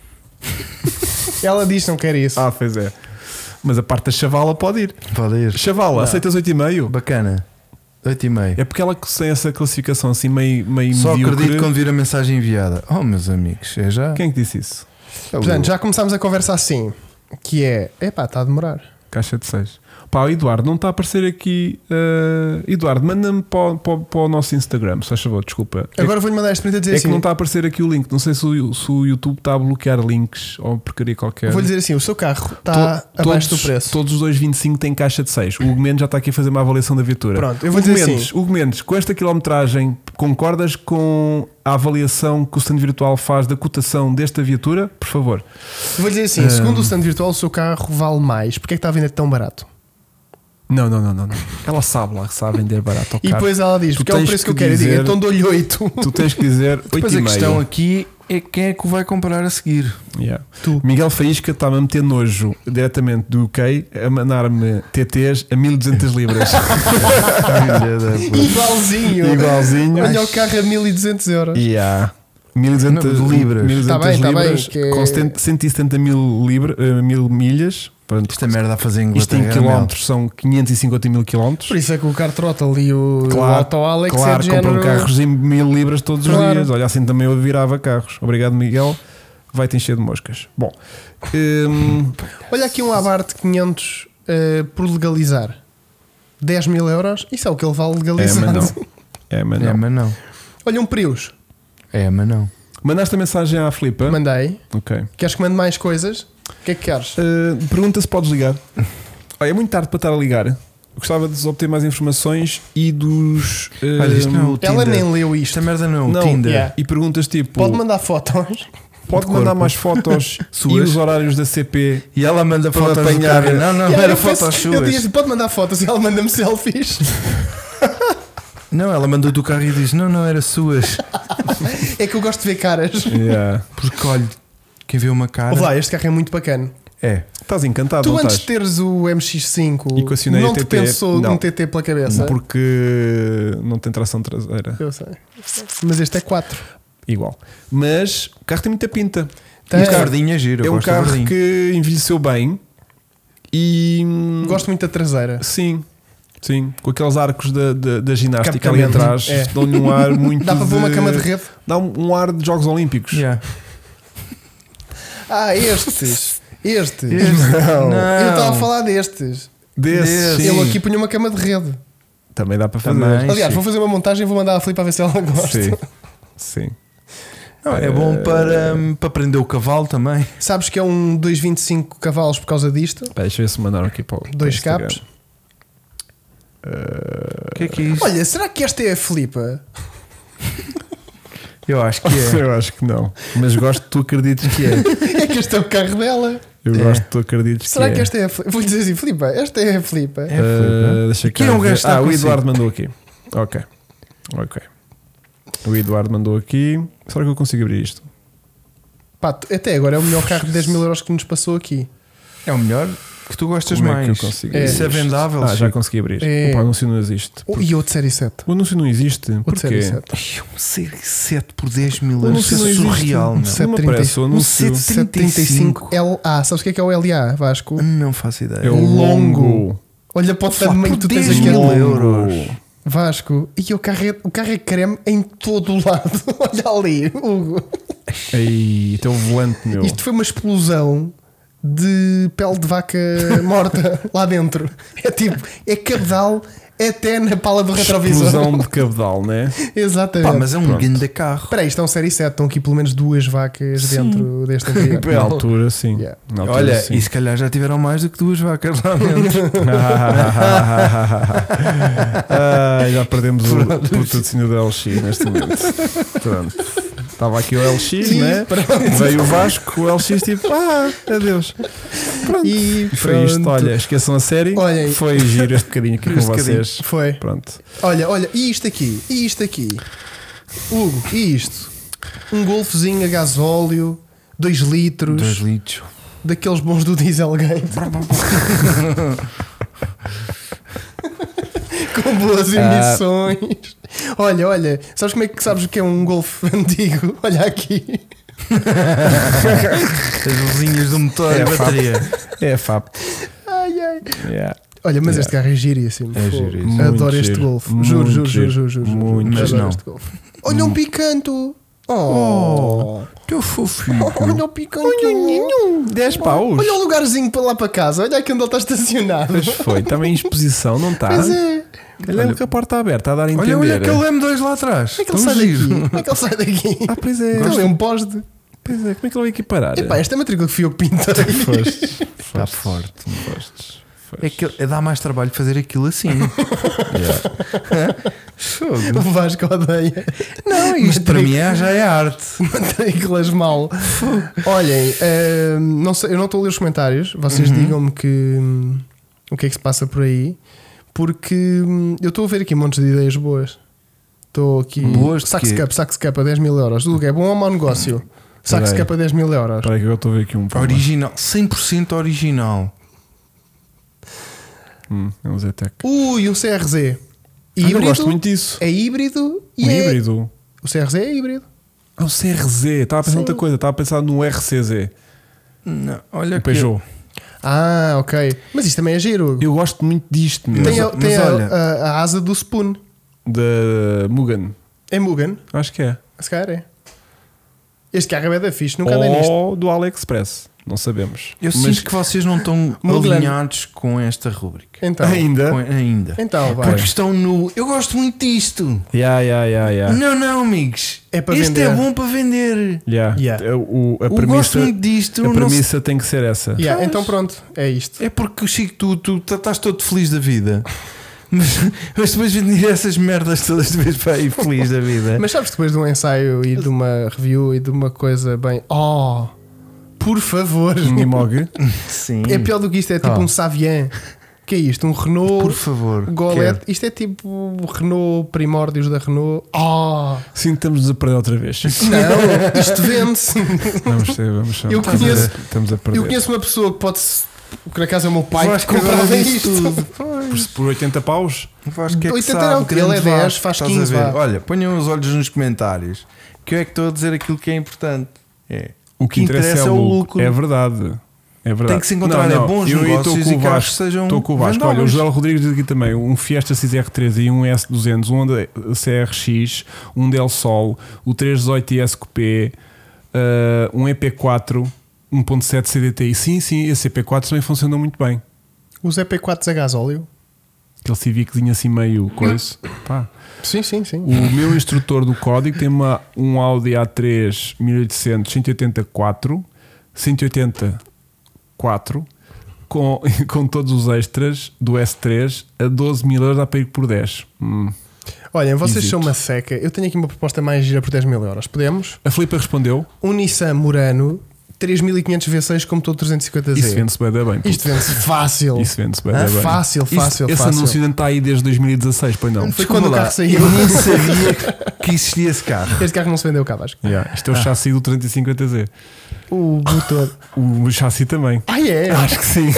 Ela diz que não quer isso. Ah, pois é. Mas a parte da chavala pode ir. Pode ir. Chavala, Não. aceitas oito e meio? Bacana. oito e meio. É porque ela que tem essa classificação assim meio, meio Só medíocre. acredito quando vir a mensagem enviada. Oh, meus amigos, é já. Quem é que disse isso? Portanto, já começámos a conversa assim. Que é, epá, está a demorar. Caixa de seis. Pá, o Eduardo não está a aparecer aqui. uh, Eduardo, manda-me para, o- para, o- para o nosso Instagram, se faz favor, desculpa. É Agora vou-lhe mandar este print a dizer É assim. que não está a aparecer aqui o link. Não sei se o, se o YouTube está a bloquear links ou porcaria qualquer. Vou-lhe dizer assim: o seu carro está To- abaixo todos, do preço. Todos os dois vinte e cinco têm caixa de seis. O Hugo Mendes já está aqui a fazer uma avaliação da viatura. Pronto, eu vou Hugo dizer Mendes, assim. Hugo Mendes, com esta quilometragem, concordas com a avaliação que o stand virtual faz da cotação desta viatura? Por favor. Vou-lhe dizer assim: Ah. segundo o stand virtual, o seu carro vale mais. Porque é que está a vender tão barato? Não, não, não, não. não. Ela sabe lá que sabe vender barato ao E carro. depois ela diz: Tu porque é o tens preço que eu que quero. Eu digo: dizer- então dou-lhe oito. Tu tens que dizer oito Depois e a meio. questão aqui é quem é que o vai comprar a seguir. Yeah. Tu. Miguel Faísca está-me a meter nojo diretamente do U K a mandar-me T Ts a mil e duzentas libras. Filha da puta. Igualzinho. Igualzinho. Olha o carro a mil e duzentos euros. Yeah. mil e duzentas Não, libras. mil e duzentas Tá bem, tá bem, libras que é- com setenta cento e setenta mil, libra, eh, mil milhas. Pronto, Esta merda a fazer em isto em Inglaterra. quilómetros são quinhentos e cinquenta mil quilómetros. Por isso é que o Car Throttle e o, Claro, o Auto Alex Claro, é de género... compram carros em mil libras todos os Claro. dias. Olha, assim também eu virava carros. Obrigado, Miguel. Vai-te encher de moscas. Bom, hum, Olha aqui um Abarth quinhentos eh, por legalizar. dez mil euros. Isso é o que ele vale é, legalizado. mas não. É, mas É, não. mas não. Olha um Prius. É, mas não. Mandaste a mensagem à Filipa? Mandei. Ok. Queres que mande mais coisas? O que é que queres? Uh, pergunta se podes ligar. Olha, é muito tarde para estar a ligar. Eu gostava de obter mais informações e dos. uh, Olha, isto não é o Ela Tinder. nem leu isto. Esta merda não é o Não, Tinder. yeah. E perguntas tipo: Pode mandar fotos. pode de mandar corpo. mais fotos e Suas. os horários da C P? E ela manda Para fotos apanhar- do carro. Não, não, Yeah, era eu penso- fotos Eu suas. digo assim, pode mandar fotos e ela manda-me selfies. Não, ela mandou do carro e diz: não, não, era suas. É que eu gosto de ver caras. Yeah. Porque olha, quem vê uma cara. Ouve lá, este carro é muito bacana. É. Estás encantado, Tu não antes estás? de teres o M X cinco Equacionei não o te T T. pensou Não. num T T pela cabeça? Porque não tem tração traseira. Eu sei. Mas este é quatro. Igual. Mas o carro tem muita pinta. Tem. E o verdinho é giro. é eu um gosto do carro verdinho. que envelheceu bem e. Gosto muito da traseira. Sim, sim. Com aqueles arcos da, da, da ginástica ali Captamento. atrás, É. dão-lhe um ar muito. Dá para pôr uma cama de rede? Dá um, um ar de Jogos Olímpicos. Yeah. Ah, estes. Estes. Este- Não. Eu estava a falar destes. Desses, Desse. sim. Ele aqui punha uma cama de rede. Também dá para fazer. Também. Aliás, sim. vou fazer uma montagem e vou mandar a Filipe a ver se ela gosta. Sim. Sim. Não, é bom para, hum, para prender o cavalo também. Sabes que é um dois vírgula vinte e cinco cavalos por causa disto? Pá, deixa eu ver se mandaram aqui para o. para o Dois Instagram. capos. O que é que é isso? Olha, será que esta é a Filipa? Eu acho que é. Eu acho que não. Mas gosto que tu acredites que é. É que este é o carro dela. Eu É. gosto que tu acredites Será que, que é. esta é a Filipa? Vou-lhe dizer assim, Filipa, esta é a Filipa. É, Uh, Filipe. deixa Aqui cá é um ver. gajo que está Ah, o consigo. Eduardo mandou aqui. Ok. Ok. O Eduardo mandou aqui. Será que eu consigo abrir isto? Pá, até agora é o melhor carro de dez mil euros que nos passou aqui. É o melhor. que tu gostas Como é que eu mais. consigo É. Isso é vendável. Ah, já Chico. consegui abrir. É. Opa, o anúncio não existe. Oh, e outro série sete. O anúncio não existe. Outro série Porquê? sete. Ai, um série sete por dez mil O euros. anúncio Isso não é existe. surreal, Não não. Sete me trinta e aparece o cinco. anúncio. sete- sete trinta e cinco L A. Sabes o que é que é o L A, Vasco? Não faço ideia. É o longo. longo. Olha para o Flá, tamanho que por tu tens dez aqui. mil Longo. euros. Vasco. E o carro, é, o carro é creme em todo o lado. Olha ali, Hugo. Ei, então o volante, meu. Isto foi uma explosão de pele de vaca morta lá dentro. É tipo, é cabedal até na pala do retrovisor. Explosão de cabedal, né? Exatamente. Pá, mas é um Pronto. grande carro. Espera aí, isto é um série sete. Estão aqui pelo menos duas vacas dentro deste interior. Na altura, sim. Yeah. Na altura, Olha, sim. e se calhar já tiveram mais do que duas vacas lá dentro. Ah, já perdemos o patrocínio da L X neste momento. Pronto. Estava aqui o L X, E né? Veio o Vasco, o L X tipo, ah, adeus. Pronto. E Foi isto, pronto. olha, esqueçam a série. Olhem. Foi giro este bocadinho aqui com Este bocadinho. vocês. Foi. Pronto. Olha, olha, e isto aqui? E isto aqui? Hugo, e isto? Um golfezinho a gasóleo, dois litros, Dois litros. daqueles bons do Dieselgate. Com boas Ah. emissões. Olha, olha, sabes como é que sabes o que é um Golf antigo? Olha aqui. As luzinhas do motor É e a a bateria. É a F A P. Ai, ai. Yeah. Olha, mas Yeah. este carro é giríssimo. É Pô, giríssimo. Muito Adoro este giro. Golf. Muito Juro, juro, giro. juro, juro, juro. Muito Mas Adoro não. este Golf. Olha um picanto. Oh, Que fofinho. olha o picantinho. dez paus. Olha o lugarzinho para lá para casa. Olha aqui onde ele está estacionado. Pois foi, estava em exposição, não está? Pois é. Olha com a porta aberta, a dar a entender. Olha, olha aquele M dois lá atrás. Como é que ele Tão sai giro. daqui? Como é que ele sai daqui? Ah, pois é. Ele é um poste. Pois é, como é que ele vai aqui parar? Epá, esta é a matrícula que fui eu que pintei. Fostes. Está forte. Fostes. É que é dá mais trabalho fazer aquilo assim. Fogo. O Vasco odeia. Não, isto para mim é, já é arte. Matrículas mal. Olhem, eh, não sei, eu não estou a ler os comentários. Vocês Uhum. digam-me que hum, o que é que se passa por aí. Porque hum, eu estou a ver aqui montes de ideias boas. Estou aqui. Boas de Sax quê? Cup, Sax Cup a dez mil euros. Tudo que é bom ou mau negócio? Sax Peraí. Cup a dez mil euros. Espera aí que eu estou a ver aqui um problema. Original, cem por cento original. Hum, é um Zetec. Ui, um C R Z. Ah, eu Híbrido. gosto muito disso. É híbrido e Um é. híbrido. O C R Z é híbrido. Ah, o C R Z. Estava a pensar Sim. outra coisa. Estava a pensar no R C Z. Não, olha O Peugeot. Ah, ok. Mas isto também é giro. Eu gosto muito disto, meu. Tem, a, mas tem a- olha- a, a asa do Spoon. Da Mugen. É Mugen. Acho que é. Se calhar é. Este carro é da fixe. Nunca andei nisto. Ou do AliExpress. Não sabemos. Eu Mas sinto que vocês não estão Mulan. alinhados com esta rúbrica. Então. ainda. Com- ainda. Então, vai. Porque estão no. Eu gosto muito disto. Yeah, yeah, yeah, yeah. Não, não, amigos. É para Isto vender. é bom para vender. Yeah. Yeah. O, a Eu gosto premissa, muito disto. a não premissa tem que ser essa. Yeah, Pois. então pronto. É isto. É porque o Chico, tu, tu tá- estás todo feliz da vida. Mas, mas depois vender essas merdas todas de vez para aí feliz da vida. Mas sabes, depois de um ensaio e de uma review e de uma coisa bem. Oh! Por favor! Nimog. Sim. É pior do que isto. É tipo Oh. um Savian. Que é isto? Um Renault Por favor. Golette. Isto é tipo o Renault Primórdios da Renault. Oh! Sim, estamos a perder outra vez. Não! Isto vende-se. Vamos ser, vamos ser. Eu Estamos a- conheço- Estamos a perder. Eu conheço uma pessoa que pode. Por acaso é o meu pai Vasco que comprava agora disse isto. tudo. Por, por oitenta paus? O Vasco é que oitenta sabe, não, ele grande é dez, Vasco, faz estás quinze, a ver? vá. Olha, ponham os olhos nos comentários. Que eu é que estou a dizer aquilo que é importante. É. O que interessa, é o lucro. É verdade. É verdade. Tem que se encontrar Não, não, é bons eu aí negócios estou com e o carros Vasco. que sejam Estou com o Vasco. Olha, o vendáveis. José Rodrigues diz aqui também um Fiesta X R treze e um S duzentos, um Honda C R X, um Del Sol, o trezentos e dezoito I S Coupé, uh, um E P quatro, um ponto sete C D T I. Sim, sim, esse E P quatro também funciona muito bem. Os E P quatro a gasóleo? Aquele Civiczinho assim meio coisa. Pá. Sim, sim, sim. O meu instrutor do código tem uma, um Audi A três mil e oitocentos cento e oitenta e quatro, cento e oitenta quatro com, com todos os extras do S três a doze mil euros, dá para ir por dez. Hum. Olhem, vocês Hesito. são uma seca. Eu tenho aqui uma proposta mais gira por dez mil euros. Podemos? A Filipe respondeu: Um Nissan Murano três mil e quinhentos V seis com motor trezentos e cinquenta Z. isso vende-se bem, bem. puto. Isto vende-se fácil. Isso vende-se bem, Ah, bem. fácil, Isso- fácil, Esse fácil. anúncio ainda está aí desde dois mil e dezasseis, pois não? Foi Desculpa quando o lá, carro saiu. Eu nem sabia que existia esse carro. Este carro não se vendeu cá, Vasco. Yeah, isto é o chassi do trezentos e cinquenta Z. O motor. O chassi também. Ah, é? Acho que sim.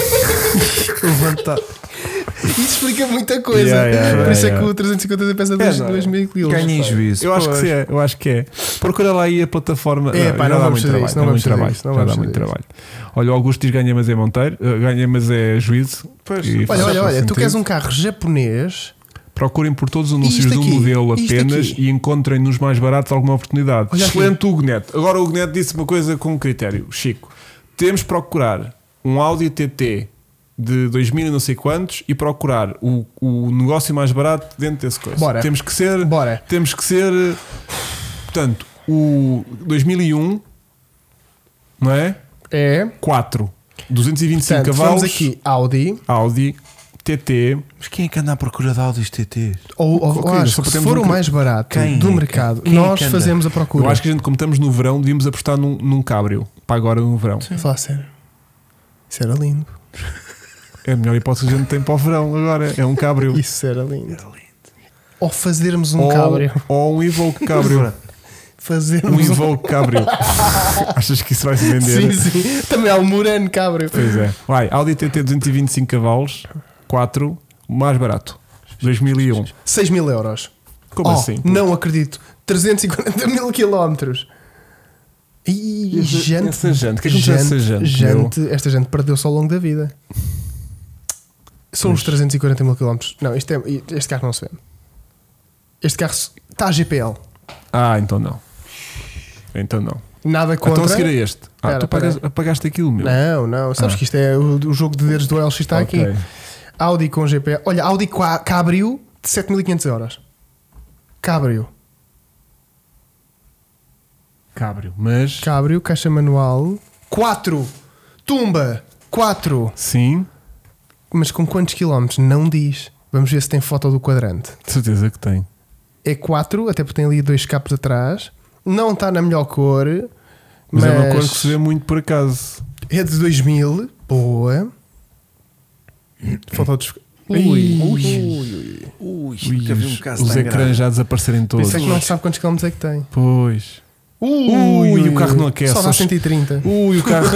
Levantar. Isso explica muita coisa. Yeah, yeah, Por isso yeah, é que yeah. o trezentos e cinquenta pesa É, dois mil quilos. Ganha em juízo. Eu acho que Pois. sim, é, eu acho que é. Procura lá aí a plataforma. É, Ah, pá, já não dá vamos muito fazer trabalho. isso, não dá vamos muito fazer trabalho. isso, não Já vamos dá fazer muito isso. trabalho. Olha, o Augusto diz ganha, mas é Monteiro. ah, Ganha, mas é juízo. Pois. E faz Olha, olha, olha, tu sentido. queres um carro japonês. Procurem por todos os anúncios Isto do aqui, modelo isto apenas aqui. e encontrem nos mais baratos alguma oportunidade. Olha aqui. Excelente, Hugo Neto. Agora o Hugo Neto disse uma coisa com critério. Chico, temos de procurar um Audi T T de dois mil e não sei quantos e procurar o, o negócio mais barato dentro desse coisa. Bora. Temos que ser, Bora. temos que ser, portanto, o dois mil e um, não é? É. quatro, duzentos e vinte e cinco Portanto, cavalos, vamos aqui Audi. Audi T T. Mas quem é que anda à procura de Audis T Ts? Ou, ou Ok, acho só que se temos for um o que- mais barato Quem do é que- mercado, quem é nós que anda? fazemos a procura. Eu acho que a gente, como estamos no verão, devíamos apostar num, num cabrio para agora no verão. Fala a sério. Isso era lindo. É a melhor hipótese que a gente tem para o verão agora. É um cabrio. Isso era lindo. Ou fazermos um ou, cabrio. ou um Evoque cabrio. Fazermos Um um Evoque cabrio. Achas que isso vai se vender? Sim, sim. Também há o Murano cabrio. Pois é. Vai, Audi T T duzentos e vinte e cinco cavalos, quatro, mais barato. dois mil e um. seis mil euros. Como Oh, assim? não acredito. trezentos e quarenta mil quilómetros. E Essa- gente, essa gente, o que é que aconteceu a essa gente, gente, esta gente perdeu-se ao longo da vida. São os Pois. trezentos e quarenta mil quilómetros. Não, este, é, este carro não se vende. Este carro está a G P L. Ah, então não. Então não. Nada contra. Então a seguir a este. Ah, Espera, tu apagas- apagaste aquilo, meu. Não, não. Sabes Ah. que isto é o, o jogo de dedos do L X está Ok. aqui. Audi com G P L. Olha, Audi qua- Cabrio de sete mil e quinhentos euros. Cabrio. Cabrio. Mas. Cabrio, caixa manual. quatro. Tumba. quatro. Sim, Mas com quantos quilómetros? Não diz. Vamos ver se tem foto do quadrante. de certeza que tem. É quatro, até porque tem ali dois capos atrás. Não está na melhor cor. Mas, Mas, é uma cor que se vê muito por acaso. é de dois mil. Boa. Foto dos... Ui. Ui. Ui, Ui, nunca vi um os caso os tão ecrãs grave. já desaparecerem todos. Isso é que não sabe quantos quilómetros é que tem. Pois. Ui, o carro não aquece. Só dá Só- cento e trinta. Ui, o carro.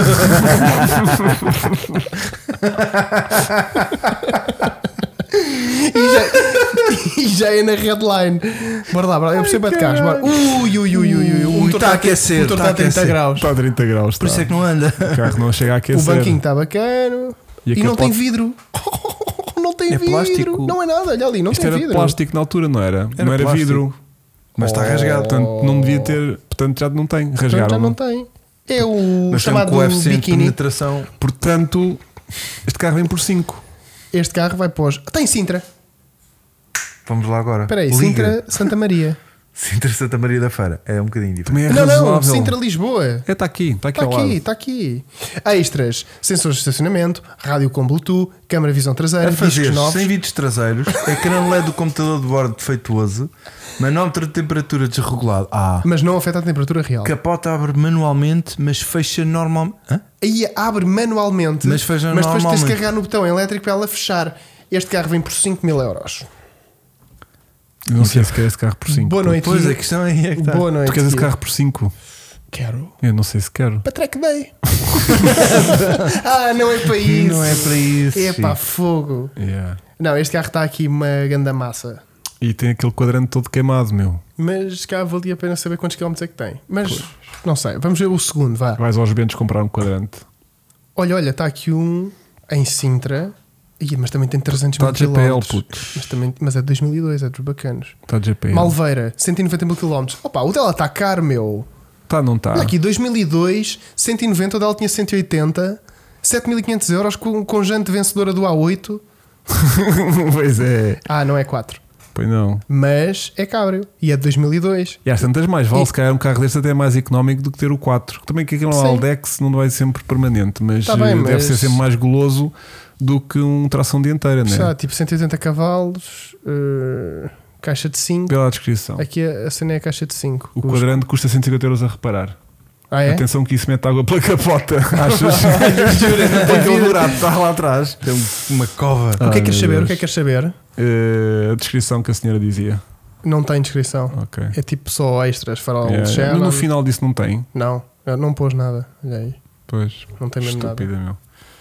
E já, e já é na headline. Bora lá, bora lá. Eu percebo é de carros. Bora. Ui, ui, ui, ui, ui. O Ui, motor tá a a- aquecer, O motor tá a está a trinta aquecer. graus. Está a trinta graus. Por isso tá. é que não anda. O carro não chega a O aquecer. banquinho está bacana. E a E não tem capote- vidro. Não tem É vidro. plástico. Não é nada, olha ali, não Isto tem era vidro. plástico na altura, não era? Era não era plástico. vidro. Mas está Oh. rasgado. Portanto, não devia ter. Portanto, já não tem. Portanto, Rasgaram. já não tem. É o Mas tem um chamado coeficiente de biquíni. penetração. Portanto, este carro vem por cinco. Este carro vai pós. Tem Sintra. Vamos lá agora. Espera aí, Liga. Sintra Santa Maria. Sintra Santa Maria da Feira. É um bocadinho diferente. Também é não, não, razoável. Sintra Lisboa. É, está aqui. Está aqui Está ao lado. aqui, está aqui. Extras, sensores de estacionamento, rádio com Bluetooth, câmara visão traseira, A fazer discos novos. sem vidros traseiros, ecrã L E D do computador de bordo defeituoso, manómetro de temperatura desregulado. Ah. Mas não afeta a temperatura real. Capota abre manualmente, mas fecha normalmente. Aí abre manualmente, Mas fecha depois tens de normalmente. carregar no botão elétrico para ela fechar. Este carro vem por cinco mil euros. Eu não sei se quer esse carro por cinco. Boa noite. Pois a questão aí é que está. Boa noite. Tu queres esse Gui. carro por cinco? Quero. Eu não sei se quero. Para track day. ah, não é para isso. Não é para isso. É para Chico. fogo. Yeah. Não, este carro está aqui uma ganda massa. E tem aquele quadrante todo queimado, meu. Mas cá valia a pena saber quantos quilómetros é que tem. Mas não sei. Vamos ver o segundo, vá. Vais aos Bentos comprar um quadrante. Olha, olha, está aqui um em Sintra. Ih, mas também tem trezentos Está mil de G P L, quilómetros. puto. Mas, também, mas é de dois mil e dois, é dos bacanos. Está de G P L. Malveira, cento e noventa mil quilómetros. Opa, o dela está caro, meu. Está, não está. Olha aqui, dois mil e dois, cento e noventa, o dela tinha cento e oitenta, sete mil e quinhentos euros com, com jante vencedora do A oito. Pois é. Ah, não é quatro. Pois não. Mas é cabrio. E é de dois mil e dois. E às tantas mais vale E- se calhar um carro deste até mais económico do que ter o quatro. Também que aquilo é um Sim. Aldex não vai ser permanente, mas Tá bem, eh, deve mas- ser sempre mais goloso do que um tração dianteira, né? Está, tipo cento e oitenta cavalos, eh, caixa de cinco. Pela descrição. Aqui a, a cena é a caixa de cinco. O quadrante custa cento e cinquenta euros a reparar. Ah, é? Atenção que isso mete água pela capota. Achas? Porque aquele dourado está lá atrás. Tem um- uma cova. O que é Ai, que queres meu saber? O Deus. que é que queres saber? Eh, a descrição que a senhora dizia. Não tem descrição. Ok. É tipo só extras, farol, Yeah, yeah. Shannon. No final disso não tem. Não, não pôs nada. Olha aí. Pois. Não tem mesmo nada. Estúpida, meu.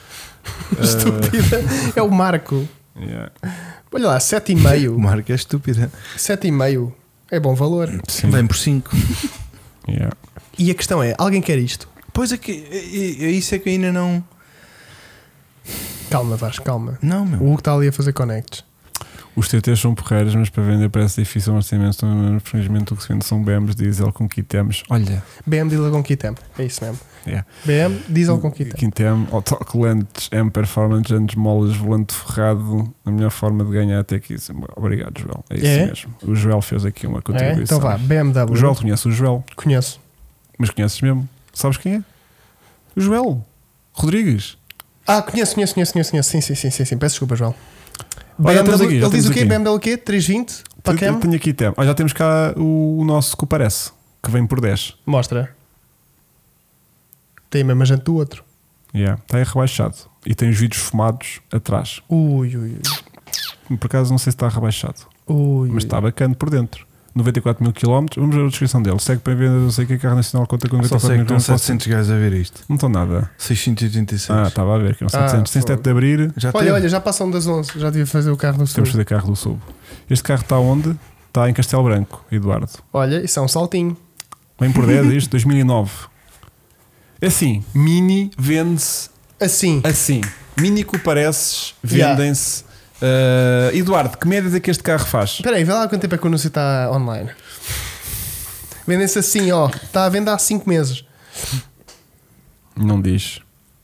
Estúpida. É o Marco. Yeah. Olha lá, sete vírgula cinco. O Marco é estúpida. sete vírgula cinco. É bom valor. Sim. Vem por cinco. Yeah. E a questão é, alguém quer isto? Pois é que é, é isso é que eu ainda não. Calma, Vasco, calma. Não, meu. O Hugo está ali a fazer connects. Os T Ts são porreiros, mas para vender parece difícil. Mas infelizmente o que se vende são B Ms, diesel com Kitem. Olha, B M diesel com Kitem. É isso mesmo. yeah. B M diesel com Kitem. Kitem, autocolantes, M Performance, jantes molas, volante ferrado. A melhor forma de ganhar até aqui. Obrigado, Joel. É isso É? mesmo. O Joel fez aqui uma É? contribuição. Então vá, B M W. O Joel, conhece o Joel, Conheço. mas conheces mesmo? Sabes quem é? O Joel Rodrigues. Ah, conheço, conheço, conheço, conheço, conheço. Sim, sim, sim, sim, sim. Peço desculpa, João. Olha, B M W, temos aqui, já ele diz temos o quê? aqui. B M W o quê? trezentos e vinte? Para Tenho, cam? tenho aqui tem. Ah, já temos cá o, o nosso que parece, que vem por dez. Mostra. Tem a mesma gente do outro. Yeah. Está aí rebaixado. E tem os vidros fumados atrás. Ui, ui, Por acaso não sei se está rebaixado, ui. mas está bacana por dentro. noventa e quatro mil quilómetros. Vamos ver a descrição dele. Segue para venda, não sei o que é carro nacional conta com Só noventa e sei quatro que mil estão quilómetros. setecentos gajos a ver isto. Não estão nada. seiscentos e oitenta e seis. Ah, estava a ver que não setecentos. Tem fogo. sete de abrir. Já Olha, teve? olha, já passam das onze. Já devia fazer o carro no sul. Temos de fazer carro do Sul. Este carro está onde? Está em Castelo Branco, Eduardo. Olha, isso é um saltinho. Vem por dez, isto, dois mil e nove. É assim, Mini vende-se Assim. assim. Mini que pareces, Yeah. vendem-se. Uh, Eduardo, que médias é que este carro faz? Espera aí, vê lá quanto tempo é que o anúncio está online. Vendem-se assim, ó. Está à venda há cinco meses. Não diz.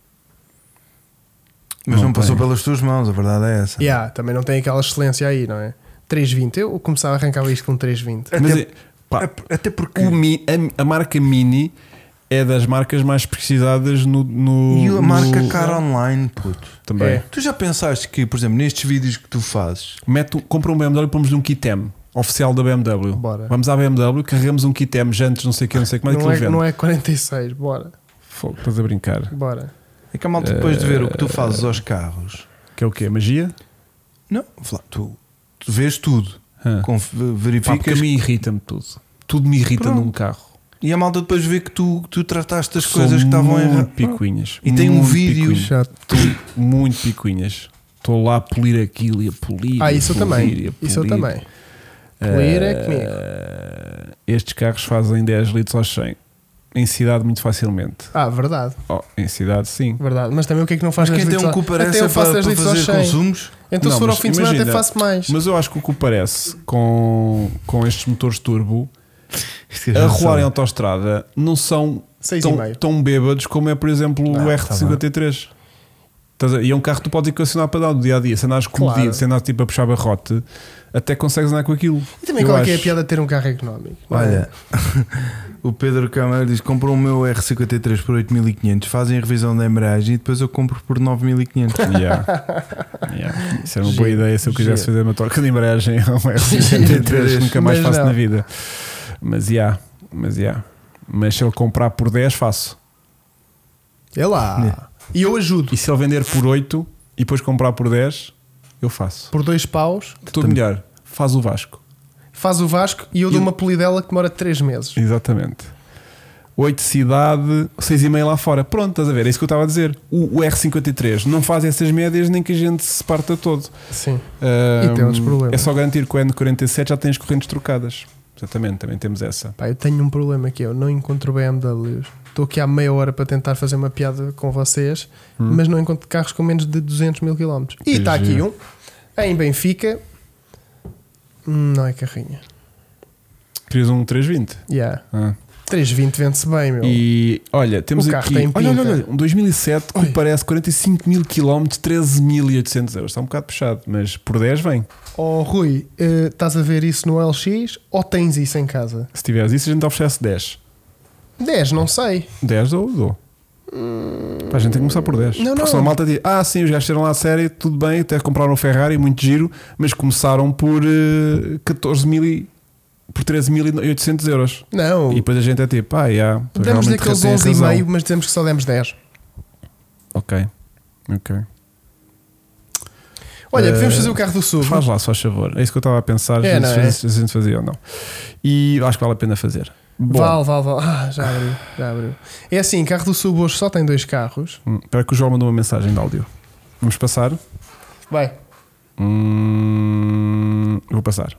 Mas Não não, passou tem. pelas tuas mãos, a verdade é essa. Yeah, também não tem aquela excelência aí, não é? trezentos e vinte. Eu começava a arrancar isto com trezentos e vinte. Mas Até, é- pá, até porque. o Mi- a, a marca Mini é das marcas mais precisadas no. no E a no- marca cara online, puto. Também. É. Tu já pensaste que, por exemplo, nestes vídeos que tu fazes, Mete, um- compra um B M W e pomos-lhe um Kitem oficial da B M W. Bora. Vamos à B M W, carregamos um Kitem, jantes, não sei o que, não sei como é que Não ele é, vende. não é quarenta e seis, bora. Fogo, estás a brincar. Bora. é que a malta depois de ver o que tu fazes aos carros, Que é o quê? Magia? não, Flá, tu, tu vês tudo, Hã. conf- Pá, porque a verificas mim irrita-me tudo. Tudo me irrita Pronto. num carro. e a malta depois vê que tu, que tu trataste as Sou coisas que estavam muito erradas. picuinhas. E tem um Muito vídeo. picuinhas. Chato. Estou muito picuinhas. Estou lá a polir aquilo e a polir. Ah, e a isso eu polir, também. e a Isso eu polir. também. Polir é comigo. Eh, estes carros fazem dez litros aos cem. Em cidade, muito facilmente. Ah, verdade. Oh, em cidade, sim. Verdade. Mas também o que é que não faz Mas quem dez tem um litros cu ao- Até parece eu é faço para, dez para litros aos fazer cem. consumos. Então Não, se for ao mas fim de semana até imagina, faço mais. Mas eu acho que o que parece com, com estes motores turbo Isto é a já rolar em sabe. autoestrada não são Seis e tão, meio. tão bêbados como é, por exemplo, Ah, o R tá cinquenta e três. Estás a- E é um carro que tu podes equacionar para dar no dia a dia. Se andares comedido, Claro. se andares tipo a puxar barrote, até consegues andar com aquilo. E também Eu qual é que é a acho. piada de ter um carro económico? não é? Olha, o Pedro Câmara diz: comprou o meu R cinquenta e três por oito mil e quinhentos, fazem a revisão da embreagem e depois eu compro por nove mil e quinhentos. Yeah. Yeah. Isso era uma boa Giro, ideia se eu quisesse giro. fazer uma troca de embreagem a um R cinquenta e três, Giro, nunca mais mas faço não. na vida. Mas yeah, mas yeah. Mas se ele comprar por dez, faço. É lá. E eu ajudo. E se ele vender por oito e depois comprar por dez, eu faço. Por dois paus, Tudo melhor. Faz o Vasco. faz o Vasco e eu E dou o- uma polidela que demora três meses. Exatamente. oito cidade, seis e meio lá fora. Pronto, estás a ver? É isso que eu estava a dizer. O, o R cinquenta e três não faz essas médias nem que a gente se parta todo. Sim. Ahm, E tem outros problemas. É só garantir que o N quarenta e sete já tem as correntes trocadas. Exatamente, também temos essa. Pá, eu tenho um problema que eu não encontro B M Ws. Estou aqui há meia hora para tentar fazer uma piada com vocês, Hum. mas não encontro carros com menos de duzentos mil quilómetros. E Que está aqui giro. um em Benfica. Hum, Não é carrinha. Querias um trezentos e vinte? Yeah. Ah. trezentos e vinte vende-se bem, meu. E olha, temos O carro aqui. tem Olha, olha, pinta. olha, um dois mil e sete que Oi. parece quarenta e cinco mil quilómetros, treze mil e oitocentos euros. Está um bocado puxado, mas por dez vem. Oh Rui, eh, estás a ver isso no L X ou tens isso em casa? Se tiveres isso, a gente oferece dez. dez, não sei. dez ou dou. Pá, a gente tem que começar por dez. Não, Porque não. senão a malta diz: ah, sim, os gajos tiveram lá a série, tudo bem, até compraram um Ferrari, muito giro, mas começaram por eh, catorze mil e por treze mil e oitocentos euros. Não, E depois a gente é tipo: ah, yeah, damos realmente daqueles tem onze e razão. meio, mas dizemos que só demos dez. Ok, ok. Olha, Eh, podemos fazer o carro do Sul. Faz lá, se faz favor. É isso que eu estava a pensar. É, se, não se- é? se a gente fazia ou não. E acho que vale a pena fazer. Bom, Val, val, val. Ah, já abriu, já abriu. É assim, carro do Sul hoje só tem dois carros. hum, espera que o João mandou uma mensagem de áudio. Vamos passar? Vai. Hum, vou passar.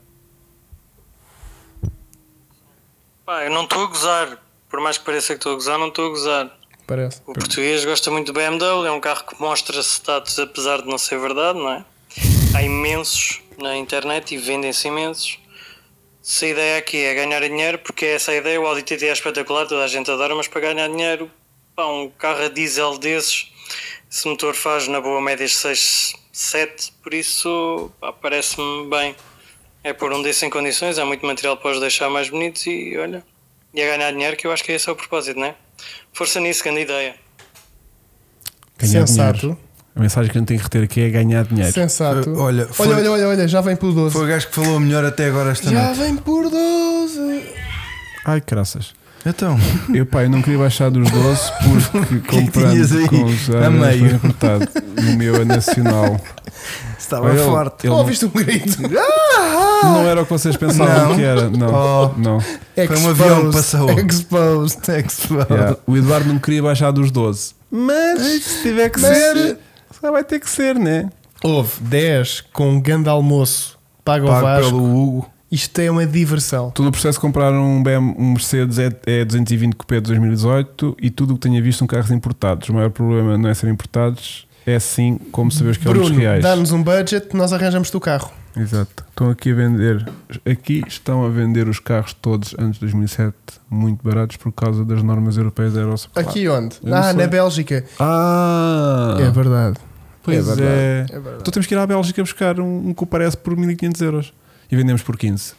Pá, eu não estou a gozar. Por mais que pareça que estou a gozar, não estou a gozar. Parece. O português gosta muito do B M W, é um carro que mostra status apesar de não ser verdade, não é? Há imensos na internet e vendem-se imensos. Se a ideia aqui é ganhar dinheiro, porque é essa a ideia, o Audi T T é espetacular, toda a gente adora, mas para ganhar dinheiro, pá, um carro a diesel desses, esse motor faz na boa médias seis, sete, por isso pá, parece-me bem. É pôr um desses em condições, há muito material para os deixar mais bonitos e olha, e a ganhar dinheiro, que eu acho que esse é o propósito, não é? Força nisso, grande ideia. Ganhar Sensato. dinheiro. A mensagem que a gente tem que reter aqui é ganhar dinheiro. Sensato. Uh, olha, foi- olha, olha, olha, olha, já vem por doze. Foi o gajo que falou melhor até agora esta Já noite. vem por doze. Ai, graças. Então, Eu, pá, eu não queria baixar dos doze porque que tinhas aí? comprando com os A anos meio. foi importado. No meu é nacional. estava Olha, forte. ele Oh, não- ouviste um grito? Não era o que vocês pensavam Não. que era. Não, Oh. não. Foi um avião que passou. Exposed. Exposed. Yeah. O Eduardo não queria baixar dos doze. Mas se tiver que Mas- ser, só vai ter que ser, né? Houve dez com um grande almoço. Paga o Pago Vasco. pelo Hugo. Isto é uma diversão. Estou no processo de comprar um, B M, um Mercedes E- E duzentos e vinte Coupé de dois mil e dezoito e tudo o que tenha visto são carros importados. O maior problema não é ser importados, é sim como saber os quilómetros Bruno, reais. dá-nos um budget, nós arranjamos-te o carro. Exato. Estão aqui a vender. Aqui estão a vender os carros todos antes de dois mil e sete muito baratos por causa das normas europeias da Eurosupply. Aqui onde? Eu não Ah, sei. na Bélgica. Ah! É verdade. Pois é verdade. é. É verdade. Então temos que ir à Bélgica buscar um, um que parece por mil e quinhentos euros e vendemos por quinze.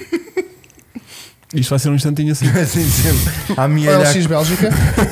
Isto vai ser um instantinho assim. Assim sempre. À minha O L olhar. X Bélgica.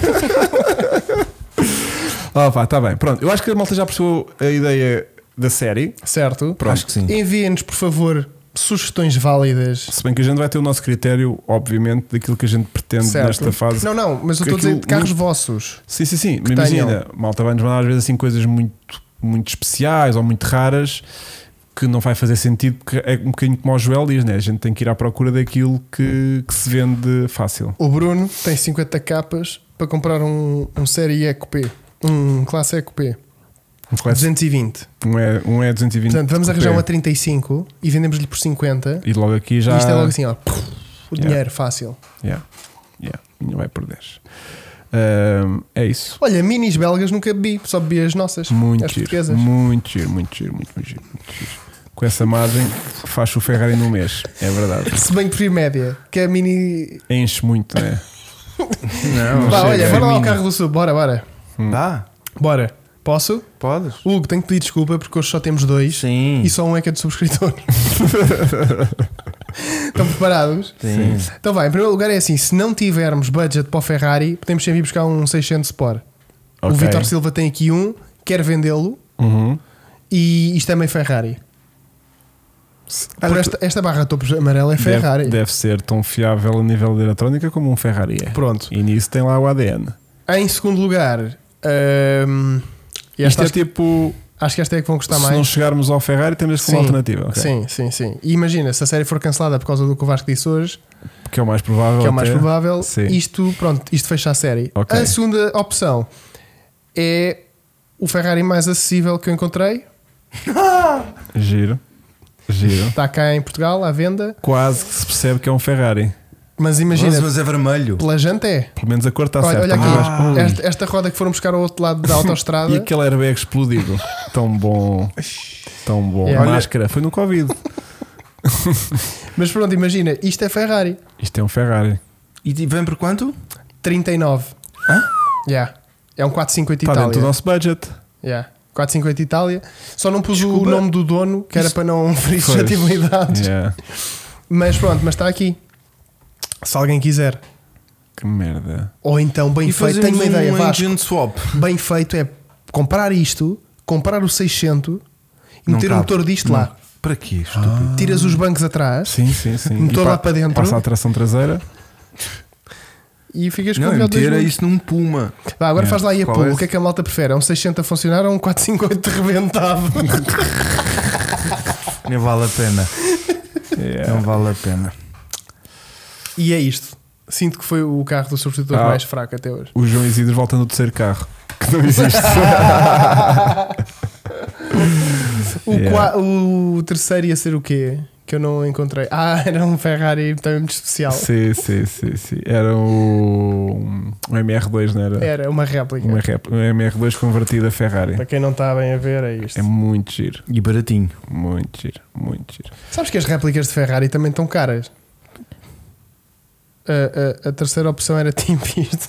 Ah, pá, está bem. Pronto, eu acho que a malta já percebeu a ideia da série. Certo. Pronto. Acho que sim. Enviem-nos, por favor, sugestões válidas. Se bem que a gente vai ter o nosso critério, obviamente, daquilo que a gente pretende Certo. nesta fase. Não, não, mas eu estou a dizer Aquilo de carros muito- vossos. Sim, sim, sim. Mas tenham. imagina, a malta vai-nos mandar às vezes assim coisas muito, muito especiais ou muito raras que não vai fazer sentido porque é um bocadinho como o Joel diz, né? A gente tem que ir à procura daquilo que, que se vende fácil. O Bruno tem cinquenta capas para comprar um, um série Eco-P. Um classe Eco-P. Um, classe- duzentos e vinte. um é, um é duzentos e vinte. Portanto, vamos Coupé. arranjar uma trinta e cinco e vendemos-lhe por cinquenta. E logo aqui já. E isto é logo assim, ó. O Yeah. dinheiro, fácil. Yeah. Yeah. Não vai por dez. Ahm, é isso. Olha, minis belgas nunca bebi, só bebi as nossas. Muito as giro, portuguesas. muito giro, muito giro, muito, muito giro, muito giro. Com essa margem, faz o Ferrari num mês. É verdade. Se bem que prefiro média, que a mini. Enche muito, não é? Não, Vá, chega, olha, é bora lá ao mini. carro do sul, bora, bora. Dá? Bora. Posso? Podes? Hugo, tenho que pedir desculpa porque hoje só temos dois Sim. e só um é que é de subscritor. Estão preparados? Sim. Então vai, em primeiro lugar é assim, se não tivermos budget para o Ferrari, podemos sempre ir buscar um seiscentos Sport. O Ok. Vítor Silva tem aqui um, quer vendê-lo Uhum. e isto é meio Ferrari. Por Porque esta, esta barra topo amarela é Ferrari. Deve, deve ser tão fiável a nível de eletrónica como um Ferrari é. Pronto. E nisso tem lá o A D N. Em segundo lugar, hum, e Isto esta é acho, que- tipo. acho que esta é que vão gostar Se mais. não chegarmos ao Ferrari, temos como Sim, alternativa. ok? Sim, sim, sim. E imagina, se a série for cancelada por causa do que o Vasco disse hoje, Que é o mais provável. que é o mais até. provável, Sim. isto, pronto, isto fecha a série. Ok. A segunda opção é o Ferrari mais acessível que eu encontrei. Giro. Giro. Está cá em Portugal à venda, Quase que se percebe que é um Ferrari. mas imagina, Mas, mas é vermelho. pela janta é. Pelo menos a cor está Olha, certa. olha aqui, mas- Ah. Ui. esta, esta roda que foram buscar ao outro lado da autoestrada. E aquele airbag explodido. Tão bom. Tão bom. É, olha- Máscara. Foi no Covid. Mas pronto, imagina, isto é Ferrari. Isto é um Ferrari. E vem por quanto? trinta e nove. Hã? Yeah. É um quatrocentos e cinquenta Está Itália. dentro do nosso budget. Yeah. quatrocentos e cinquenta Itália. Só não pus Desculpa. o nome do dono, que era Isto- para não ferir Pois. suscetibilidades. Yeah. Mas pronto, mas está aqui. Se alguém quiser. Que merda. Ou então, bem E feito, tenho fazemos uma ideia, um Vasco. engine swap. Bem feito é comprar isto, comprar o seiscentos e Não meter o cabe. motor disto Não. lá. Para quê, estúpido? Tiras os bancos atrás Sim, sim, sim. Motor E lá pa- para dentro. Passa a tração traseira. e ficas com Não, o melhor dos meter mundos. isso num Puma. Vá, agora É. faz lá aí a Qual pulo. é? O que é que a malta prefere? É um seiscentos a funcionar ou um quatrocentos e cinquenta rebentado? Nem vale a pena. Yeah. Não vale a pena. E é isto. Sinto que foi o carro do substitutor Ah. mais fraco até hoje. O João Isidro volta no terceiro carro. Que não existe. O, Yeah. qua- o terceiro ia ser o quê? Que eu não encontrei. Ah, era um Ferrari também muito especial. Sim, sim, sim, sim. Era o, o M R dois, não era? Era uma réplica. Um rep- um M R dois convertido a Ferrari. Para quem não está bem a ver, é isto. É muito giro, E baratinho. muito giro, muito giro. Sabes que as réplicas de Ferrari também estão caras? A, a, a terceira opção era tipo isto.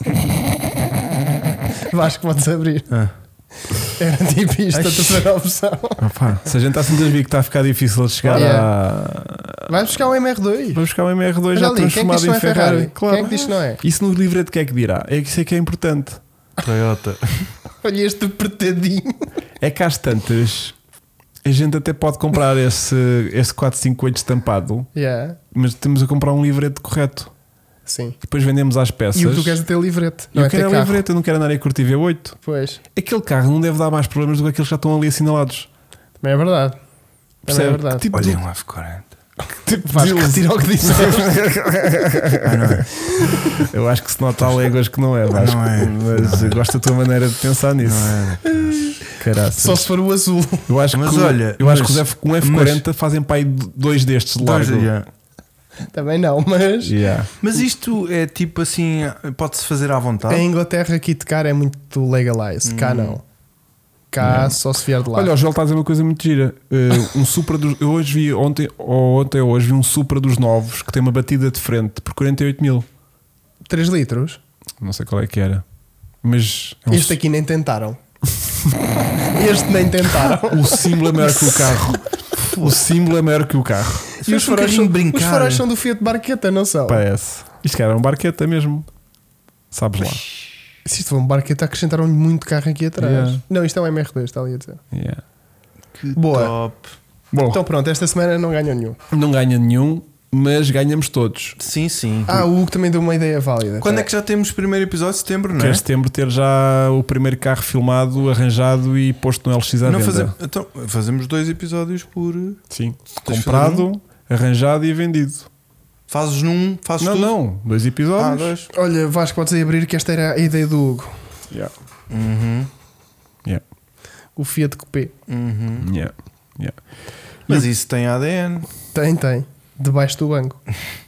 Vasco, podes abrir. Ah. Era tipo isto a terceira opção. Opa, se a gente está assim a ver que está a ficar difícil de chegar Yeah. a. Vais buscar um M R dois. Vamos buscar o M R dois Olha já ali, quem é que transformado diz que não em é Ferrari. Ferrari? Claro. Quem é que diz que não é? Isso no livreto que é que dirá? É que isso é que é importante. Toyota. Olha este apertadinho. É que às tantas a gente até pode comprar esse, esse quatro cinco oito estampado, Yeah. mas temos a comprar um livreto correto. Sim. Depois vendemos às peças. E o que tu queres é ter livrete. Não eu é ter quero é carro. livreto, eu não quero andar a curtir V oito. Pois. Aquele carro não deve dar mais problemas do que aqueles que já estão ali assinalados. Também é verdade. Também é Percebe? verdade. Que tipo Olha de- um F quarenta. tipo Vais de- retirar o que disseste. Ah, não é? Eu acho que se nota a léguas que não é, Vasco, Não é. mas eu gosto da tua maneira de pensar nisso. Não é? Caraças. Só se for o azul. Eu acho Mas que, olha, eu acho mas- que os F, um F quarenta fazem para aí dois destes de Dois, largo. yeah. Também não, mas Yeah. Mas isto é tipo assim, pode-se fazer à vontade. em Inglaterra kit car é muito legalized. Cá não. Cá Não. só se vier de lá. Olha, o Joel está a dizer uma coisa muito gira. Uh, um Supra dos, eu hoje vi, ontem ou ontem ou hoje vi um Supra dos novos que tem uma batida de frente por quarenta e oito mil. três litros. Não sei qual é que era. Mas é um Este aqui nem tentaram. Este nem tentaram. o símbolo é maior que o carro. O símbolo é maior que o carro. Se fosse um faróis bocadinho são, brincar. os faróis são do Fiat Barqueta, não são? Parece. Isto cara, era um barqueta mesmo. Sabes lá. Se isto for um Barqueta, acrescentaram muito carro aqui atrás. Yeah. Não, isto é um M R dois, está ali a dizer. Yeah. Que Boa. top. Bom, Então pronto, esta semana não ganhou nenhum. não ganha nenhum, mas ganhamos todos. Sim, sim. Ah, o Hugo também deu uma ideia válida. Quando é que já temos o primeiro episódio? Setembro, não Que é? é setembro ter já o primeiro carro filmado, arranjado e posto no L X à Não venda. faze- então, fazemos dois episódios por. Sim. Tens de Comprado, arranjado e vendido. Fazes num, fazes Não, tudo? não. Dois episódios. Ah, dois. Olha, Vasco, podes aí abrir que esta era a ideia do Hugo. Yeah. Uhum. Yeah. O Fiat Coupé. Uhum. Yeah. Yeah. Mas isso tem A D N. Tem, tem. Debaixo do banco.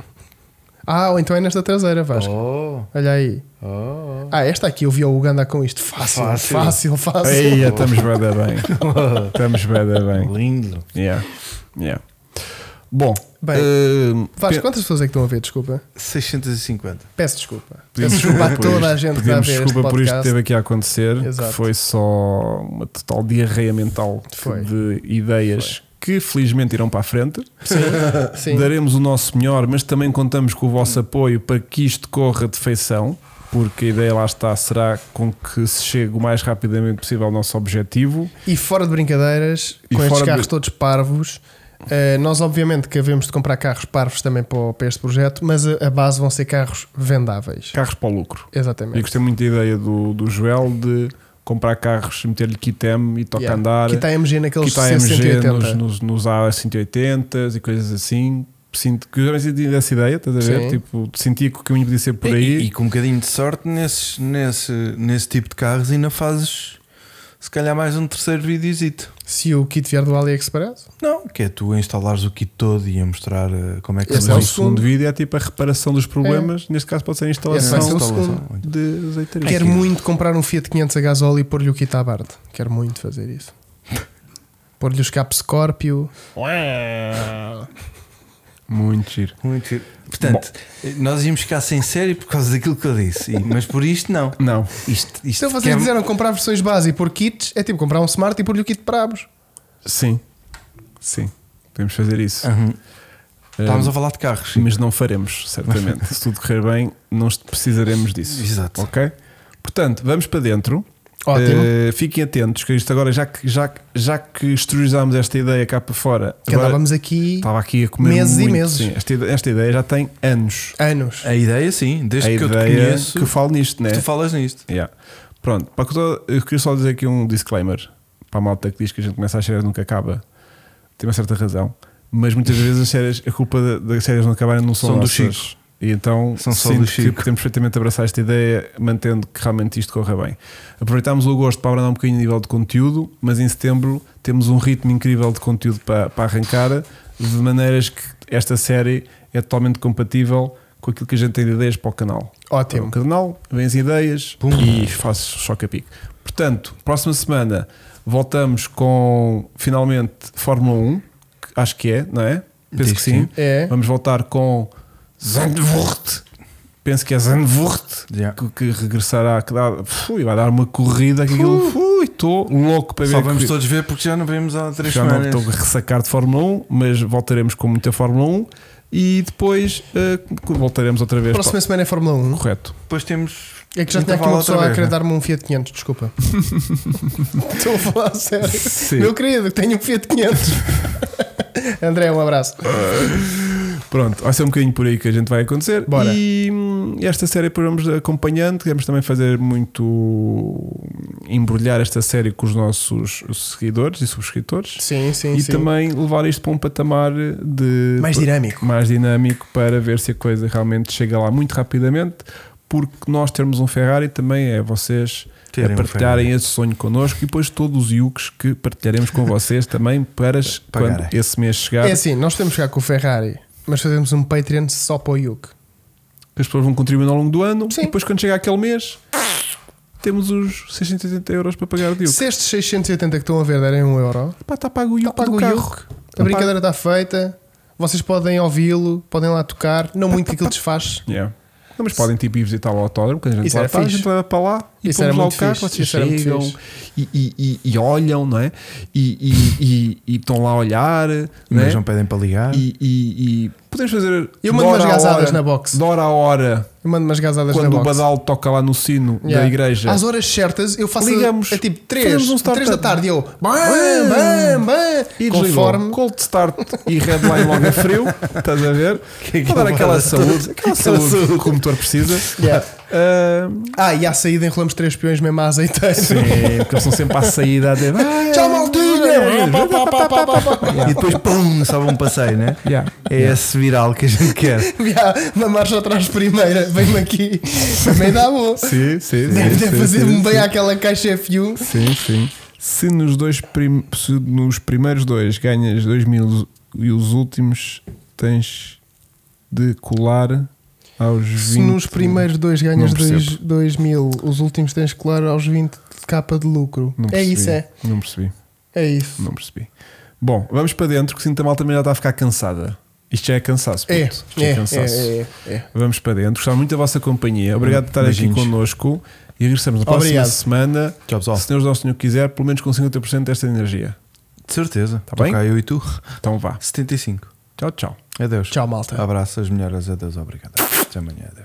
Ah, ou então é nesta traseira, Vasco. Oh, Olha aí. oh. Ah, esta aqui eu vi o Hugo andar com isto. Fácil, Fácil. fácil, fácil. Ei, estamos bem, da bem. Estamos bem, da bem. Lindo. Yeah. Yeah. Bom, Bem, eh, Vasco, pe- quantas pessoas é que estão a ver? Desculpa. seiscentos e cinquenta. Peço desculpa. pedimos Peço desculpa a por toda isto. a gente que está a Pedimos ver este desculpa por isto que podcast. teve aqui a acontecer, Exato. que foi só uma total diarreia mental Foi. de ideias que felizmente irão para a frente. Sim, sim. Daremos o nosso melhor, mas também contamos com o vosso apoio para que isto corra de feição, porque a ideia lá está, será com que se chegue o mais rapidamente possível ao nosso objetivo. E fora de brincadeiras, E com estes fora de- carros todos parvos, eh, nós obviamente que havemos de comprar carros parvos também para, o- para este projeto, mas a, a base vão ser carros vendáveis. Carros para o lucro. E Exatamente. gostei muito da ideia do, do Joel de comprar carros, meter-lhe kit-M e toca Yeah. andar. Aqui está a M G naqueles Quitar M G cento e oitenta. nos, nos, nos A cento e oitenta e coisas assim. Sinto que eu também senti dessa ideia, estás a ver? Sim. Tipo, sentia que o caminho podia ser por E, aí. e com um bocadinho de sorte nesses, nesse, nesse tipo de carros ainda fazes se calhar mais um terceiro videozito. Se o kit vier do AliExpress, Não, que é tu instalares o kit todo e a mostrar uh, como é que Esse se é Mas o o faz. segundo vídeo é tipo a reparação dos problemas. Neste caso pode ser a Esse vai instalação ser o Instalação. de azeitaria. quero muito comprar um Fiat quinhentos a gasóleo e pôr-lhe o kit à barda. Quero muito fazer isso. Pôr-lhe o escape Scorpio. Muito giro. Muito giro. Portanto, nós íamos ficar sem série por causa daquilo que eu disse, E- mas por isto não. Não, Isto, isto Se vocês quer- disseram comprar versões base e pôr kits, é tipo comprar um Smart e pôr-lhe o kit para abos. sim, sim, podemos fazer isso. Aham. Ah, Estávamos a falar de carros. mas não faremos, certamente. Se tudo correr bem, não precisaremos disso. Exato. Ok? Portanto, vamos para dentro. Ótimo. Uh, fiquem atentos, que isto agora, já que, já, já que exteriorizámos esta ideia cá para fora, Que agora andávamos aqui estava aqui a comer meses e muito, meses. sim. esta, ideia, esta ideia já tem anos. anos. A ideia sim, desde a que eu te ideia conheço, que eu falo nisto, né? tu falas nisto. Yeah. Pronto, para que eu, eu queria só dizer aqui um disclaimer para a malta que diz que a gente começa as séries nunca acaba. Tem uma certa razão, mas muitas vezes as séries, a culpa da- das séries não acabarem não são, São do nossas. Chico. E então São só do sinto que Chico. podemos perfeitamente abraçar esta ideia, mantendo que realmente isto corra bem. Aproveitámos o agosto para abrandar um bocadinho o nível de conteúdo, mas em setembro temos um ritmo incrível de conteúdo para, para arrancar, de maneiras que esta série é totalmente compatível com aquilo que a gente tem de ideias para o canal. Ótimo. O canal, vêm as ideias Pum. e faço choque a pico. Portanto, próxima semana voltamos com finalmente Fórmula um, que acho que é, não é? Penso Diz que sim. sim. É. Vamos voltar com Zandvoort. Penso que é Zandvoort Yeah. que, que regressará, que dá, fui, vai dar uma corrida que aquilo, fui, estou louco para ver. Só a vamos corrida. todos ver porque já não vemos há três Já não semanas. estou a ressacar de Fórmula um, mas voltaremos com muita Fórmula um e depois eh, voltaremos outra vez. Próxima semana é Fórmula um. para... Correto. Depois temos. É que já tinha aqui intervalo uma outra pessoa a vez, querer né? dar-me um Fiat quinhentos, desculpa. Estou a falar a sério. Sim. Meu querido, tenho um Fiat quinhentos. André, um abraço. Pronto, vai ser um bocadinho por aí que a gente vai acontecer. Bora. E hum, esta série depois vamos acompanhando. Queremos também fazer muito embrulhar esta série com os nossos seguidores e subscritores. Sim, sim, E sim. também levar isto para um patamar de Mais dinâmico. mais dinâmico para ver se a coisa realmente chega lá muito rapidamente, porque nós termos um Ferrari também é vocês Terem a um partilharem Ferrari. esse sonho connosco e depois todos os iuks que partilharemos com vocês também para Pagarem. quando esse mês chegar, É assim, nós podemos chegar com o Ferrari, mas fazemos um Patreon só para o Yuk. as pessoas vão contribuindo ao longo do ano Sim. e depois quando chegar aquele mês temos os seiscentos e oitenta euros para pagar o iuk. Se estes seiscentos e oitenta que estão a ver derem um euro, Pá, está pago o iuk pago do o carro. Yuk. A brincadeira está feita. Vocês podem ouvi-lo, podem lá tocar. Não muito que aquilo desfaz. Yeah. Não, mas podem tipo ir visitar o autódromo, quando a gente Isso lá era está, a fixe. gente leva para lá e Isso era pomos lá o muito carro, fixe. vocês Isso era muito chegam fixe. e, e, e, e olham, não é? E, e, e, e estão lá a olhar, não é? Mas não pedem para ligar. E, e, e podemos fazer Eu de mando hora umas a gazadas hora, na box. de hora a hora, Eu mando umas gazadas quando na o box. badal toca lá no sino Yeah. da igreja. Às horas certas eu faço Ligamos. é tipo três, Fazemos um start três da up. tarde e eu bam, bam, bam, E conforme conforme cold start e redline logo a frio, estás a ver? Que Para dar aquela aquela saúde, aquela saúde que o motor precisa. Yeah. Ah, Ah, e à saída enrolamos três peões mesmo à azeiteira. sim, porque eles estão sempre à saída a dizer "Vai, Tchau, maltinha! Pá, pá, pá, pá, pá, pá. E depois, pum, sobe um passeio, né? Yeah. É esse viral que a gente quer. Yeah, uma marcha atrás primeira, vem-me aqui, também dá bom. Sim, sim, Deve, sim, deve sim, fazer-me sim, bem sim. àquela caixa F um. Sim, sim. Se nos, dois prim... Se nos primeiros dois ganhas dois mil e os últimos tens de colar aos vinte. Se nos primeiros dois ganhas Não percebo. dois, dois mil, os últimos tens que colar aos vinte de capa de lucro. Não É percebi. isso, é. Não percebi. É isso. Não percebi. Bom, vamos para dentro, que sinto a malta também já está a ficar cansada. Isto já é cansaço. puto. É, Isto é, é cansaço. é, é, é. Vamos para dentro. Gostava muito da vossa companhia. Obrigado por estar Beijinhos. aqui connosco. E regressamos na próxima Obrigado. semana. Tchau, pessoal. Se Deus nosso Senhor quiser, pelo menos com cinquenta por cento desta energia. De certeza. Tá bem? Tô cá, eu e tu. Então vá. setenta e cinco. Tchau, tchau. Adeus. Tchau, malta. Abraço, as melhoras. Adeus. Obrigado. Até amanhã. Adeus.